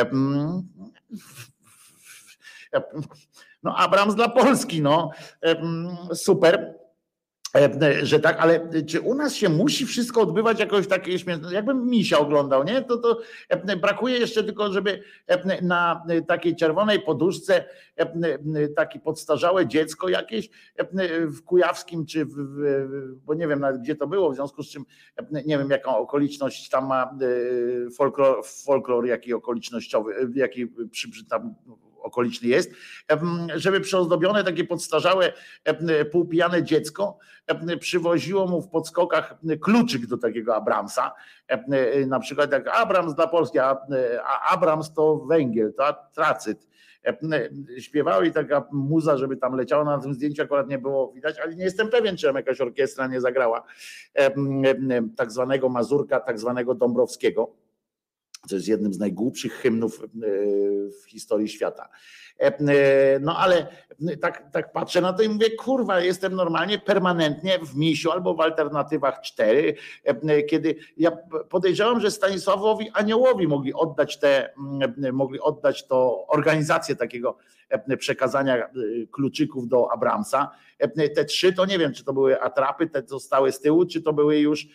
No Abrams dla Polski, no super. Że tak, ale czy u nas się musi wszystko odbywać jakoś takie śmieszne, jakbym misia oglądał, nie? To brakuje jeszcze tylko, żeby na takiej czerwonej poduszce takie podstarzałe dziecko jakieś w Kujawskim, czy bo nie wiem nawet gdzie to było, w związku z czym nie wiem jaką okoliczność tam ma folklor jaki okolicznościowy, jaki tam okoliczny jest, żeby przyozdobione takie podstarzałe, półpijane dziecko przywoziło mu w podskokach kluczyk do takiego Abramsa, na przykład jak Abrams dla Polski, a Abrams to węgiel, to tracyt. Śpiewały i taka muza, żeby tam leciała, na tym zdjęciu akurat nie było widać, ale nie jestem pewien, czy tam jakaś orkiestra nie zagrała tak zwanego Mazurka, tak zwanego Dąbrowskiego. To jest jednym z najgłupszych hymnów w historii świata. No ale tak patrzę na to i mówię, kurwa, jestem normalnie permanentnie w Misiu albo w Alternatywach 4, kiedy ja podejrzewam, że Stanisławowi Aniołowi mogli oddać to organizację takiego przekazania kluczyków do Abramsa. Te 3 to nie wiem, czy to były atrapy, te co stały z tyłu, czy to były już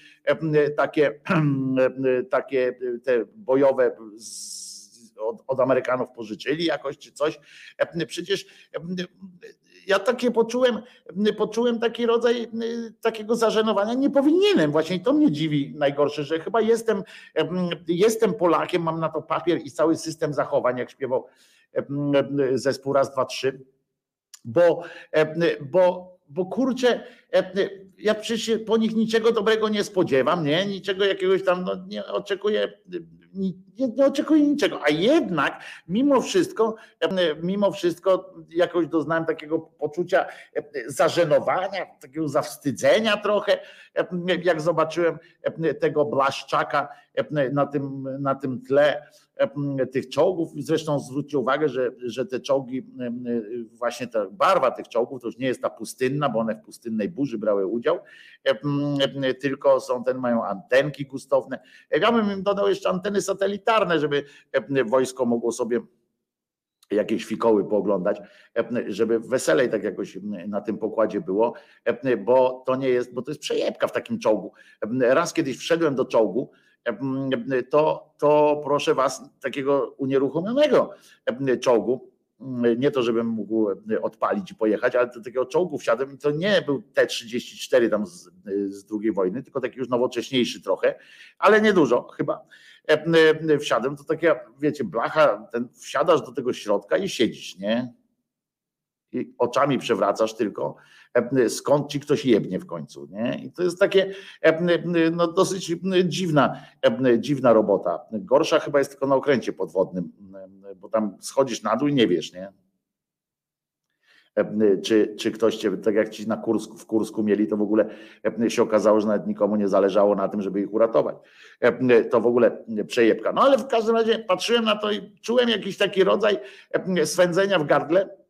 takie te bojowe od Amerykanów pożyczyli jakoś, czy coś. Przecież ja takie poczułem taki rodzaj takiego zażenowania. Nie powinienem, właśnie to mnie dziwi najgorsze, że chyba jestem Polakiem, mam na to papier i cały system zachowań, jak śpiewał zespół Raz, Dwa, Trzy, bo kurczę, ja przecież po nich niczego dobrego nie spodziewam, nie? Niczego jakiegoś tam, no, nie oczekuję niczego, a jednak mimo wszystko jakoś doznałem takiego poczucia zażenowania, takiego zawstydzenia trochę, jak zobaczyłem tego Błaszczaka na tym tle tych czołgów. Zresztą zwróćcie uwagę, że te czołgi, właśnie ta barwa tych czołgów to już nie jest ta pustynna, bo one w pustynnej burzy brały udział, tylko mają antenki gustowne. Ja bym im dodał jeszcze anteny satelitarne, żeby wojsko mogło sobie jakieś fikoły pooglądać, żeby weselej tak jakoś na tym pokładzie było, bo to nie jest, bo to jest przejebka w takim czołgu. Raz kiedyś wszedłem do czołgu, to proszę was, takiego unieruchomionego czołgu, nie to, żebym mógł odpalić i pojechać, ale do takiego czołgu wsiadłem i to nie był T-34 tam z II wojny, tylko taki już nowocześniejszy trochę, ale niedużo chyba. Wsiadłem, to takie, wiecie, blacha, wsiadasz do tego środka i siedzisz, nie? I oczami przewracasz tylko, skąd ci ktoś jebnie w końcu, nie? I to jest takie no dosyć dziwna robota. Gorsza chyba jest tylko na okręcie podwodnym, bo tam schodzisz na dół i nie wiesz, nie? Czy ktoś cię, tak jak ci w Kursku mieli, to w ogóle się okazało, że nawet nikomu nie zależało na tym, żeby ich uratować. To w ogóle przejebka. No ale w każdym razie patrzyłem na to i czułem jakiś taki rodzaj swędzenia w gardle,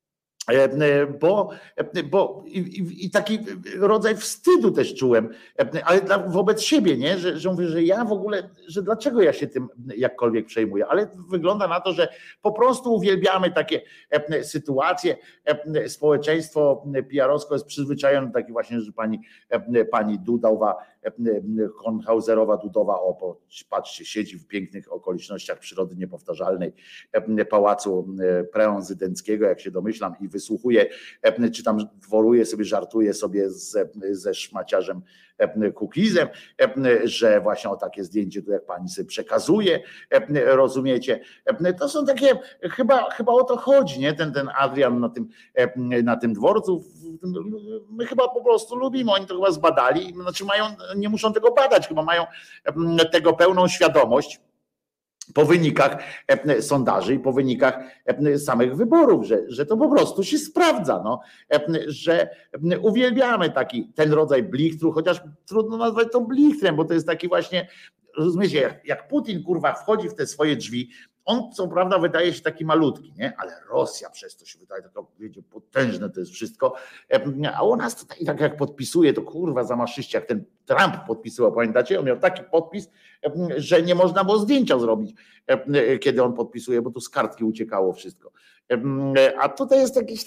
bo i taki rodzaj wstydu też czułem, ale wobec siebie, nie? Że mówię, że ja w ogóle, że dlaczego ja się tym jakkolwiek przejmuję, ale wygląda na to, że po prostu uwielbiamy takie sytuacje. Społeczeństwo PR-owsko jest przyzwyczajone do takich właśnie, że pani Dudowa, Kornhauserowa Dudowa, patrzcie, siedzi w pięknych okolicznościach przyrody niepowtarzalnej pałacu prezydenckiego, jak się domyślam, i wysłuchuje, czy tam dworuje sobie, żartuje sobie ze szmaciarzem Kukizem, że właśnie o takie zdjęcie tu jak pani sobie przekazuje, rozumiecie? To są takie, chyba o to chodzi, nie? Ten Adrian na tym dworcu, my chyba po prostu lubimy, oni to chyba zbadali, znaczy nie muszą tego badać, chyba mają tego pełną świadomość po wynikach sondaży i po wynikach samych wyborów, że to po prostu się sprawdza, no, że uwielbiamy ten rodzaj blichtru, chociaż trudno nazwać to blichtrem, bo to jest taki właśnie, rozumiecie, jak Putin kurwa wchodzi w te swoje drzwi, on co prawda wydaje się taki malutki, nie? Ale Rosja przez to się wydaje taka, wiecie, potężne to jest wszystko, a u nas tutaj tak jak podpisuje, to kurwa zamaszyście, jak ten Trump podpisywał, pamiętacie? On miał taki podpis, że nie można było zdjęcia zrobić, kiedy on podpisuje, bo tu z kartki uciekało wszystko. A tutaj jest jakieś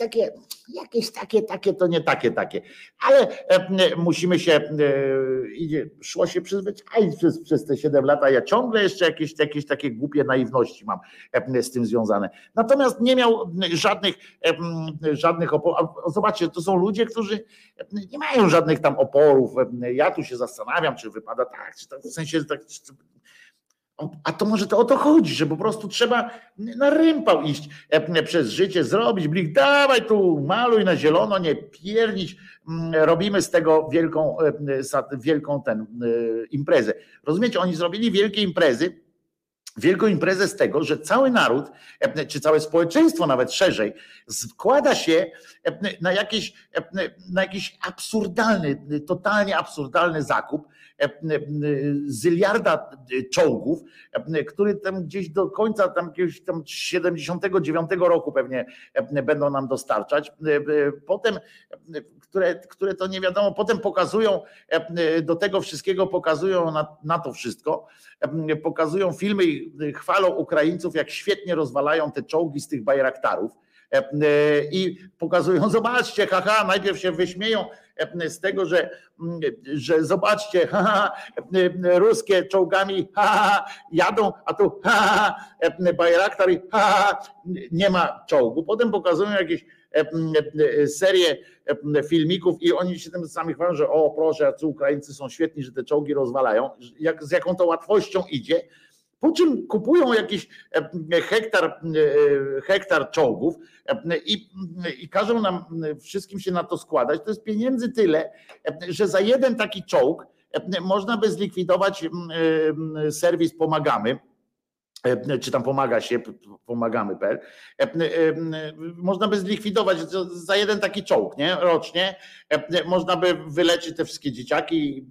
takie, to nie takie, ale musimy się, szło się przyzwyczaić przez te 7 lat, a ja ciągle jeszcze jakieś takie głupie naiwności mam z tym związane. Natomiast nie miał żadnych oporów. Zobaczcie, to są ludzie, którzy nie mają żadnych tam oporów. Ja tu się zastanawiam, czy wypada tak, czy tak, w sensie tak. A to może to o to chodzi, że po prostu trzeba na rympał iść przez życie, zrobić blik, dawaj tu, maluj na zielono, nie piernić, robimy z tego wielką imprezę. Rozumiecie, oni zrobili wielką imprezę z tego, że cały naród, czy całe społeczeństwo nawet szerzej, składa się na jakiś absurdalny, totalnie absurdalny zakup zyliarda czołgów, który tam gdzieś do końca jakiegoś 79 roku pewnie będą nam dostarczać. Potem, które to nie wiadomo, potem pokazują do tego wszystkiego, pokazują na to wszystko, pokazują filmy i chwalą Ukraińców, jak świetnie rozwalają te czołgi z tych bajraktarów. I pokazują, zobaczcie, haha, najpierw się wyśmieją z tego, że zobaczcie, haha, ruskie czołgami haha, jadą, a tu haha, bajraktar i haha, nie ma czołgu. Potem pokazują jakieś serię filmików i oni się tym sami chwalą, że o proszę, jacy Ukraińcy są świetni, że te czołgi rozwalają, z jaką to łatwością idzie. Po czym kupują jakiś hektar czołgów i każą nam wszystkim się na to składać. To jest pieniędzy tyle, że za jeden taki czołg można by zlikwidować serwis Pomagamy, czy tam pomagamy.pl, można by zlikwidować za jeden taki czołg, nie? Rocznie, można by wyleczyć te wszystkie dzieciaki,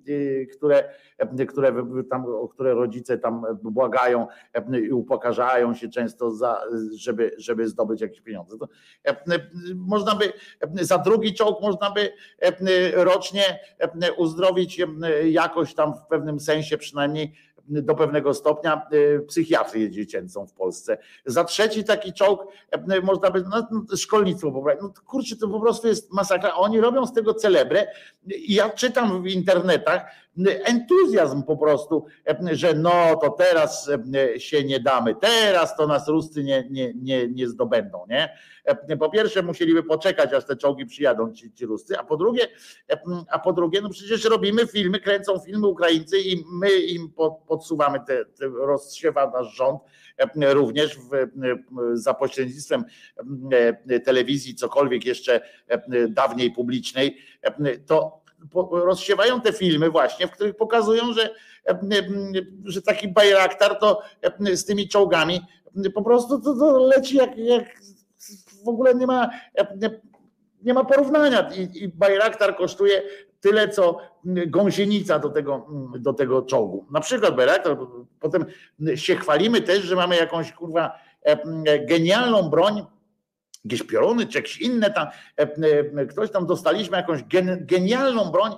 które rodzice tam błagają i upokarzają się często, żeby zdobyć jakieś pieniądze. Można by za drugi czołg można by rocznie uzdrowić jakoś tam w pewnym sensie przynajmniej do pewnego stopnia psychiatrię dziecięcą w Polsce. Za trzeci taki czołg można by, szkolnictwo poprawić. No kurczę, to po prostu jest masakra. Oni robią z tego celebrę i ja czytam w internetach entuzjazm po prostu, że no to teraz się nie damy, teraz to nas Ruscy nie zdobędą, nie? Po pierwsze musieliby poczekać, aż te czołgi przyjadą ci Ruscy, a po drugie, no przecież robimy filmy, kręcą filmy Ukraińcy i my im podsuwamy rozsiewa nasz rząd również za pośrednictwem telewizji, cokolwiek jeszcze dawniej publicznej, to rozsiewają te filmy właśnie, w których pokazują, że taki Bajraktar to z tymi czołgami po prostu to leci jak w ogóle nie ma porównania i Bajraktar kosztuje tyle, co gąsienica do tego czołgu. Na przykład Bajraktar, potem się chwalimy też, że mamy jakąś kurwa genialną broń, jakieś pioruny, czy jakieś inne tam, ktoś tam dostaliśmy jakąś genialną broń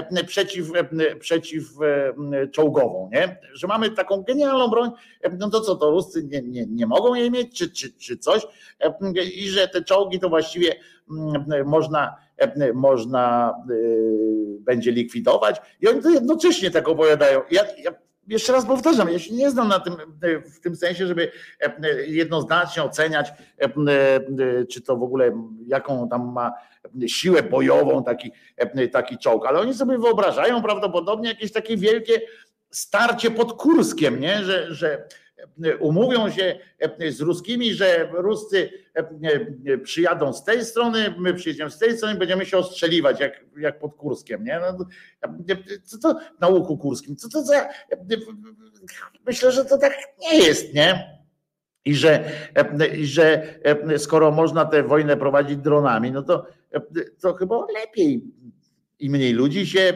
przeciwczołgową, nie? Że mamy taką genialną broń, no to co, to Ruscy nie mogą jej mieć, czy coś, i że te czołgi to właściwie można będzie likwidować i oni to jednocześnie tak opowiadają. Ja jeszcze raz powtarzam, ja się nie znam na tym w tym sensie, żeby jednoznacznie oceniać, czy to w ogóle jaką tam ma siłę bojową taki czołg, ale oni sobie wyobrażają prawdopodobnie jakieś takie wielkie starcie pod Kurskiem, nie? Że umówią się z Ruskimi, że Ruscy przyjadą z tej strony, my przyjedziemy z tej strony, będziemy się ostrzeliwać jak pod Kurskiem, nie? No, co to na łuku kurskim? Co to za... Myślę, że to tak nie jest, nie? I że skoro można tę wojnę prowadzić dronami, no to chyba lepiej. I mniej ludzi się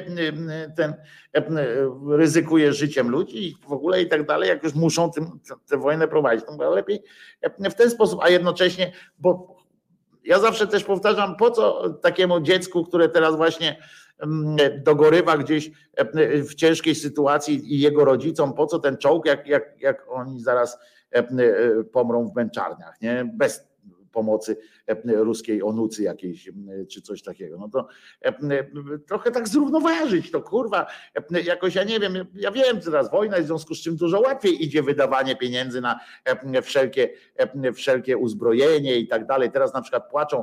ryzykuje życiem ludzi i w ogóle i tak dalej, jak już muszą tę wojnę prowadzić, to lepiej w ten sposób, a jednocześnie, bo ja zawsze też powtarzam, po co takiemu dziecku, które teraz właśnie dogorywa gdzieś w ciężkiej sytuacji i jego rodzicom, po co ten czołg, jak oni zaraz pomrą w męczarniach, nie? Bez pomocy ruskiej onucy jakiejś, czy coś takiego. No to trochę tak zrównoważyć to, kurwa, jakoś ja nie wiem, ja wiem, teraz wojna, w związku z czym dużo łatwiej idzie wydawanie pieniędzy na wszelkie uzbrojenie i tak dalej. Teraz na przykład płaczą,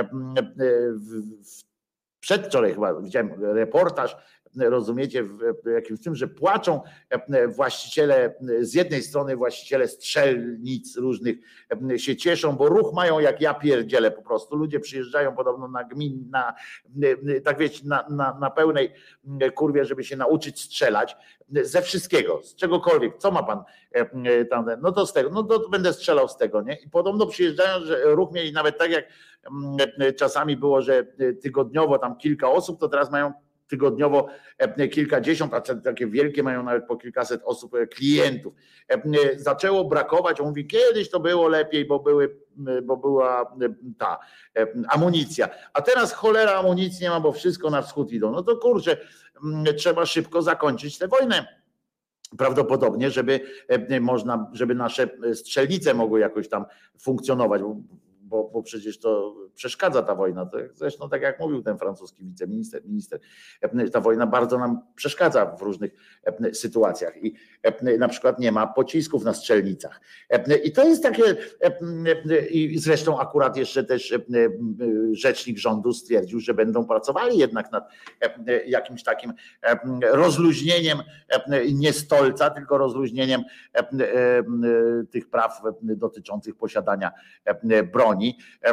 przedwczoraj chyba widziałem reportaż, rozumiecie, w jakimś tym, że płaczą właściciele, z jednej strony właściciele strzelnic różnych się cieszą, bo ruch mają jak ja pierdzielę po prostu. Ludzie przyjeżdżają podobno na gmin, tak wiecie, na pełnej kurwie, żeby się nauczyć strzelać ze wszystkiego, z czegokolwiek. Co ma pan tam? No to z tego, no to będę strzelał z tego, nie? I podobno przyjeżdżają, że ruch mieli nawet tak jak czasami było, że tygodniowo tam kilka osób, to teraz mają tygodniowo kilkadziesiąt, a takie wielkie mają nawet po kilkaset osób klientów. Zaczęło brakować, on mówi, kiedyś to było lepiej, bo była ta amunicja, a teraz cholera amunicji nie ma, bo wszystko na wschód idą. No to kurczę, trzeba szybko zakończyć tę wojnę. Prawdopodobnie, żeby nasze strzelnice mogły jakoś tam funkcjonować, bo przecież to przeszkadza ta wojna. Zresztą tak jak mówił ten francuski wiceminister, ta wojna bardzo nam przeszkadza w różnych sytuacjach i na przykład nie ma pocisków na strzelnicach. I to jest takie, i zresztą akurat jeszcze też rzecznik rządu stwierdził, że będą pracowali jednak nad jakimś takim rozluźnieniem nie stolca, tylko rozluźnieniem tych praw dotyczących posiadania broni.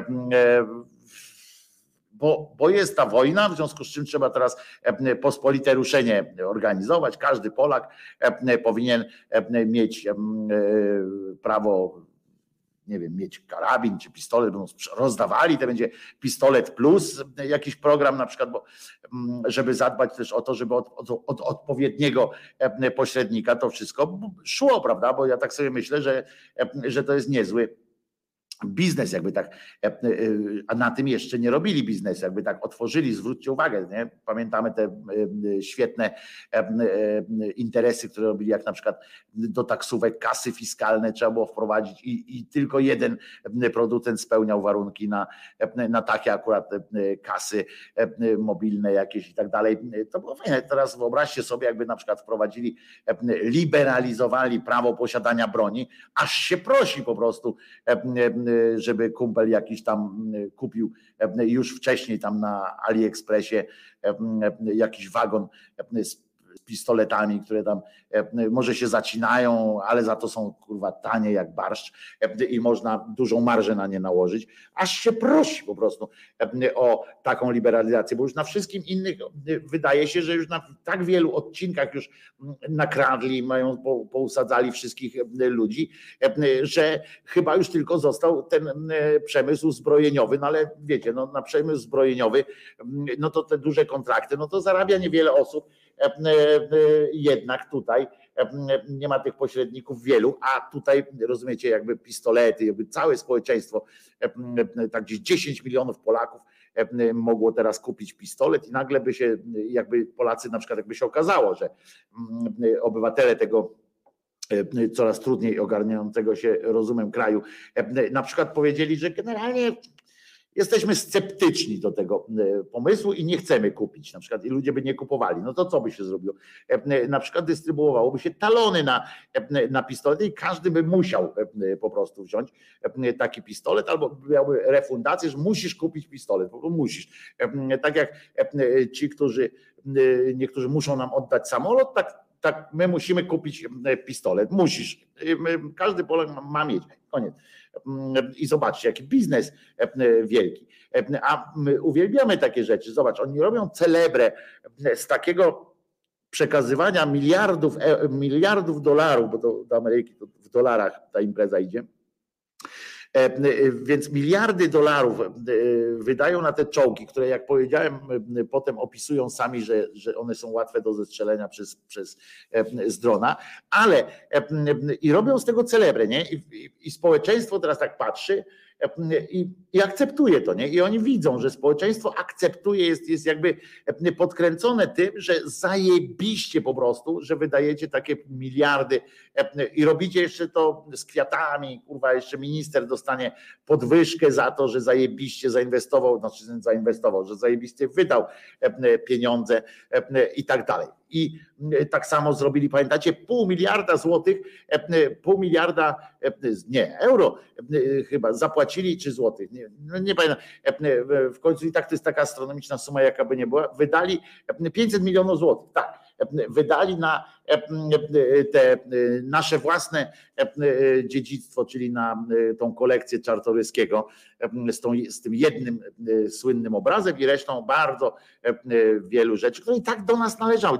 Bo jest ta wojna, w związku z czym trzeba teraz pospolite ruszenie organizować. Każdy Polak powinien mieć prawo, nie wiem, mieć karabin czy pistolet, będą rozdawali, to będzie pistolet plus, jakiś program na przykład, żeby zadbać też o to, żeby od odpowiedniego pośrednika to wszystko szło, prawda? Bo ja tak sobie myślę, że to jest niezły biznes, jakby tak, a na tym jeszcze nie robili biznesu, jakby tak otworzyli, zwróćcie uwagę, nie? Pamiętamy te świetne interesy, które robili, jak na przykład do taksówek kasy fiskalne trzeba było wprowadzić i tylko jeden producent spełniał warunki na takie akurat kasy mobilne jakieś i tak dalej. To było fajne. Teraz wyobraźcie sobie, jakby na przykład wprowadzili, liberalizowali prawo posiadania broni, aż się prosi po prostu, żeby kumpel jakiś tam kupił już wcześniej tam na AliExpressie jakiś wagon z pistoletami, które tam może się zacinają, ale za to są kurwa tanie jak barszcz i można dużą marżę na nie nałożyć, aż się prosi po prostu o taką liberalizację, bo już na wszystkim innych wydaje się, że już na tak wielu odcinkach już nakradli, pousadzali wszystkich ludzi, że chyba już tylko został ten przemysł zbrojeniowy, no ale wiecie, no na przemysł zbrojeniowy, no to te duże kontrakty, no to zarabia niewiele osób, jednak tutaj nie ma tych pośredników wielu, a tutaj rozumiecie, jakby pistolety, jakby całe społeczeństwo, tak gdzieś 10 milionów Polaków mogło teraz kupić pistolet i nagle by się, jakby Polacy na przykład, jakby się okazało, że obywatele tego coraz trudniej ogarniającego się rozumem kraju na przykład powiedzieli, że generalnie jesteśmy sceptyczni do tego pomysłu i nie chcemy kupić, na przykład, i ludzie by nie kupowali, no to co by się zrobiło? Na przykład dystrybuowałoby się talony na pistolety i każdy by musiał po prostu wziąć taki pistolet, albo miałby refundację, że musisz kupić pistolet, po prostu musisz. Tak jak ci, niektórzy muszą nam oddać samolot, tak my musimy kupić pistolet, musisz. Każdy Polak ma mieć, koniec. I zobaczcie, jaki biznes wielki. A my uwielbiamy takie rzeczy. Zobacz, oni robią celebrę z takiego przekazywania miliardów dolarów, bo to do Ameryki to w dolarach ta impreza idzie. Więc miliardy dolarów wydają na te czołgi, które jak powiedziałem potem opisują sami, że one są łatwe do zestrzelenia z drona, ale i robią z tego celebrę, nie? I społeczeństwo teraz tak patrzy i akceptuje to, nie? I oni widzą, że społeczeństwo akceptuje, jest jakby podkręcone tym, że zajebiście po prostu, że wydajecie takie miliardy i robicie jeszcze to z kwiatami, kurwa, jeszcze minister dostanie podwyżkę za to, że zajebiście zainwestował, że zajebiście wydał pieniądze i tak dalej. I tak samo zrobili, pamiętacie, pół miliarda, nie, euro chyba zapłacili, czy złotych, nie pamiętam, w końcu i tak to jest taka astronomiczna suma, jaka by nie była, wydali 500 milionów złotych, tak, wydali na te nasze własne dziedzictwo, czyli na tą kolekcję Czartoryskiego z tym jednym słynnym obrazem i resztą bardzo wielu rzeczy, które i tak do nas należały.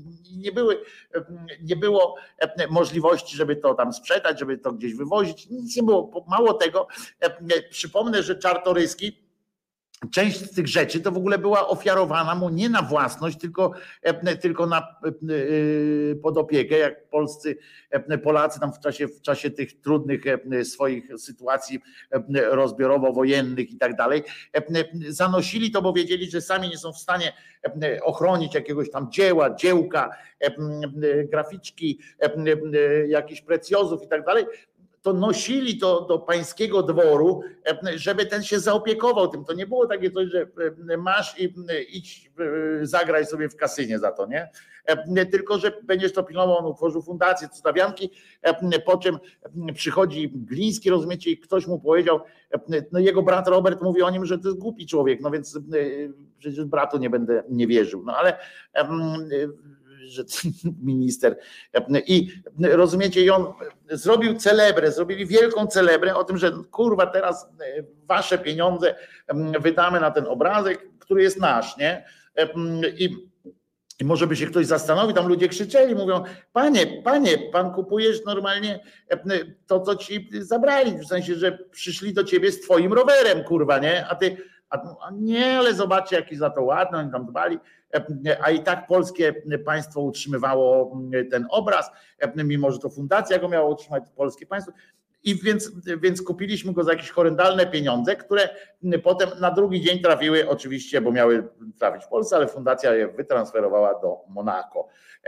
Nie było możliwości, żeby to tam sprzedać, żeby to gdzieś wywozić. Nic nie było. Mało tego, przypomnę, że Czartoryski, część z tych rzeczy to w ogóle była ofiarowana mu nie na własność, tylko pod opiekę, jak Polacy tam w czasie tych trudnych swoich sytuacji rozbiorowo-wojennych i tak dalej, zanosili to, bo wiedzieli, że sami nie są w stanie ochronić jakiegoś tam dziełka, graficzki, jakichś precjozów i tak dalej. To nosili to do pańskiego dworu, żeby ten się zaopiekował tym. To nie było takie coś, że masz i idź, zagraj sobie w kasynie za to, nie? Tylko, że będziesz to pilnował, on utworzył fundację, stawianki, po czym przychodzi Gliński, rozumiecie, i ktoś mu powiedział, no jego brat Robert mówi o nim, że to jest głupi człowiek, no więc przecież bratu nie będę nie wierzył, no ale że minister i rozumiecie, i on zrobili wielką celebrę o tym, że kurwa teraz wasze pieniądze wydamy na ten obrazek, który jest nasz, nie? I może by się ktoś zastanowił, tam ludzie krzyczeli, mówią, panie, pan kupujesz normalnie to, co ci zabrali, w sensie, że przyszli do ciebie z twoim rowerem, kurwa, nie? A nie, ale zobaczcie, jaki za to ładny, oni tam dbali, a i tak polskie państwo utrzymywało ten obraz, mimo że to fundacja go miała utrzymać, polskie państwo. Więc kupiliśmy go za jakieś horrendalne pieniądze, które potem na drugi dzień trafiły oczywiście, bo miały trafić w Polsce, ale fundacja je wytransferowała do Monako.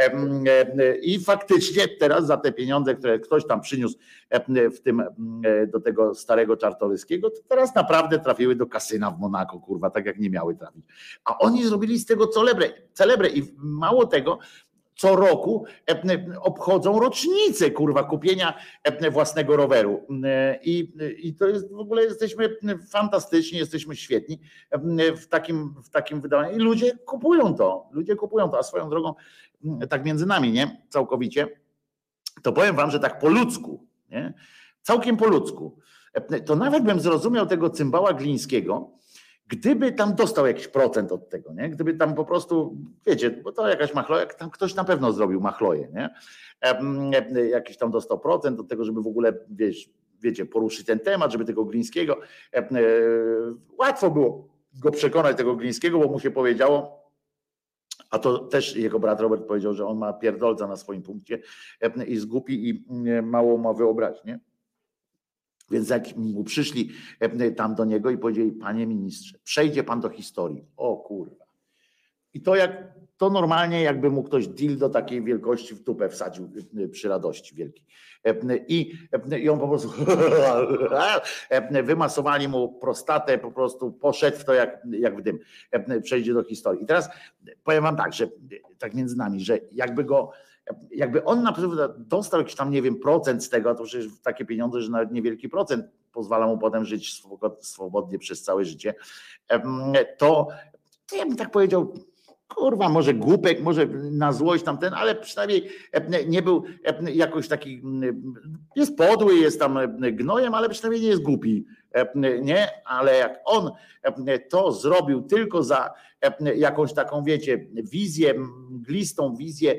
I faktycznie teraz za te pieniądze, które ktoś tam przyniósł do tego starego Czartoryskiego, to teraz naprawdę trafiły do kasyna w Monako, kurwa, tak jak nie miały trafić. A oni zrobili z tego celebrę i mało tego, co roku obchodzą rocznicę, kurwa, kupienia własnego roweru. I to jest w ogóle, jesteśmy fantastyczni, jesteśmy świetni w takim wydawaniu. I ludzie kupują to, a swoją drogą, tak między nami, nie? Całkowicie, to powiem wam, że tak po ludzku, nie? Całkiem po ludzku, to nawet bym zrozumiał tego cymbała Glińskiego, gdyby tam dostał jakiś procent od tego, nie? Gdyby tam po prostu, wiecie, bo to jakaś machloja, tam ktoś na pewno zrobił machloję, nie? Jakiś tam dostał procent od tego, żeby w ogóle, wiecie, poruszyć ten temat, żeby tego Glińskiego, łatwo było go przekonać, tego Glińskiego, bo mu się powiedziało, a to też jego brat Robert powiedział, że on ma pierdolca na swoim punkcie i jest głupi i mało ma wyobraźnię. Więc jak mu przyszli tam do niego i powiedzieli: panie ministrze, przejdzie pan do historii. O kurwa. I to normalnie jakby mu ktoś dildo takiej wielkości w dupę wsadził przy radości wielkiej. I on po prostu wymasowali mu prostatę, po prostu poszedł w to jak w dym. Przejdzie do historii. I teraz powiem wam tak, że tak między nami, że jakby on na przykład dostał jakiś tam, nie wiem, procent z tego, to przecież takie pieniądze, że nawet niewielki procent pozwala mu potem żyć swobodnie przez całe życie, to ja bym tak powiedział, kurwa, może głupek, może na złość tamten, ale przynajmniej nie był jakoś taki, jest podły, jest tam gnojem, ale przynajmniej nie jest głupi, nie? Ale jak on to zrobił tylko za jakąś taką, wiecie, wizję, mglistą wizję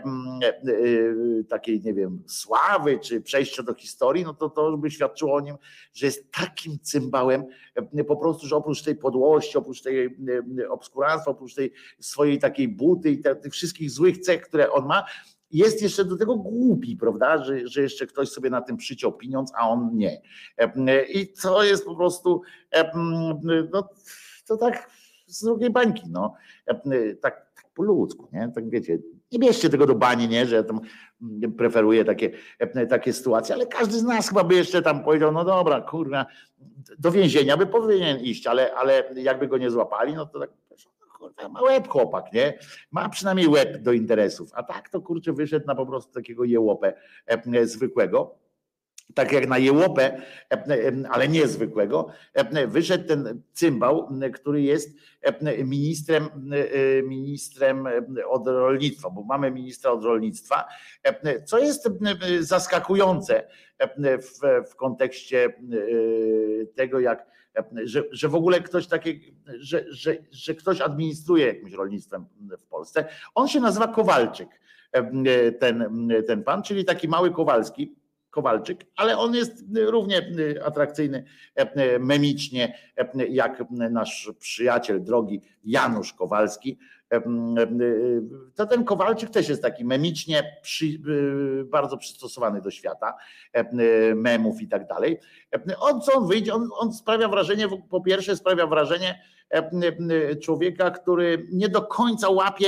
takiej, nie wiem, sławy, czy przejścia do historii, no to by świadczyło o nim, że jest takim cymbałem, po prostu, że oprócz tej podłości, oprócz tej obskuranstwa, oprócz tej swojej takiej buty i tych wszystkich złych cech, które on ma, jest jeszcze do tego głupi, prawda, że jeszcze ktoś sobie na tym przyciął pieniądz, a on nie. I to jest po prostu, no to tak z drugiej bańki, no, tak po ludzku, nie, tak wiecie, nie bierzcie tego do bani, nie, że ja tam preferuję takie sytuacje, ale każdy z nas chyba by jeszcze tam powiedział, no dobra, kurwa, do więzienia by powinien iść, ale jakby go nie złapali, no to tak, kurwa, ma łeb chłopak, nie? Ma przynajmniej łeb do interesów, a tak to kurczę wyszedł na po prostu takiego jełopę zwykłego. Tak jak na jełopę, ale nie zwykłego, wyszedł ten cymbał, który jest ministrem od rolnictwa, bo mamy ministra od rolnictwa, co jest zaskakujące w kontekście tego, że w ogóle ktoś taki, że ktoś administruje jakimś rolnictwem w Polsce. On się nazywa Kowalczyk, ten pan, czyli taki mały Kowalczyk, ale on jest równie atrakcyjny memicznie jak nasz przyjaciel drogi Janusz Kowalski. To ten Kowalczyk też jest taki memicznie bardzo przystosowany do świata memów i tak dalej. Co on wyjdzie, on sprawia wrażenie, po pierwsze sprawia wrażenie człowieka, który nie do końca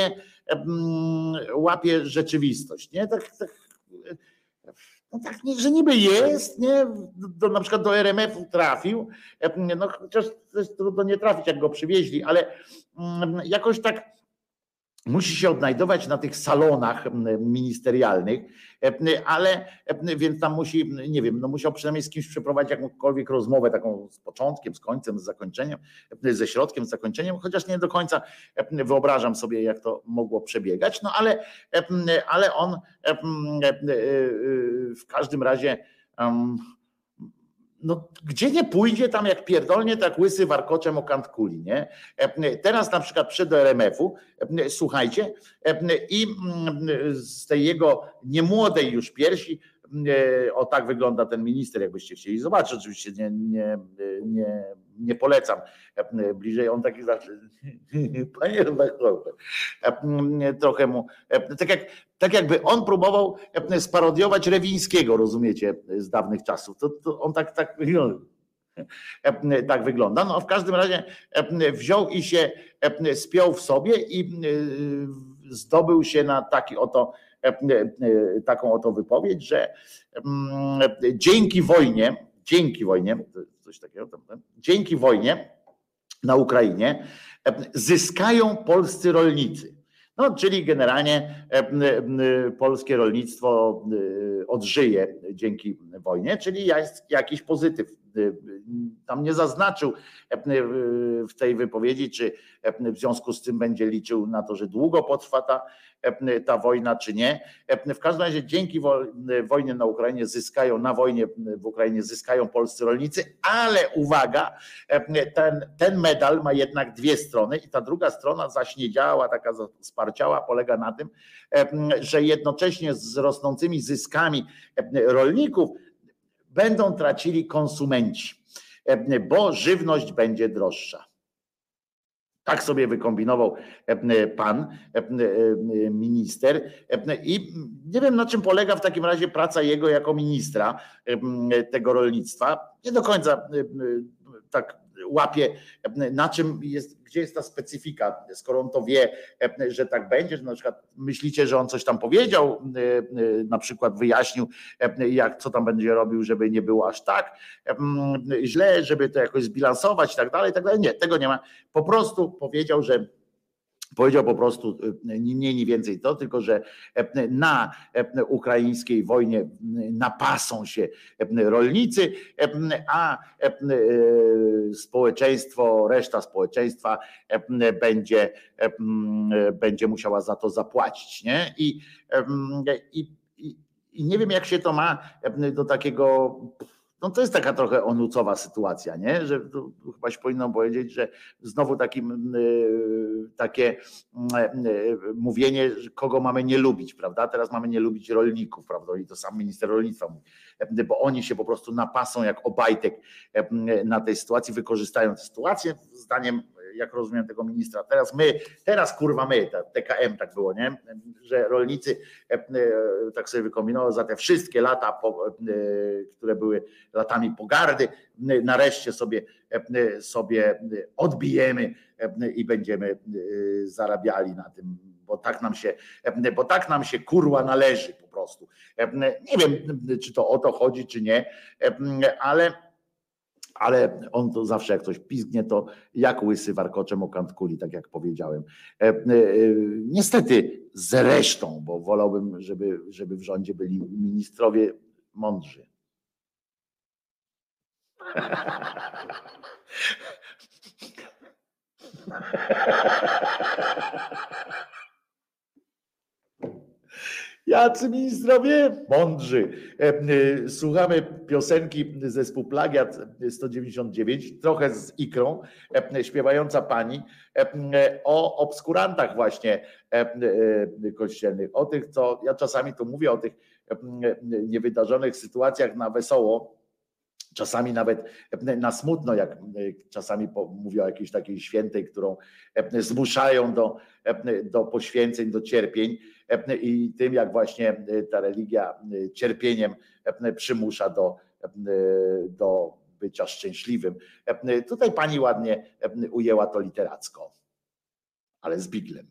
łapie rzeczywistość, nie? Tak, no tak, że niby jest, nie? Na przykład do RMF-u trafił, no chociaż też trudno nie trafić, jak go przywieźli, ale jakoś tak musi się odnajdować na tych salonach ministerialnych, ale więc tam musi, nie wiem, no musiał przynajmniej z kimś przeprowadzić jakąkolwiek rozmowę, taką z początkiem, z końcem, z zakończeniem, ze środkiem, z zakończeniem, chociaż nie do końca wyobrażam sobie, jak to mogło przebiegać, no ale on w każdym razie no, gdzie nie pójdzie, tam jak pierdolnie, tak łysy warkoczem o kant kuli, nie? Teraz na przykład przyszedł do RMF-u, słuchajcie, i z tej jego niemłodej już piersi O tak wygląda ten minister, jakbyście chcieli zobaczyć. Oczywiście nie polecam bliżej. On taki zawsze, panie redaktorze, trochę mu, tak jakby on próbował sparodiować Rewińskiego, rozumiecie, z dawnych czasów. To on tak wygląda. No w każdym razie wziął i się spiął w sobie i zdobył się na taką oto wypowiedź, że dzięki wojnie na Ukrainie zyskają polscy rolnicy. No, czyli generalnie polskie rolnictwo odżyje dzięki wojnie, czyli jest jakiś pozytyw. Tam nie zaznaczył w tej wypowiedzi, czy w związku z tym będzie liczył na to, że długo potrwa ta wojna, czy nie. W każdym razie dzięki wojnie na Ukrainie w Ukrainie zyskają polscy rolnicy, ale uwaga, ten medal ma jednak dwie strony i ta druga strona zaśniedziała, taka sparciała, polega na tym, że jednocześnie z rosnącymi zyskami rolników będą tracili konsumenci, bo żywność będzie droższa. Tak sobie wykombinował pan minister i nie wiem, na czym polega w takim razie praca jego jako ministra tego rolnictwa. Nie do końca tak łapie, na czym jest, gdzie jest ta specyfika, skoro on to wie, że tak będzie, że na przykład myślicie, że on coś tam powiedział, na przykład wyjaśnił, co tam będzie robił, żeby nie było aż tak źle, żeby to jakoś zbilansować i tak dalej. Nie, tego nie ma. Po prostu powiedział po prostu ni mniej, ni więcej to, tylko że na ukraińskiej wojnie napasą się rolnicy, a reszta społeczeństwa będzie musiała za to zapłacić. Nie? I nie wiem, jak się to ma do takiego. No to jest taka trochę onucowa sytuacja, nie? Że chyba się powinno powiedzieć, że znowu takie mówienie, kogo mamy nie lubić, prawda? Teraz mamy nie lubić rolników, prawda? I to sam minister rolnictwa mówi, bo oni się po prostu napasą jak Obajtek na tej sytuacji, wykorzystają tę sytuację, zdaniem, jak rozumiem tego ministra. Teraz kurwa my, TKM tak było, nie? Że rolnicy tak sobie wykombinowały za te wszystkie lata, które były latami pogardy, nareszcie sobie odbijemy i będziemy zarabiali na tym, bo tak nam się kurwa należy po prostu. Nie wiem, czy to o to chodzi, czy nie, ale on to zawsze jak coś pizgnie, to jak łysy warkoczem o kant kuli, tak jak powiedziałem. Niestety zresztą, bo wolałbym, żeby w rządzie byli ministrowie mądrzy. Jacy ministrowie? Mądrzy. Słuchamy piosenki zespół Plagiat 199, trochę z Ikrą, śpiewająca pani o obskurantach właśnie kościelnych, o tych, co ja czasami tu mówię, o tych niewydarzonych sytuacjach na wesoło, czasami nawet na smutno, jak czasami mówię o jakiejś takiej świętej, którą zmuszają do poświęceń, do cierpień i tym, jak właśnie ta religia cierpieniem przymusza do bycia szczęśliwym. Tutaj pani ładnie ujęła to literacko, ale z biglem.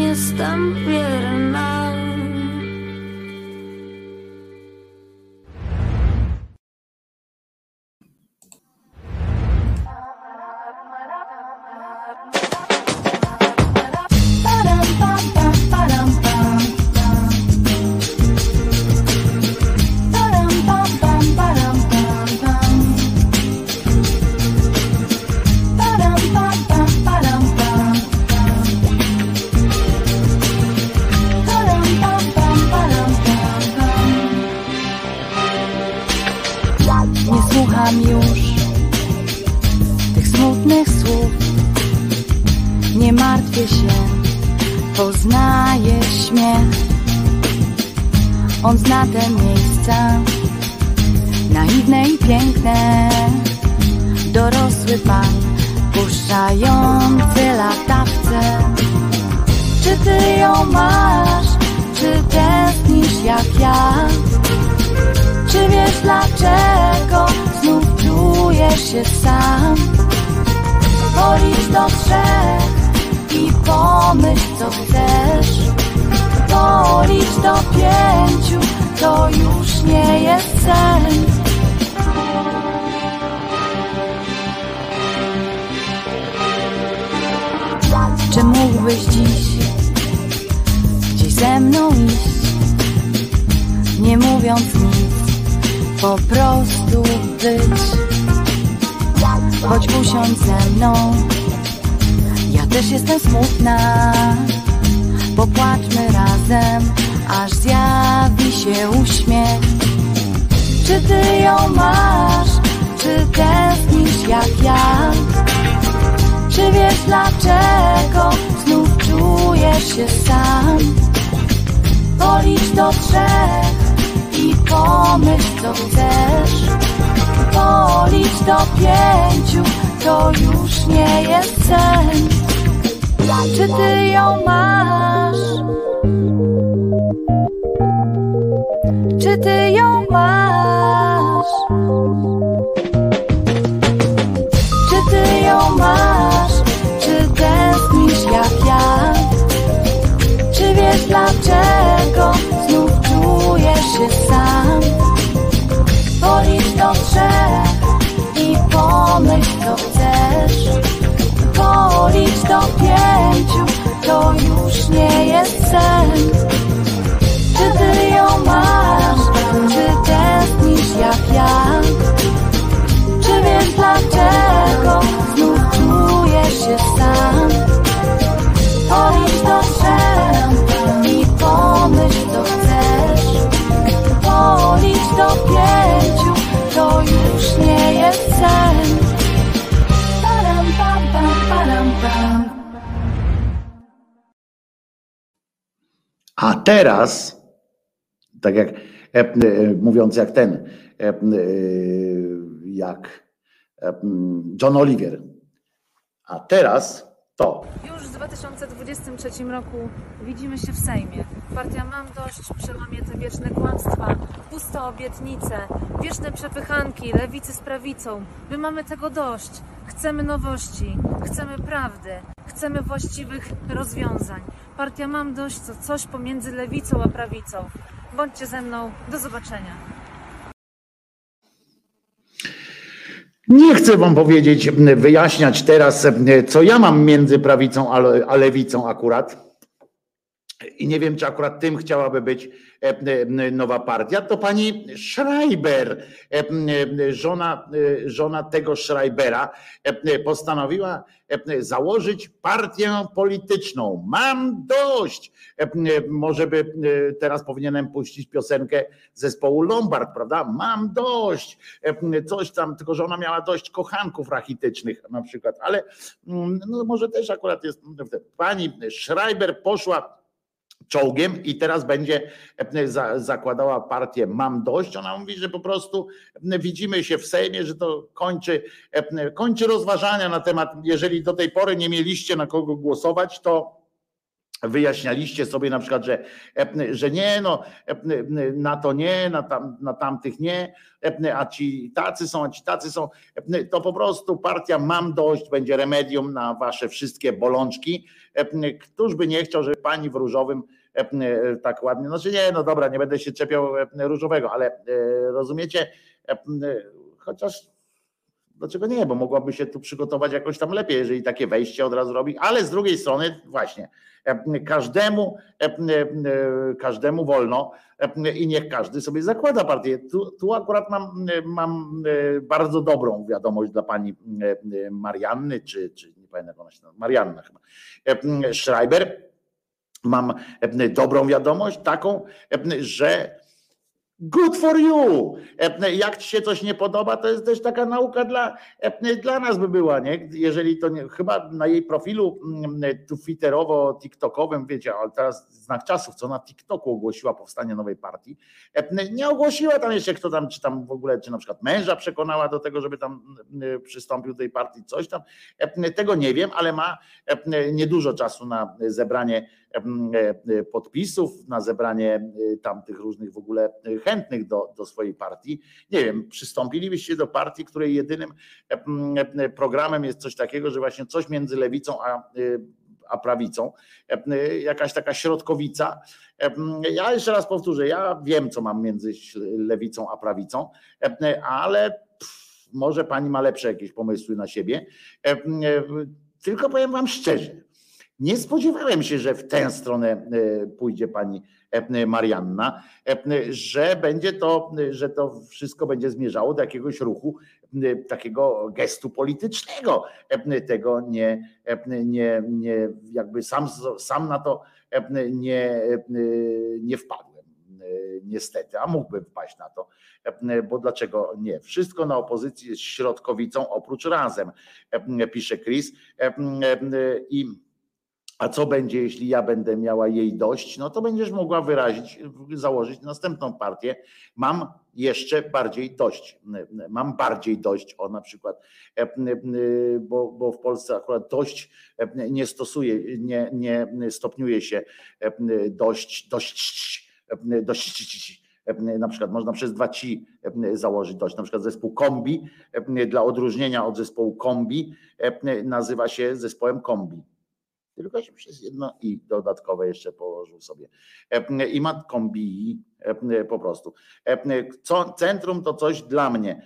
jestem wierna. Słucham już tych smutnych słów. Nie martwię się, poznaję śmiech. On zna te miejsca naiwne i piękne. Dorosły pan puszczający latawce. Czy ty ją masz? Czy tęsknisz jak ja? Czy wiesz dlaczego znów czujesz się sam? Policz do 3 i pomyśl co chcesz. Policz do 5, to już nie jest sen. Czy mógłbyś dziś gdzieś ze mną iść, nie mówiąc nic, po prostu być? Chodź usiądź ze mną, ja też jestem smutna. Popłaczmy razem, aż zjawi się uśmiech. Czy ty ją masz? Czy tęsknisz jak ja? Czy wiesz dlaczego znów czujesz się sam? Policz do 3 i pomyśl co chcesz. Policz do 5, to już nie jest sen. Czy ty ją masz? Czy ty ją masz? Czy ty ją masz? Czy tęsknisz jak ja? Czy wiesz dlaczego znów czujesz się sam? Policz do 3 i pomyśl co chcesz. Policz do 5, to już nie jest sen. Czy ty ją masz? Czy tęsknisz jak ja? Czy wiesz dlaczego znów czujesz się sam? Policz do 3 i pomyśl co chcesz. Policz do 5, to już nie jest sen. Param, pam, pam, param, pam. A teraz, tak jak mówiąc jak ten, jak John Oliver. A teraz to. Już w 2023 roku widzimy się w Sejmie. Partia Mam Dość przełamie te wieczne kłamstwa, puste obietnice, wieczne przepychanki lewicy z prawicą. My mamy tego dość. Chcemy nowości, chcemy prawdy, chcemy właściwych rozwiązań. Partia Mam Dość to coś pomiędzy lewicą a prawicą. Bądźcie ze mną. Do zobaczenia. Nie chcę wam powiedzieć, wyjaśniać teraz, co ja mam między prawicą a lewicą akurat. I nie wiem, czy akurat tym chciałaby być nowa partia. To pani Schreiber, żona tego Schreibera, postanowiła założyć partię polityczną. Mam dość. Może by teraz powinienem puścić piosenkę zespołu Lombard, prawda? Mam dość. Coś tam, tylko że ona miała dość kochanków rachitycznych na przykład, ale no może też akurat jest. Pani Schreiber poszła czołgiem i teraz będzie zakładała partię Mam Dość. Ona mówi, że po prostu widzimy się w Sejmie, że to kończy rozważania na temat, jeżeli do tej pory nie mieliście na kogo głosować, to wyjaśnialiście sobie na przykład, że nie, no na to nie, na tamtych nie, a ci tacy są, to po prostu partia Mam Dość będzie remedium na wasze wszystkie bolączki. Któż by nie chciał, żeby pani w różowym tak ładnie, znaczy nie, no dobra, nie będę się czepiał różowego, ale rozumiecie, chociaż dlaczego nie, bo mogłaby się tu przygotować jakoś tam lepiej, jeżeli takie wejście od razu robi, ale z drugiej strony właśnie każdemu wolno i niech każdy sobie zakłada partię. Tu akurat mam bardzo dobrą wiadomość dla pani Marianny, czy nie pamiętam jak ona się nazywa, Marianna chyba, Schreiber. Mam dobrą wiadomość taką, że good for you. Jak ci się coś nie podoba, to jest też taka nauka dla nas by była, nie? Jeżeli to nie, chyba na jej profilu twitterowo-tiktokowym, wiecie, ale teraz znak czasów, co na TikToku ogłosiła powstanie nowej partii. Nie ogłosiła tam jeszcze kto tam, czy tam w ogóle, czy na przykład męża przekonała do tego, żeby tam przystąpił do tej partii, coś tam. Tego nie wiem, ale ma niedużo czasu na zebranie podpisów, na zebranie tamtych różnych w ogóle chętnych do swojej partii. Nie wiem, przystąpilibyście do partii, której jedynym programem jest coś takiego, że właśnie coś między lewicą a prawicą, jakaś taka środkowica. Ja jeszcze raz powtórzę, ja wiem, co mam między lewicą a prawicą, ale może pani ma lepsze jakieś pomysły na siebie. Tylko powiem wam szczerze, nie spodziewałem się, że w tę stronę pójdzie pani Marianna, że to wszystko będzie zmierzało do jakiegoś ruchu, takiego gestu politycznego. Tego nie jakby sam na to nie wpadłem. Niestety, a mógłbym wpaść na to, bo dlaczego nie? Wszystko na opozycji jest środkowicą oprócz Razem, pisze Chris. A co będzie, jeśli ja będę miała jej dość? No to będziesz mogła założyć następną partię. Mam jeszcze bardziej dość. Mam bardziej dość na przykład, bo w Polsce akurat dość nie stosuje, nie stopniuje się dość. Na przykład można przez 2 ci założyć dość. Na przykład zespół Kombi, dla odróżnienia od zespołu Kombi, nazywa się zespołem Kombi. Tylko się przez jedno i dodatkowe jeszcze położył sobie. I ma kombi po prostu. Centrum to coś dla mnie,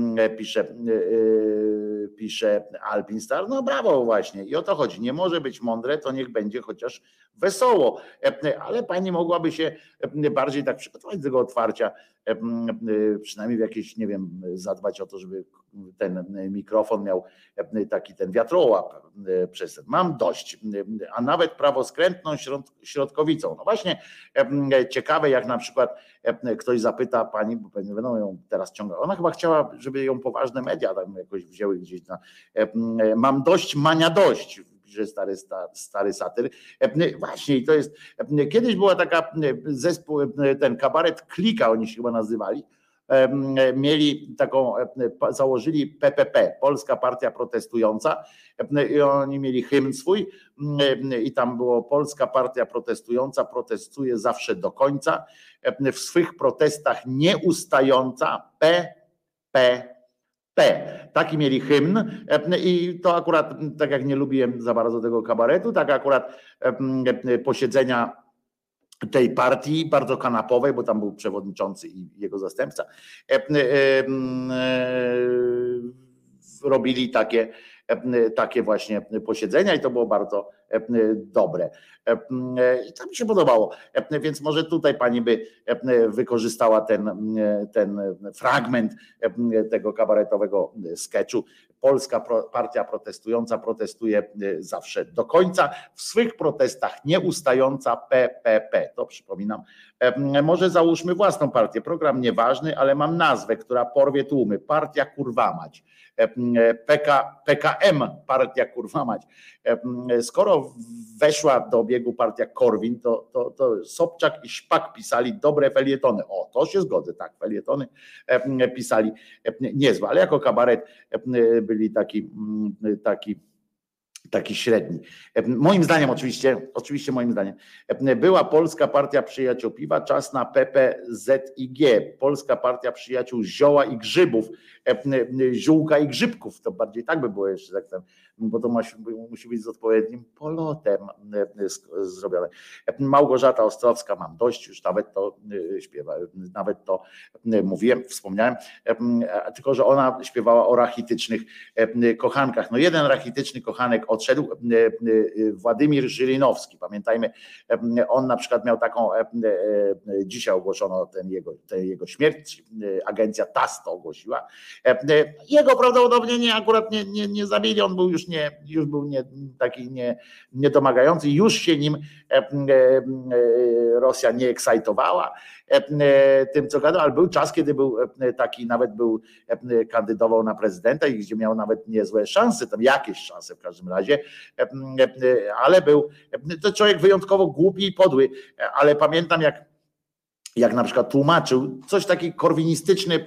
pisze Alpinstar. No brawo właśnie. I o to chodzi. Nie może być mądre, to niech będzie chociaż wesoło. Ale pani mogłaby się bardziej tak przygotować do tego otwarcia, przynajmniej w jakieś, nie wiem, zadbać o to, żeby ten mikrofon miał taki ten wiatrołap przez ten. Mam dość, a nawet prawoskrętną środkowicą. No właśnie ciekawe, jak na przykład ktoś zapyta pani, bo pewnie będą ją teraz ciągnąć. Ona chyba chciała, żeby ją poważne media tam jakoś wzięły gdzieś na mam dość, mania dość. Pisze stary satyr. Właśnie i to jest, kiedyś była taka zespół, ten kabaret Klika, oni się chyba nazywali, mieli taką, założyli PPP, Polska Partia Protestująca, i oni mieli hymn swój i tam było Polska Partia Protestująca protestuje zawsze do końca, w swych protestach nieustająca PPP. Taki mieli hymn i to akurat, tak jak nie lubiłem za bardzo tego kabaretu, tak akurat posiedzenia tej partii, bardzo kanapowej, bo tam był przewodniczący i jego zastępca, robili takie właśnie posiedzenia i to było bardzo dobre. I to mi się podobało. Więc może tutaj pani by wykorzystała ten fragment tego kabaretowego sketchu. Polska Partia Protestująca protestuje zawsze do końca. W swych protestach nieustająca PPP. To przypominam. Może załóżmy własną partię. Program nieważny, ale mam nazwę, która porwie tłumy. Partia Kurwa Mać. PKM, Partia Kurwa Mać. Skoro weszła do obiegu partia Korwin, to Sobczak i Szpak pisali dobre felietony. O, to się zgodzę, tak, felietony pisali niezłe, ale jako kabaret byli taki średni. Moim zdaniem oczywiście moim zdaniem. Była Polska Partia Przyjaciół Piwa, czas na PPZiG. Polska Partia Przyjaciół Zioła i Grzybów. Ziółka i Grzybków. To bardziej tak by było jeszcze, tak tam, bo to musi być z odpowiednim polotem zrobione. Małgorzata Ostrowska, mam dość, już nawet to śpiewa, nawet to mówiłem, wspomniałem, tylko że ona śpiewała o rachitycznych kochankach. No jeden rachityczny kochanek odszedł, Władimir Żyrinowski, pamiętajmy, on na przykład miał taką, dzisiaj ogłoszono tę jego śmierć, agencja TASS to ogłosiła. Jego prawdopodobnie akurat nie zabili, on był już był taki niedomagający, już się nim Rosja nie ekscytowała tym, co gadał, ale był czas, kiedy był taki, nawet kandydował na prezydenta i gdzie miał nawet niezłe szanse, tam jakieś szanse w każdym razie, ale był to człowiek wyjątkowo głupi i podły, ale pamiętam jak na przykład tłumaczył coś taki korwinistyczny,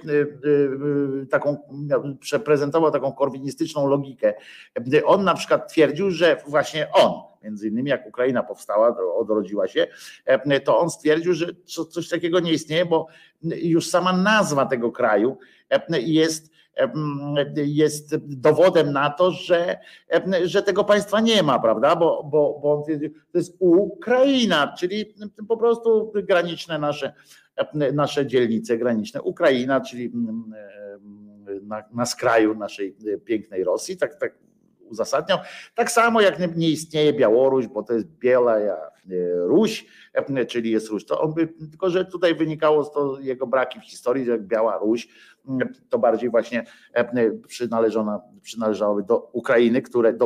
prezentował taką korwinistyczną logikę. On na przykład twierdził, że właśnie on, między innymi jak Ukraina powstała, odrodziła się, to on stwierdził, że coś takiego nie istnieje, bo już sama nazwa tego kraju jest dowodem na to, że tego państwa nie ma, prawda? Bo on twierdzi, to jest Ukraina, czyli po prostu graniczne nasze dzielnice graniczne. Ukraina, czyli na skraju naszej pięknej Rosji, tak uzasadniał. Tak samo jak nie istnieje Białoruś, bo to jest Bielaja Ruś, czyli jest Ruś. Tylko że tutaj wynikało z to jego braki w historii, że jak Biała Ruś to bardziej właśnie przynależałoby do Ukrainy,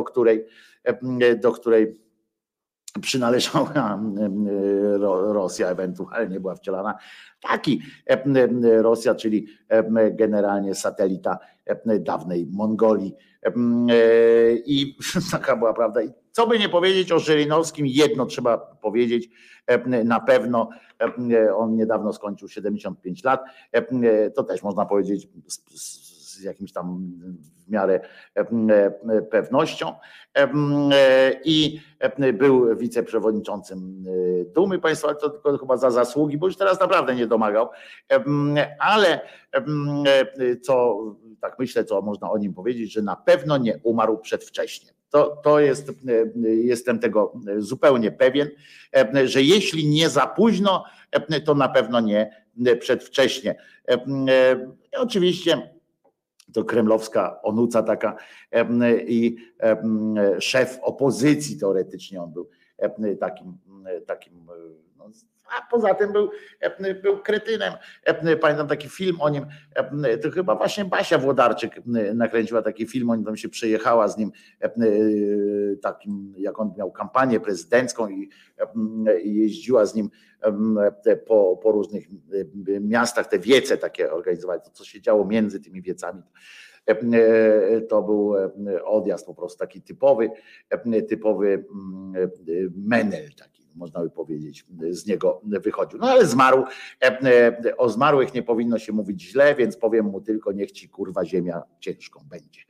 do której przynależała Rosja, ewentualnie była wcielana. Taki Rosja, czyli generalnie satelita dawnej Mongolii. I taka była prawda. I co by nie powiedzieć o Żyrinowskim, jedno trzeba powiedzieć na pewno. On niedawno skończył 75 lat. To też można powiedzieć z jakimś tam w miarę pewnością. I był wiceprzewodniczącym Dumy Państwowej, to tylko chyba za zasługi, bo już teraz naprawdę nie domagał. Ale co tak myślę, co można o nim powiedzieć, że na pewno nie umarł przedwcześnie. Jestem tego zupełnie pewien, że jeśli nie za późno, to na pewno nie przedwcześnie. Oczywiście to kremlowska onuca taka i szef opozycji teoretycznie on był takim a poza tym był kretynem. Pamiętam taki film o nim, to chyba właśnie Basia Włodarczyk nakręciła taki film, o nim tam się przejechała z nim, takim, jak on miał kampanię prezydencką i jeździła z nim po różnych miastach, te wiece takie organizować, to co się działo między tymi wiecami. To był odjazd po prostu taki typowy menel taki, można by powiedzieć, z niego wychodził. No ale zmarł, o zmarłych nie powinno się mówić źle, więc powiem mu tylko, niech ci kurwa ziemia ciężką będzie.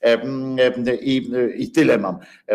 I tyle mam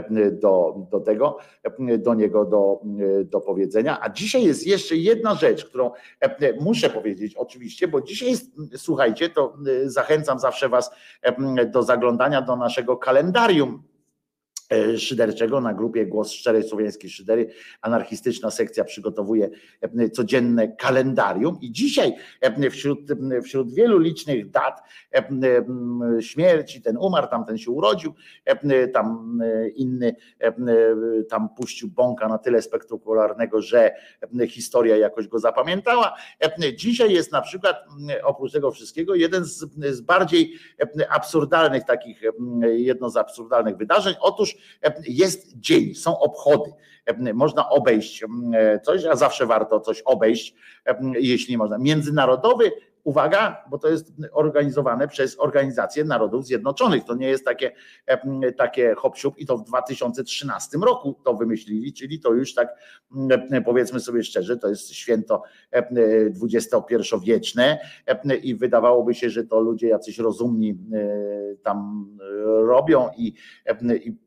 do niego do powiedzenia. A dzisiaj jest jeszcze jedna rzecz, którą muszę powiedzieć oczywiście, bo dzisiaj jest, słuchajcie, to zachęcam zawsze was do zaglądania do naszego kalendarium szyderczego na grupie Głos Szczerej Słowiańskiej Szydery. Anarchistyczna sekcja przygotowuje codzienne kalendarium i dzisiaj wśród wielu licznych dat śmierci, ten umarł, tamten się urodził, tam inny tam puścił bąka na tyle spektakularnego, że historia jakoś go zapamiętała. Dzisiaj jest na przykład oprócz tego wszystkiego jeden z bardziej absurdalnych takich, jedno z absurdalnych wydarzeń. Otóż jest dzień, są obchody. Można obejść coś, a zawsze warto coś obejść, jeśli nie można. Międzynarodowy, uwaga, bo to jest organizowane przez Organizację Narodów Zjednoczonych. To nie jest takie hop-siup i to w 2013 roku to wymyślili, czyli to już tak powiedzmy sobie szczerze, to jest święto XXI-wieczne i wydawałoby się, że to ludzie jacyś rozumni tam robią i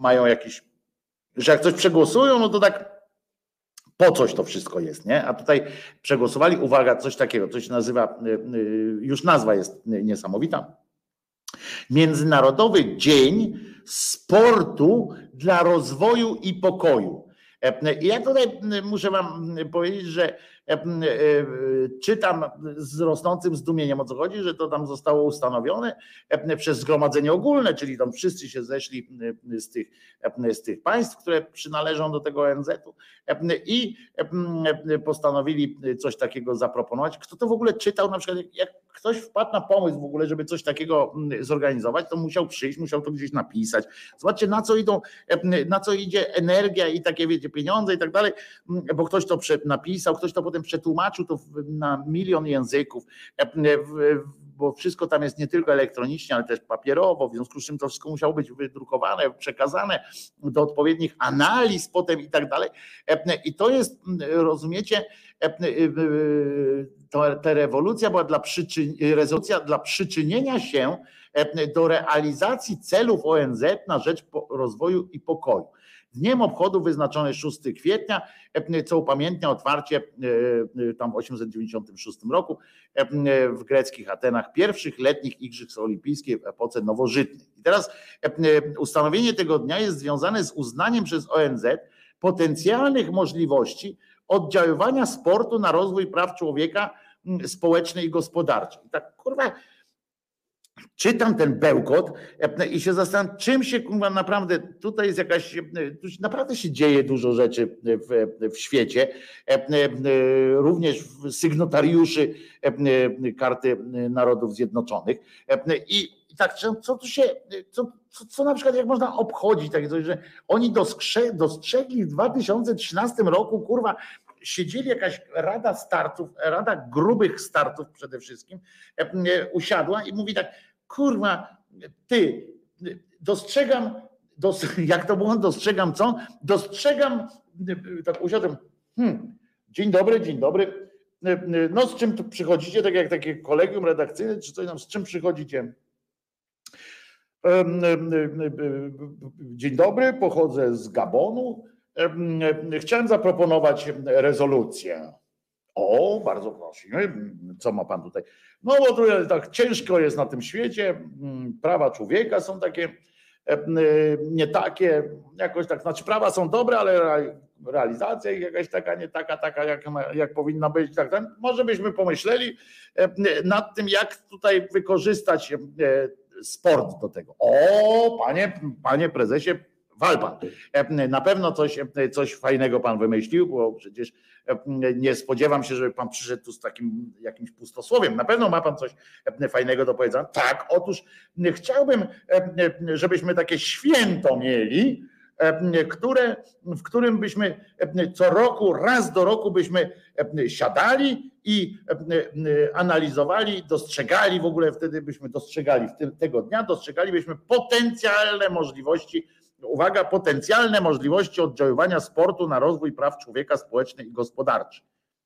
mają jakiś, że jak coś przegłosują, no to tak po coś to wszystko jest, nie? A tutaj przegłosowali, uwaga, coś takiego, coś się nazywa, już nazwa jest niesamowita. Międzynarodowy Dzień Sportu dla Rozwoju i Pokoju. I ja tutaj muszę wam powiedzieć, że czytam z rosnącym zdumieniem, o co chodzi, że to tam zostało ustanowione przez Zgromadzenie Ogólne, czyli tam wszyscy się zeszli z tych państw, które przynależą do tego ONZ-u i postanowili coś takiego zaproponować. Kto to w ogóle czytał, na przykład jak ktoś wpadł na pomysł w ogóle, żeby coś takiego zorganizować, to musiał przyjść, musiał to gdzieś napisać. Zobaczcie, na co idzie energia i takie, wiecie, pieniądze i tak dalej, bo ktoś to napisał, ktoś to potem przetłumaczył to na milion języków, bo wszystko tam jest nie tylko elektronicznie, ale też papierowo, w związku z czym to wszystko musiało być wydrukowane, przekazane do odpowiednich analiz potem i tak dalej. I to jest, rozumiecie, ta rewolucja była rezolucja dla przyczynienia się do realizacji celów ONZ na rzecz rozwoju i pokoju. Dniem obchodu wyznaczony 6 kwietnia, co upamiętnia otwarcie tam w 896 roku w greckich Atenach pierwszych letnich Igrzysk Olimpijskich w epoce nowożytnej. I teraz ustanowienie tego dnia jest związane z uznaniem przez ONZ potencjalnych możliwości oddziaływania sportu na rozwój praw człowieka społeczny i gospodarczy. I tak kurwa czytam ten bełkot i się zastanawiam, czym się kurwa naprawdę, tutaj jest jakaś, naprawdę się dzieje dużo rzeczy w świecie, również sygnatariuszy Karty Narodów Zjednoczonych. I tak, co tu się, co na przykład jak można obchodzić takie coś, że oni dostrzegli w 2013 roku, kurwa, siedzieli jakaś rada starców, rada grubych starców przede wszystkim, usiadła i mówi tak, kurwa, ty, dostrzegam, jak to było, dostrzegam co? Dostrzegam, tak usiadłem, dzień dobry, no z czym tu przychodzicie, tak jak takie kolegium redakcyjne, czy coś tam, z czym przychodzicie? Dzień dobry, pochodzę z Gabonu, chciałem zaproponować rezolucję. O, bardzo proszę. Co ma pan tutaj? No bo tu tak ciężko jest na tym świecie, prawa człowieka są takie, nie takie, jakoś tak, znaczy prawa są dobre, ale realizacja ich jakaś taka, nie taka jak powinna być. Tak, może byśmy pomyśleli nad tym, jak tutaj wykorzystać sport do tego. O, panie prezesie, wal pan. Na pewno coś fajnego pan wymyślił, bo przecież nie spodziewam się, żeby pan przyszedł tu z takim jakimś pustosłowiem. Na pewno ma pan coś fajnego do powiedzenia. Tak, otóż chciałbym, żebyśmy takie święto mieli, w którym byśmy co roku, raz do roku byśmy siadali i analizowali, dostrzegali, w ogóle wtedy byśmy dostrzegali, tego dnia dostrzegalibyśmy potencjalne możliwości, uwaga, potencjalne możliwości oddziaływania sportu na rozwój praw człowieka społeczny i gospodarczy.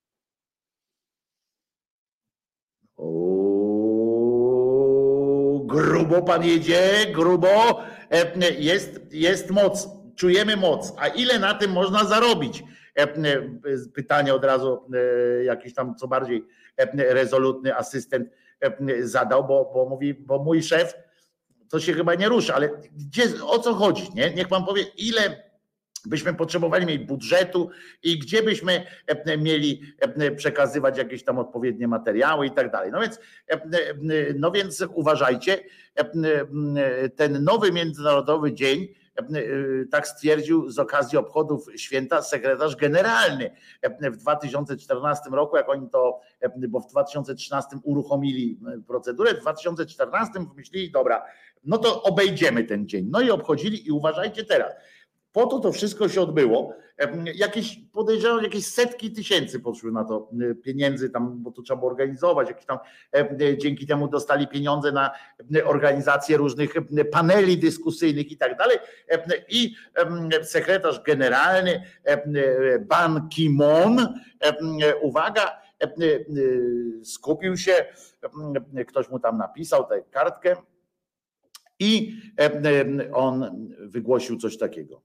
Grubo pan jedzie, grubo, jest moc, czujemy moc, a ile na tym można zarobić? Pytanie od razu jakiś tam co bardziej rezolutny asystent zadał, bo mój szef to się chyba nie rusza, ale o co chodzi? Nie? Niech pan powie, ile byśmy potrzebowali mieć budżetu i gdzie byśmy mieli przekazywać jakieś tam odpowiednie materiały i tak dalej. No więc uważajcie, ten nowy Międzynarodowy Dzień, tak stwierdził z okazji obchodów święta sekretarz generalny w 2014 roku, jak oni to, bo w 2013 uruchomili procedurę, w 2014 wymyślili, dobra, no to obejdziemy ten dzień. No i obchodzili i uważajcie teraz, po to wszystko się odbyło, podejrzewam, jakieś setki tysięcy poszły na to pieniędzy tam, bo to trzeba było organizować, jakieś tam, dzięki temu dostali pieniądze na organizację różnych paneli dyskusyjnych i tak dalej. I sekretarz generalny Ban Ki-moon, uwaga, skupił się, ktoś mu tam napisał tę kartkę, I on wygłosił coś takiego.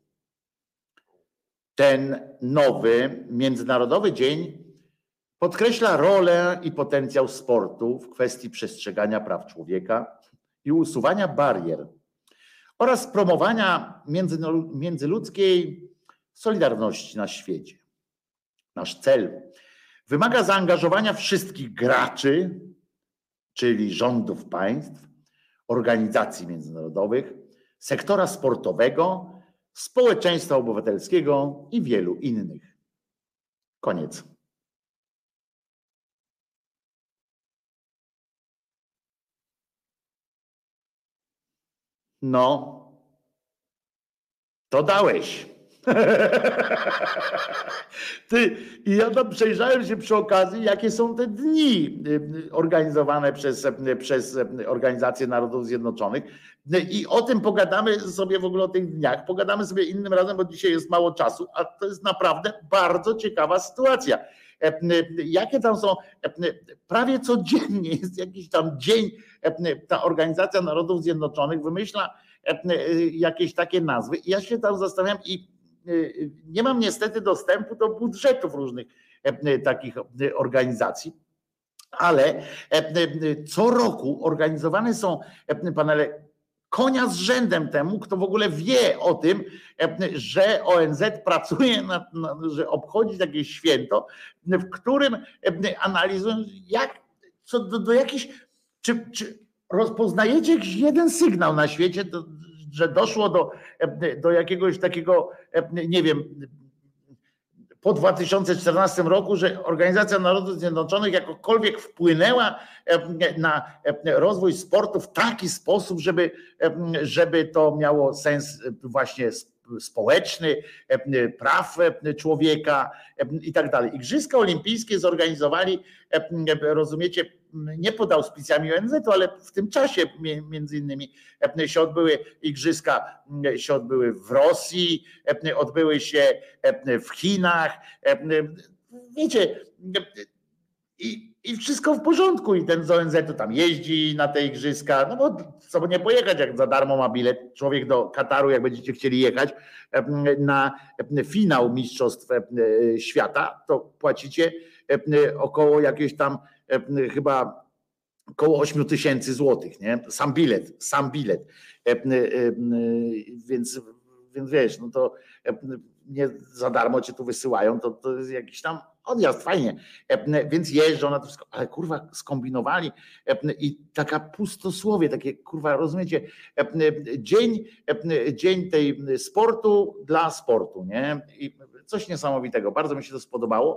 Ten nowy Międzynarodowy Dzień podkreśla rolę i potencjał sportu w kwestii przestrzegania praw człowieka i usuwania barier oraz promowania międzyludzkiej solidarności na świecie. Nasz cel wymaga zaangażowania wszystkich graczy, czyli rządów państw, organizacji międzynarodowych, sektora sportowego, społeczeństwa obywatelskiego i wielu innych. Koniec. No, to dałeś. Ty, i ja tam przejrzałem się przy okazji, jakie są te dni organizowane przez Organizację Narodów Zjednoczonych. I o tym pogadamy sobie w ogóle o tych dniach. Pogadamy sobie innym razem, bo dzisiaj jest mało czasu, a to jest naprawdę bardzo ciekawa sytuacja. Jakie tam są, prawie codziennie jest jakiś tam dzień, ta Organizacja Narodów Zjednoczonych wymyśla jakieś takie nazwy. I ja się tam zastanawiam i nie mam niestety dostępu do budżetów różnych takich organizacji, ale co roku organizowane są panele. Konia z rzędem temu, kto w ogóle wie o tym, że ONZ pracuje, że obchodzi takie święto, w którym analizują, do jakichś, czy rozpoznajecie jakiś jeden sygnał na świecie, że doszło do jakiegoś takiego, nie wiem, po 2014 roku, że Organizacja Narodów Zjednoczonych jakokolwiek wpłynęła na rozwój sportu w taki sposób, żeby to miało sens właśnie społeczny, praw człowieka i tak dalej. Igrzyska olimpijskie zorganizowali, rozumiecie, nie pod auspicjami ONZ-u, ale w tym czasie między innymi się odbyły igrzyska, się odbyły w Rosji, odbyły się w Chinach. Wiecie, i wszystko w porządku i ten z ONZ-u tam jeździ na te igrzyska, no bo co nie pojechać, jak za darmo ma bilet człowiek do Kataru, jak będziecie chcieli jechać na finał Mistrzostw Świata, to płacicie około jakieś tam chyba około 8 000 złotych, nie? Sam bilet. Więc wiesz, no to nie za darmo cię tu wysyłają, to jest jakiś tam odjazd, fajnie, więc jeżdżą na to wszystko, ale kurwa skombinowali i taka pustosłowie, takie kurwa, rozumiecie, dzień tej sportu dla sportu, nie? I coś niesamowitego, bardzo mi się to spodobało.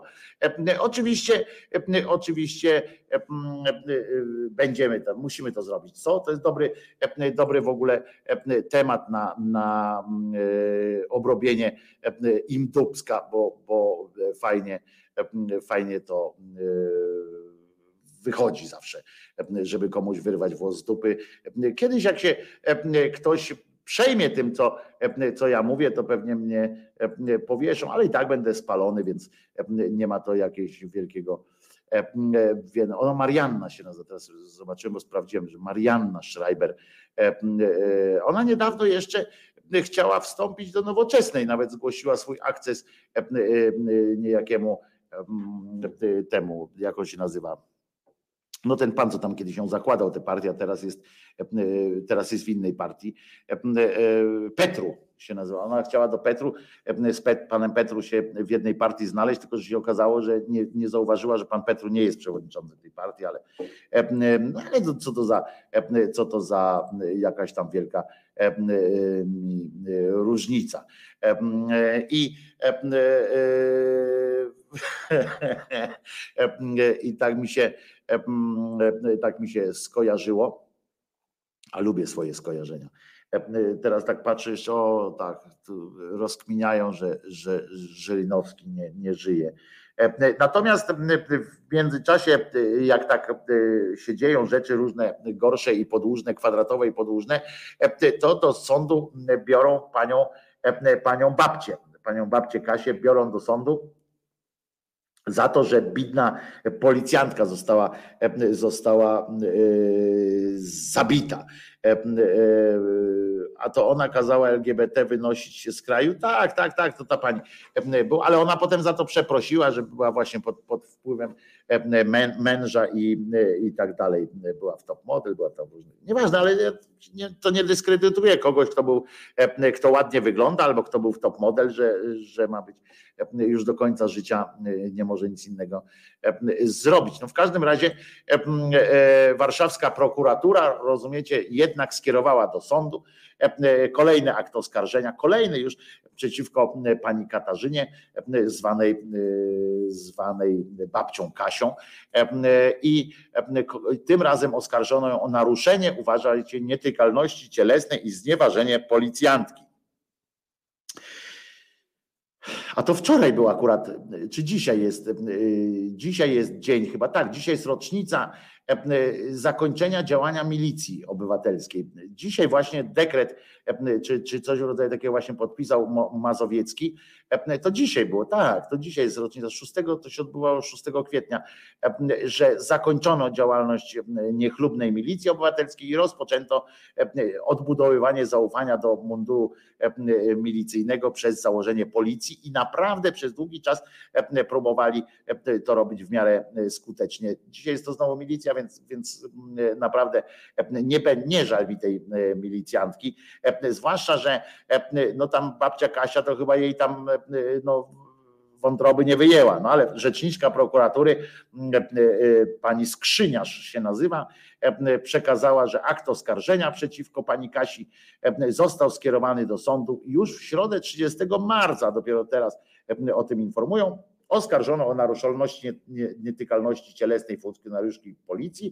Oczywiście będziemy to, musimy to zrobić. Co? To jest dobry w ogóle temat na obrobienie im dupska, bo fajnie to wychodzi zawsze, żeby komuś wyrwać włos z dupy. Kiedyś jak się ktoś przejmie tym, co ja mówię, to pewnie mnie powieszą, ale i tak będę spalony, więc nie ma to jakiegoś wielkiego. Ona Marianna się nazywa, teraz zobaczyłem, bo sprawdziłem, że Marianna Schreiber. Ona niedawno jeszcze chciała wstąpić do Nowoczesnej, nawet zgłosiła swój akces niejakiemu temu, jak on się nazywa. No ten pan, co tam kiedyś ją zakładał, tę partię, a teraz jest w innej partii. Petru się nazywa. Ona chciała do Petru, z panem Petru się w jednej partii znaleźć, tylko że się okazało, że nie zauważyła, że pan Petru nie jest przewodniczącym tej partii, ale co to za jakaś tam wielka różnica. I tak mi się skojarzyło, a lubię swoje skojarzenia. Teraz tak patrzę jeszcze, rozkminiają, że Żyrinowski nie żyje. Natomiast w międzyczasie, jak tak się dzieją rzeczy różne, gorsze i podłużne, kwadratowe i podłużne, to do sądu biorą panią babcię Kasię, biorą do sądu za to, że biedna policjantka została zabita. A to ona kazała LGBT wynosić się z kraju? Tak, to ta pani była, ale ona potem za to przeprosiła, że była właśnie pod wpływem męża i tak dalej. Była w top model, była tam różne. Nieważne, ale to nie dyskredytuje kogoś, kto ładnie wygląda, albo kto był w top model, że ma być już do końca życia, nie może nic innego zrobić. No w każdym razie warszawska prokuratura, rozumiecie, jednak skierowała do sądu kolejny akt oskarżenia, kolejny już przeciwko pani Katarzynie, zwanej babcią Kasią, i tym razem oskarżono ją o naruszenie, uważajcie, nietykalności cielesnej i znieważenie policjantki. A to wczoraj był akurat, czy dzisiaj jest dzień chyba, tak, dzisiaj jest rocznica zakończenia działania milicji obywatelskiej. Dzisiaj właśnie dekret, czy coś w rodzaju takiego właśnie podpisał Mazowiecki, to dzisiaj było, tak, to dzisiaj jest rocznica 6, to się odbywało 6 kwietnia, że zakończono działalność niechlubnej milicji obywatelskiej i rozpoczęto odbudowywanie zaufania do munduru milicyjnego przez założenie policji i naprawdę przez długi czas próbowali to robić w miarę skutecznie. Dzisiaj jest to znowu milicja, więc naprawdę nie żal mi tej milicjantki, zwłaszcza, że no tam babcia Kasia to chyba jej tam wątroby nie wyjęła, no ale rzeczniczka prokuratury, pani Skrzyniarz się nazywa, przekazała, że akt oskarżenia przeciwko pani Kasi został skierowany do sądu już w środę 30 marca, dopiero teraz o tym informują. Oskarżono o naruszalność nietykalności cielesnej funkcjonariuszki policji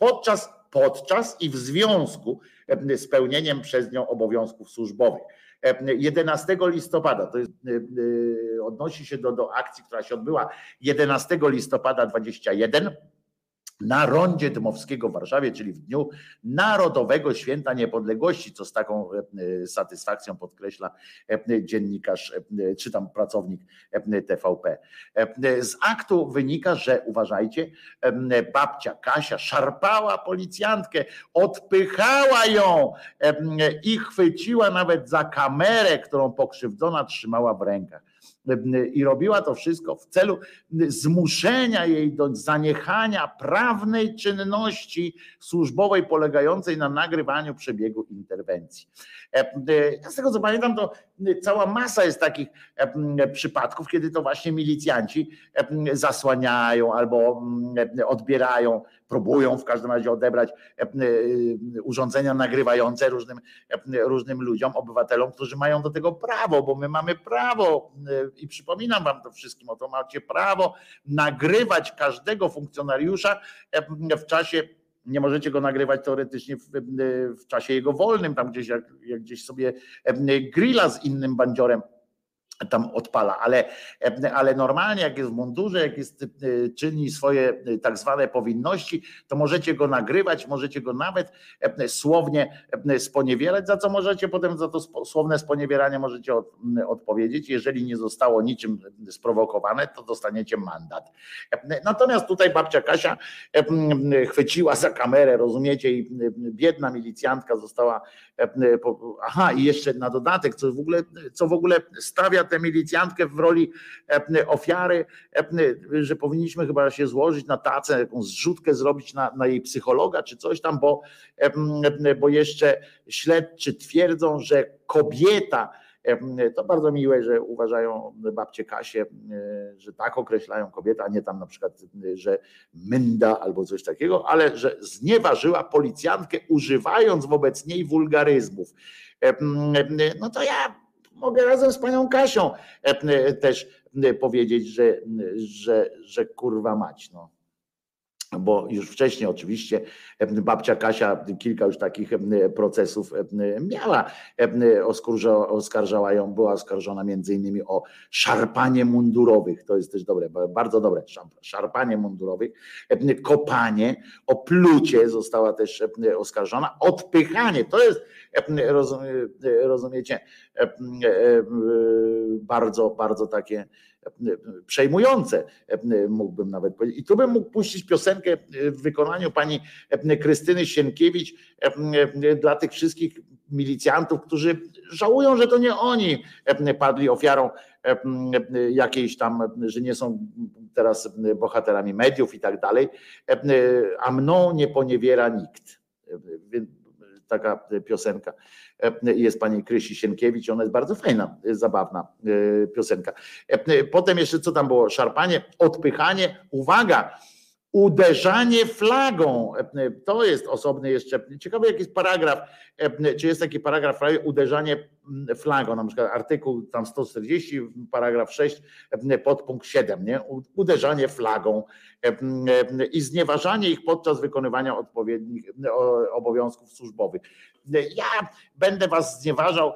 podczas i w związku z pełnieniem przez nią obowiązków służbowych. 11 listopada, to jest, odnosi się do akcji, która się odbyła 11 listopada 21 na Rondzie Dmowskiego w Warszawie, czyli w dniu Narodowego Święta Niepodległości, co z taką satysfakcją podkreśla dziennikarz, czy tam pracownik TVP. Z aktu wynika, że uważajcie, babcia Kasia szarpała policjantkę, odpychała ją i chwyciła nawet za kamerę, którą pokrzywdzona trzymała w rękach. I robiła to wszystko w celu zmuszenia jej do zaniechania prawnej czynności służbowej polegającej na nagrywaniu przebiegu interwencji. Ja z tego co pamiętam, to cała masa jest takich przypadków, kiedy to właśnie milicjanci zasłaniają albo odbierają, próbują w każdym razie odebrać urządzenia nagrywające różnym ludziom, obywatelom, którzy mają do tego prawo, bo my mamy prawo i przypominam wam to wszystkim, o to macie prawo nagrywać każdego funkcjonariusza w czasie. Nie możecie go nagrywać teoretycznie w czasie jego wolnym, tam gdzieś jak gdzieś sobie grilla z innym bandziorem tam odpala, ale normalnie jak jest w mundurze, jak czyni swoje tak zwane powinności, to możecie go nagrywać, możecie go nawet słownie sponiewierać, za co możecie potem za to słowne sponiewieranie możecie odpowiedzieć. Jeżeli nie zostało niczym sprowokowane, to dostaniecie mandat. Natomiast tutaj babcia Kasia chwyciła za kamerę, rozumiecie, i biedna milicjantka została, aha, i jeszcze na dodatek, co w ogóle stawia tę milicjantkę w roli ofiary, że powinniśmy chyba się złożyć na tacę, jakąś zrzutkę zrobić na jej psychologa czy coś tam, bo jeszcze śledczy twierdzą, że kobieta, to bardzo miłe, że uważają babcię Kasię, że tak określają kobietę, a nie tam na przykład, że mynda albo coś takiego, ale że znieważyła policjantkę, używając wobec niej wulgaryzmów. No to ja mogę razem z panią Kasią też powiedzieć, że kurwa mać, no. Bo już wcześniej oczywiście babcia Kasia kilka już takich procesów miała, oskarżała ją, była oskarżona między innymi o szarpanie mundurowych, to jest też dobre, bardzo dobre, szarpanie mundurowych, kopanie, o plucie została też oskarżona, odpychanie, to jest, rozumiecie, bardzo, bardzo takie przejmujące, mógłbym nawet powiedzieć. I tu bym mógł puścić piosenkę w wykonaniu pani Krystyny Sienkiewicz dla tych wszystkich milicjantów, którzy żałują, że to nie oni padli ofiarą jakiejś tam, że nie są teraz bohaterami mediów i tak dalej, a mną nie poniewiera nikt. Taka piosenka jest pani Krysi Sienkiewicz, ona jest bardzo fajna, zabawna piosenka. Potem jeszcze co tam było? Szarpanie, odpychanie, uwaga, uderzanie flagą. To jest osobny jeszcze, ciekawy jaki jest paragraf, czy jest taki paragraf w prawie, uderzanie flagą, na przykład artykuł tam 140, paragraf 6, podpunkt 7, nie? Uderzanie flagą i znieważanie ich podczas wykonywania odpowiednich obowiązków służbowych. Ja będę was znieważał,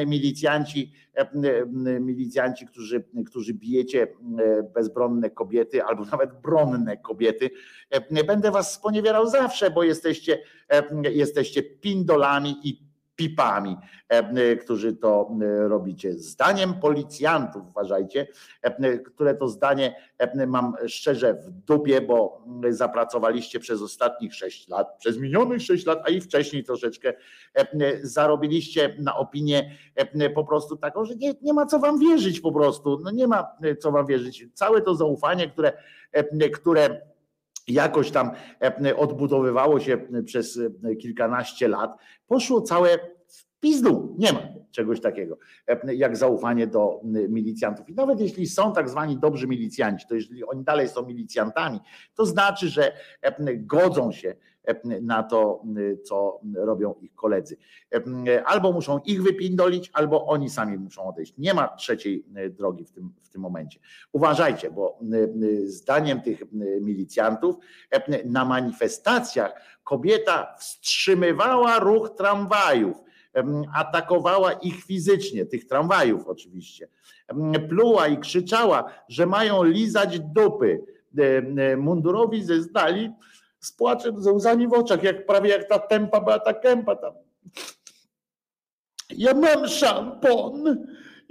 milicjanci, którzy bijecie bezbronne kobiety albo nawet bronne kobiety. Będę was sponiewierał zawsze, bo jesteście pindolami i pipami, którzy to robicie. Zdaniem policjantów, uważajcie, które to zdanie mam szczerze w dupie, bo zapracowaliście przez ostatnich 6 lat, przez minionych 6 lat, a i wcześniej troszeczkę zarobiliście na opinię po prostu taką, że nie ma co wam wierzyć po prostu. No nie ma co wam wierzyć. Całe to zaufanie, które jakoś tam odbudowywało się przez kilkanaście lat, poszło całe w pizdu. Nie ma czegoś takiego jak zaufanie do milicjantów. I nawet jeśli są tak zwani dobrzy milicjanci, to jeżeli oni dalej są milicjantami, to znaczy, że godzą się na to, co robią ich koledzy. Albo muszą ich wypindolić, albo oni sami muszą odejść. Nie ma trzeciej drogi w tym momencie. Uważajcie, bo zdaniem tych milicjantów na manifestacjach kobieta wstrzymywała ruch tramwajów, atakowała ich fizycznie, tych tramwajów oczywiście. Pluła i krzyczała, że mają lizać dupy. Mundurowi zeznali z płaczem, ze łzami w oczach, prawie jak ta tempa Beata Kępa tam. Ja mam szampon,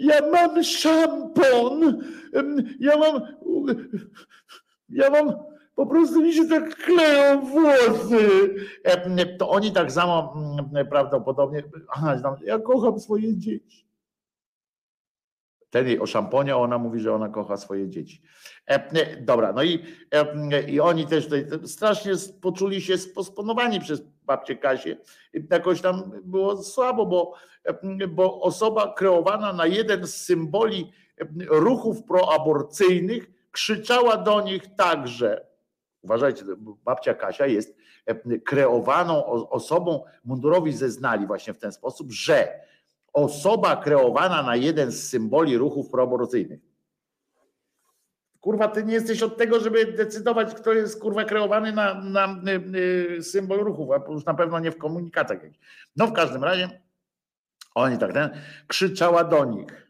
ja mam, po prostu mi się tak kleją włosy. To oni tak samo prawdopodobnie, ja kocham swoje dzieci. Ten jej o szamponie, a ona mówi, że ona kocha swoje dzieci. Dobra, no i oni też tutaj strasznie poczuli się sposponowani przez babcię Kasię. Jakoś tam było słabo, bo osoba kreowana na jeden z symboli ruchów proaborcyjnych krzyczała do nich także. Uważajcie, babcia Kasia jest kreowaną osobą, mundurowi zeznali właśnie w ten sposób, że osoba kreowana na jeden z symboli ruchów proaborcyjnych. Kurwa, ty nie jesteś od tego, żeby decydować, kto jest kurwa kreowany na symbol ruchów, a już na pewno nie w komunikatach. No w każdym razie oni tak krzyczała do nich.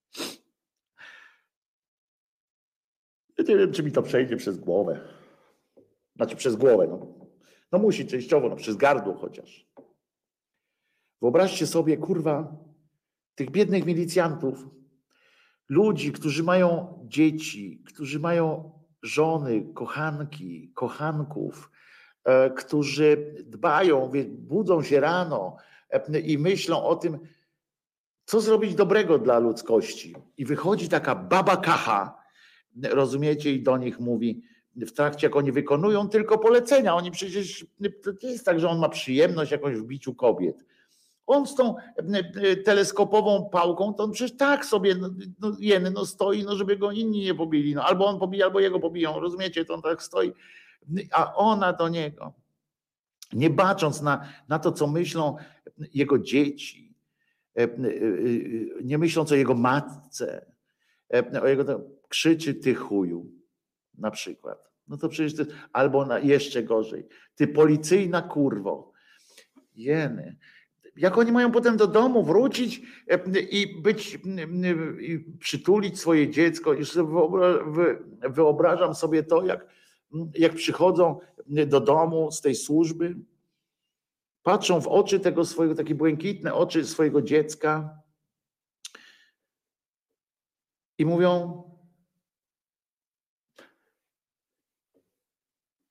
Nie wiem, czy mi to przejdzie przez głowę. Znaczy przez głowę, no musi częściowo, przez gardło chociaż. Wyobraźcie sobie, kurwa, tych biednych milicjantów, ludzi, którzy mają dzieci, którzy mają żony, kochanki, kochanków, którzy dbają, budzą się rano i myślą o tym, co zrobić dobrego dla ludzkości. I wychodzi taka baba Kacha, rozumiecie, i do nich mówi, w trakcie jak oni wykonują tylko polecenia, oni przecież, to jest tak, że on ma przyjemność jakąś w biciu kobiet. On z tą teleskopową pałką, to on przecież tak sobie stoi, żeby go inni nie pobili. Albo on pobije, albo jego pobiją. Rozumiecie, to on tak stoi. A ona do niego, nie bacząc na to, co myślą jego dzieci, nie myśląc o jego matce, o jego krzyczy ty chuju na przykład. No to przecież albo jeszcze gorzej. Ty policyjna kurwo. Jeny. Jak oni mają potem do domu wrócić i przytulić swoje dziecko. Już sobie wyobrażam sobie to, jak przychodzą do domu z tej służby, patrzą w oczy tego swojego, takie błękitne oczy swojego dziecka i mówią,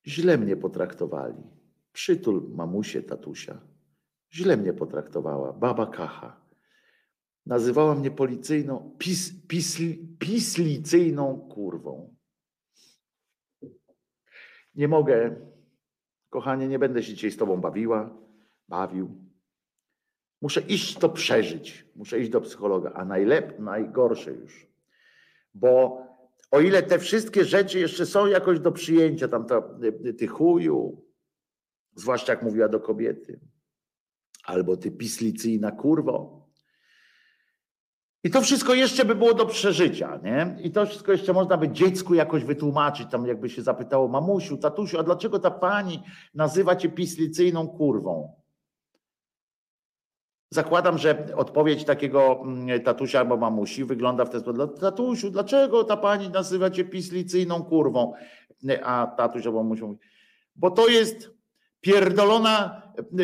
źle mnie potraktowali. Przytul mamusię, tatusia. Źle mnie potraktowała. Baba Kacha. Nazywała mnie policyjną, pislicyjną kurwą. Nie mogę, kochanie, nie będę się dzisiaj z tobą bawił. Muszę iść to przeżyć. Muszę iść do psychologa, a najgorsze już. Bo o ile te wszystkie rzeczy jeszcze są jakoś do przyjęcia, tam ty chuju, zwłaszcza jak mówiła do kobiety, albo ty pislicyjna kurwo. I to wszystko jeszcze by było do przeżycia, nie? I to wszystko jeszcze można by dziecku jakoś wytłumaczyć, tam jakby się zapytało, mamusiu, tatusiu, a dlaczego ta pani nazywa cię pislicyjną kurwą? Zakładam, że odpowiedź takiego tatusia albo mamusi wygląda w ten sposób. Tatusiu, dlaczego ta pani nazywa cię pislicyjną kurwą? A tatuś albo mamusia mówi, bo to jest pierdolona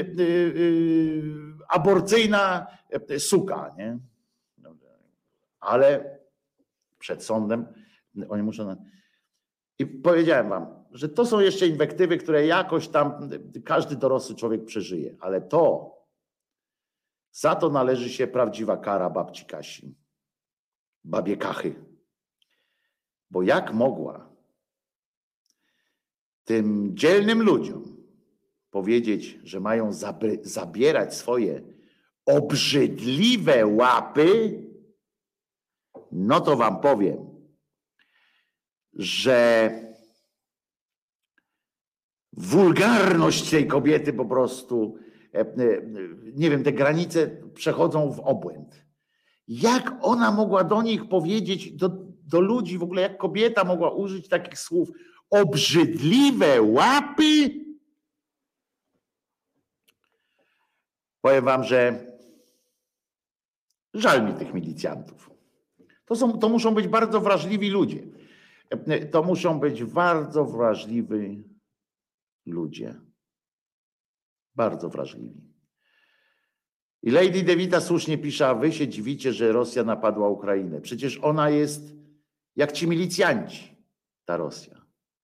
aborcyjna suka, nie? Ale przed sądem oni muszą... I powiedziałem wam, że to są jeszcze inwektywy, które jakoś tam każdy dorosły człowiek przeżyje, ale za to należy się prawdziwa kara babci Kasi, babie Kachy. Bo jak mogła tym dzielnym ludziom powiedzieć, że mają zabierać swoje obrzydliwe łapy, no to wam powiem, że wulgarność tej kobiety po prostu, nie wiem, te granice przechodzą w obłęd. Jak ona mogła do nich powiedzieć, do ludzi w ogóle, jak kobieta mogła użyć takich słów? Obrzydliwe łapy? Powiem wam, że żal mi tych milicjantów. To muszą być bardzo wrażliwi ludzie. To muszą być bardzo wrażliwi ludzie. Bardzo wrażliwi. I Lady Devita słusznie pisze, a wy się dziwicie, że Rosja napadła Ukrainę. Przecież ona jest jak ci milicjanci, ta Rosja.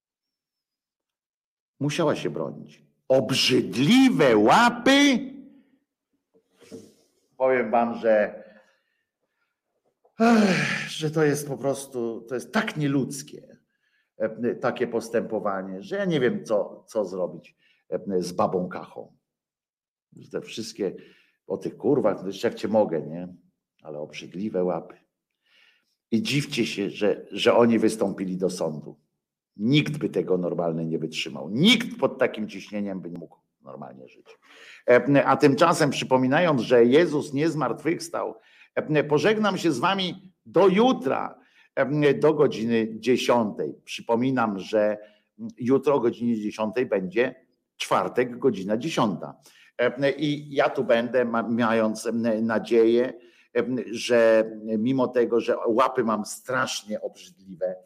Musiała się bronić. Obrzydliwe łapy? Powiem wam, że to jest po prostu, to jest tak nieludzkie takie postępowanie, że ja nie wiem, co zrobić z babą Kachą. Te wszystkie o tych kurwach, to jeszcze jak cię mogę, nie? Ale obrzydliwe łapy. I dziwcie się, że oni wystąpili do sądu. Nikt by tego normalnie nie wytrzymał. Nikt pod takim ciśnieniem by nie mógł normalnie żyć. A tymczasem, przypominając, że Jezus nie zmartwychwstał, pożegnam się z wami do jutra, do godziny 10. Przypominam, że jutro o godzinie 10 będzie czwartek, godzina 10. I ja tu będę, mając nadzieję, że mimo tego, że łapy mam strasznie obrzydliwe,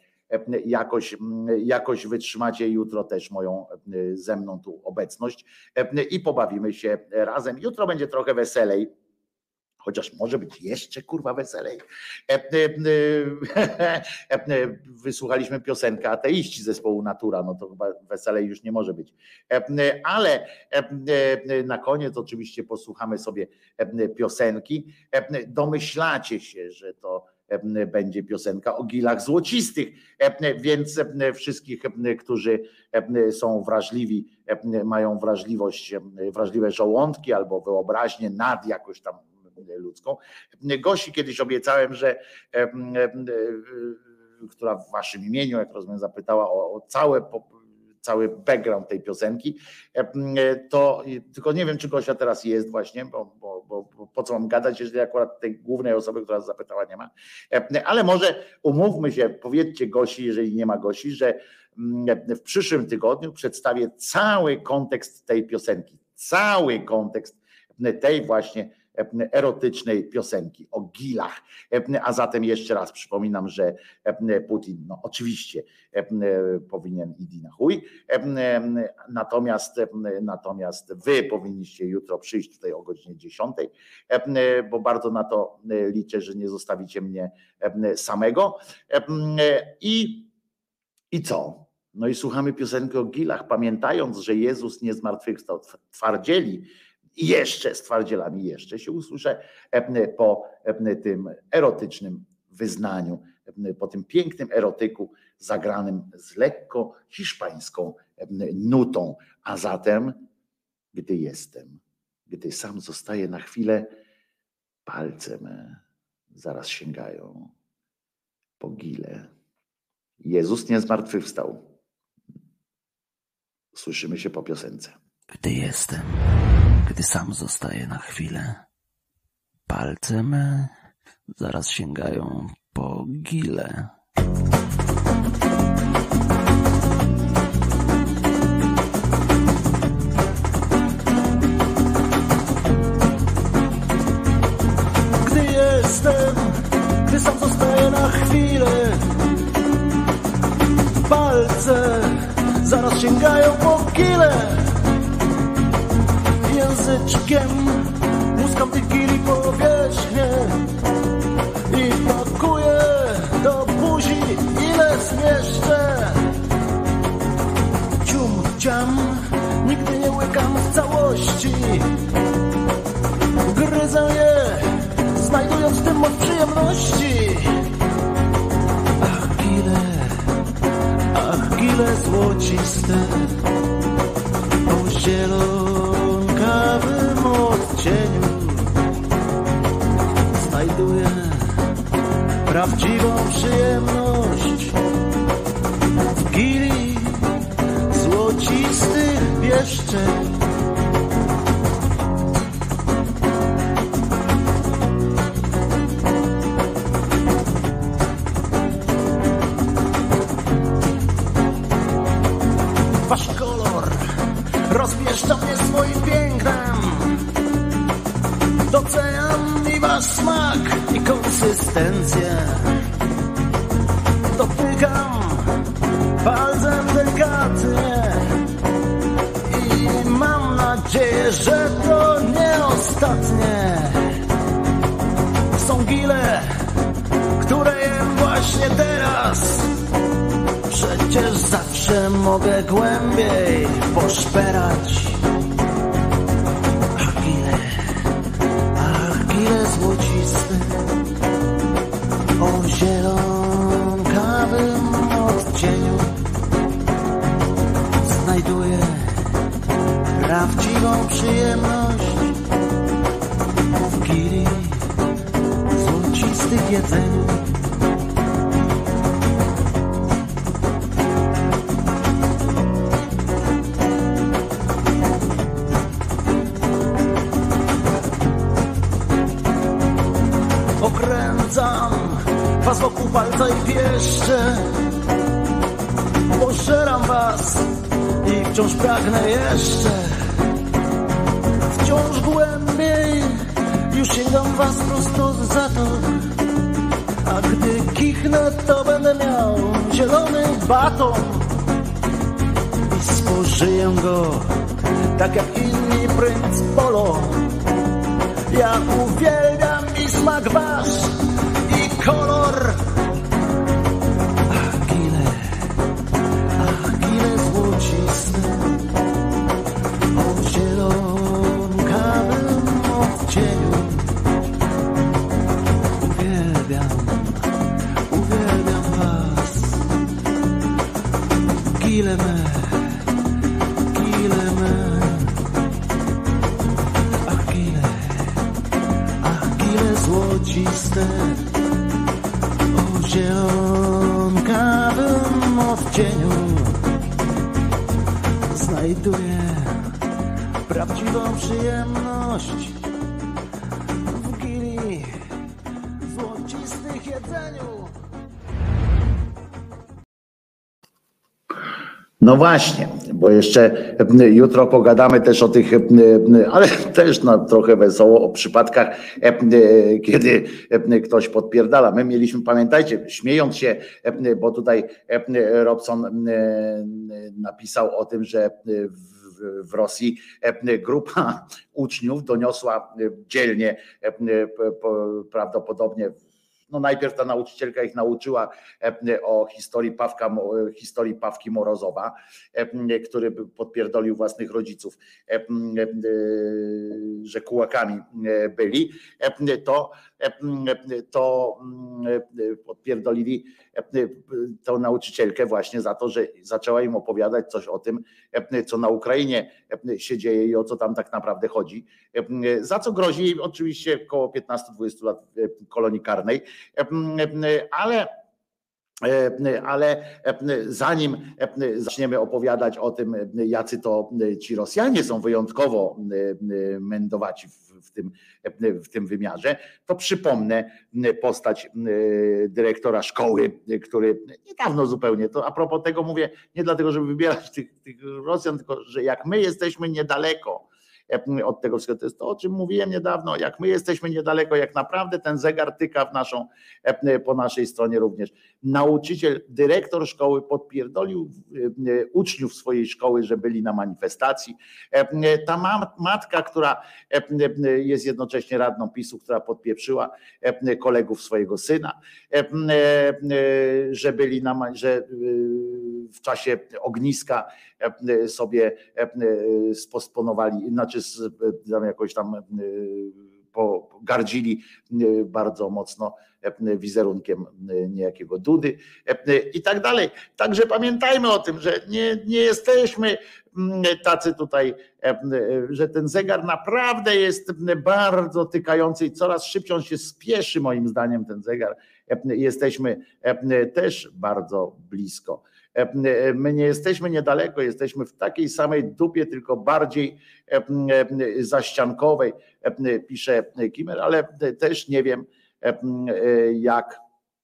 jakoś wytrzymacie jutro też moją ze mną tu obecność i pobawimy się razem. Jutro będzie trochę weselej. Chociaż może być jeszcze kurwa weselej. Wysłuchaliśmy piosenkę Ateiści zespołu Natura, no to chyba weselej już nie może być. Ale na koniec oczywiście posłuchamy sobie piosenki. Domyślacie się, że to będzie piosenka o gilach złocistych, więc wszystkich, którzy są wrażliwi, mają wrażliwe żołądki albo wyobraźnię nad jakoś tam ludzką. Gosi kiedyś obiecałem, że która w waszym imieniu, jak rozumiem, zapytała o cały background tej piosenki, to tylko nie wiem, czy Gosia teraz jest właśnie, bo po co mam gadać, jeżeli akurat tej głównej osoby, która zapytała, nie ma. Ale może umówmy się, powiedzcie Gosi, jeżeli nie ma Gosi, że w przyszłym tygodniu przedstawię cały kontekst tej piosenki. Cały kontekst tej właśnie erotycznej piosenki o gilach. A zatem jeszcze raz przypominam, że Putin, no oczywiście powinien iść na chuj, natomiast wy powinniście jutro przyjść tutaj o godzinie 10, bo bardzo na to liczę, że nie zostawicie mnie samego. I co? No i słuchamy piosenki o gilach, pamiętając, że Jezus nie zmartwychwstał. Twardzieli i jeszcze z twardzielami jeszcze się usłyszę po tym erotycznym wyznaniu, po tym pięknym erotyku zagranym z lekko hiszpańską nutą. A zatem, gdy sam zostaję na chwilę, palce me zaraz sięgają po gilę. Jezus nie zmartwychwstał. Słyszymy się po piosence. Gdy sam zostaję na chwilę, palce me zaraz sięgają po gilę. Gdy sam zostaję na chwilę, palce zaraz sięgają po gilę. Języczkiem muskam tych gili powierzchnię i pakuję do buzi, ile zmieszczę. Cium, ciam, nigdy nie łykam w całości. Gryzę je, znajdując w tym moc przyjemności. Ach, gile złociste, o zielonkawym odcieniu, znajduję prawdziwą przyjemność w gili złocistych pieszczeń. Wasz kolor rozpieszcza mnie swoim pięknem. Doceniam i wasz smak i konsystencję. Dotykam palcem delikatnie i mam nadzieję, że to nie ostatnie. Są gile, które jem właśnie teraz. Przecież zawsze mogę głębiej poszperać. Ach, gile złociste, o zielonkawym odcieniu, znajduję prawdziwą przyjemność w gili złocistych jedzeniu. Okręcam was wokół palca i pieszczę. Pożeram was i wciąż pragnę jeszcze. Wciąż głębiej już sięgam was prosto za to. A gdy kichnę, to będę miał zielony baton i spożyję go tak jak inni prync Polo. Ja uwielbiam i smak wasz i kolor. Ach, gile złociste, o zielonkawym odcieniu. Uwielbiam was. Gile me. Złociste, o zielonkawym odcieniu, znajduję prawdziwą przyjemność w gili złocistych jedzeniu. No właśnie, bo jeszcze jutro pogadamy też o tych, ale też trochę wesoło, o przypadkach, kiedy ktoś podpierdala. My mieliśmy, pamiętajcie, śmiejąc się, bo tutaj Robson napisał o tym, że w Rosji grupa uczniów doniosła dzielnie, prawdopodobnie no najpierw ta nauczycielka ich nauczyła o historii Pawki Morozowa, który podpierdolił własnych rodziców, że kułakami byli, to podpierdolili tą nauczycielkę właśnie za to, że zaczęła im opowiadać coś o tym, co na Ukrainie się dzieje i o co tam tak naprawdę chodzi, za co grozi jej oczywiście około 15-20 lat kolonii karnej, ale zanim zaczniemy opowiadać o tym, jacy to ci Rosjanie są wyjątkowo mędowaci w tym wymiarze, to przypomnę postać dyrektora szkoły, który niedawno zupełnie, to a propos tego mówię, nie dlatego, żeby wybierać tych Rosjan, tylko że jak my jesteśmy niedaleko od tego wszystkiego, to jest to, o czym mówiłem niedawno, jak my jesteśmy niedaleko, jak naprawdę ten zegar tyka po naszej stronie również. Nauczyciel, dyrektor szkoły podpierdolił uczniów swojej szkoły, że byli na manifestacji. Ta matka, która jest jednocześnie radną PiS-u, która podpieprzyła kolegów swojego syna, że byli że w czasie ogniska sobie sposponowali, znaczy tam jakoś tam pogardzili bardzo mocno wizerunkiem niejakiego Dudy i tak dalej. Także pamiętajmy o tym, że nie jesteśmy tacy tutaj, że ten zegar naprawdę jest bardzo tykający i coraz szybciej on się spieszy, moim zdaniem, ten zegar. Jesteśmy też bardzo blisko. My nie jesteśmy niedaleko, jesteśmy w takiej samej dupie, tylko bardziej zaściankowej, pisze Kimmer, ale też nie wiem jak.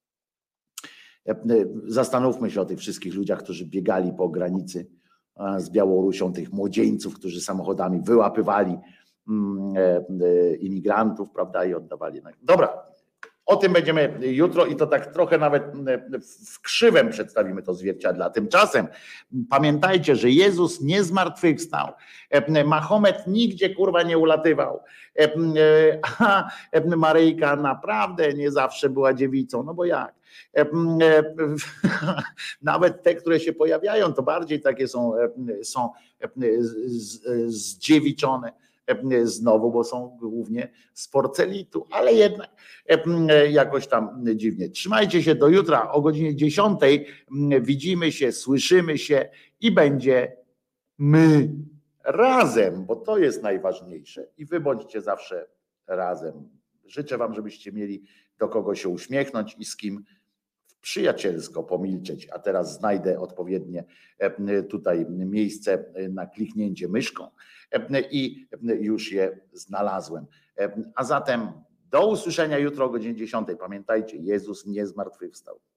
Zastanówmy się o tych wszystkich ludziach, którzy biegali po granicy z Białorusią, tych młodzieńców, którzy samochodami wyłapywali imigrantów, prawda, i oddawali. Dobra. O tym będziemy jutro i to tak trochę nawet w krzywem przedstawimy to zwierciadle. A tymczasem pamiętajcie, że Jezus nie zmartwychwstał. Mahomet nigdzie kurwa nie ulatywał. A Maryjka naprawdę nie zawsze była dziewicą. No bo jak? Nawet te, które się pojawiają, to bardziej takie są zdziewiczone. Znowu, bo są głównie z porcelitu, ale jednak jakoś tam dziwnie. Trzymajcie się do jutra o godzinie 10. Widzimy się, słyszymy się i będzie my razem, bo to jest najważniejsze. I wy bądźcie zawsze razem. Życzę wam, żebyście mieli do kogo się uśmiechnąć i z kim przyjacielsko pomilczeć. A teraz znajdę odpowiednie tutaj miejsce na kliknięcie myszką i już je znalazłem. A zatem do usłyszenia jutro o godzinie 10. Pamiętajcie, Jezus nie zmartwychwstał.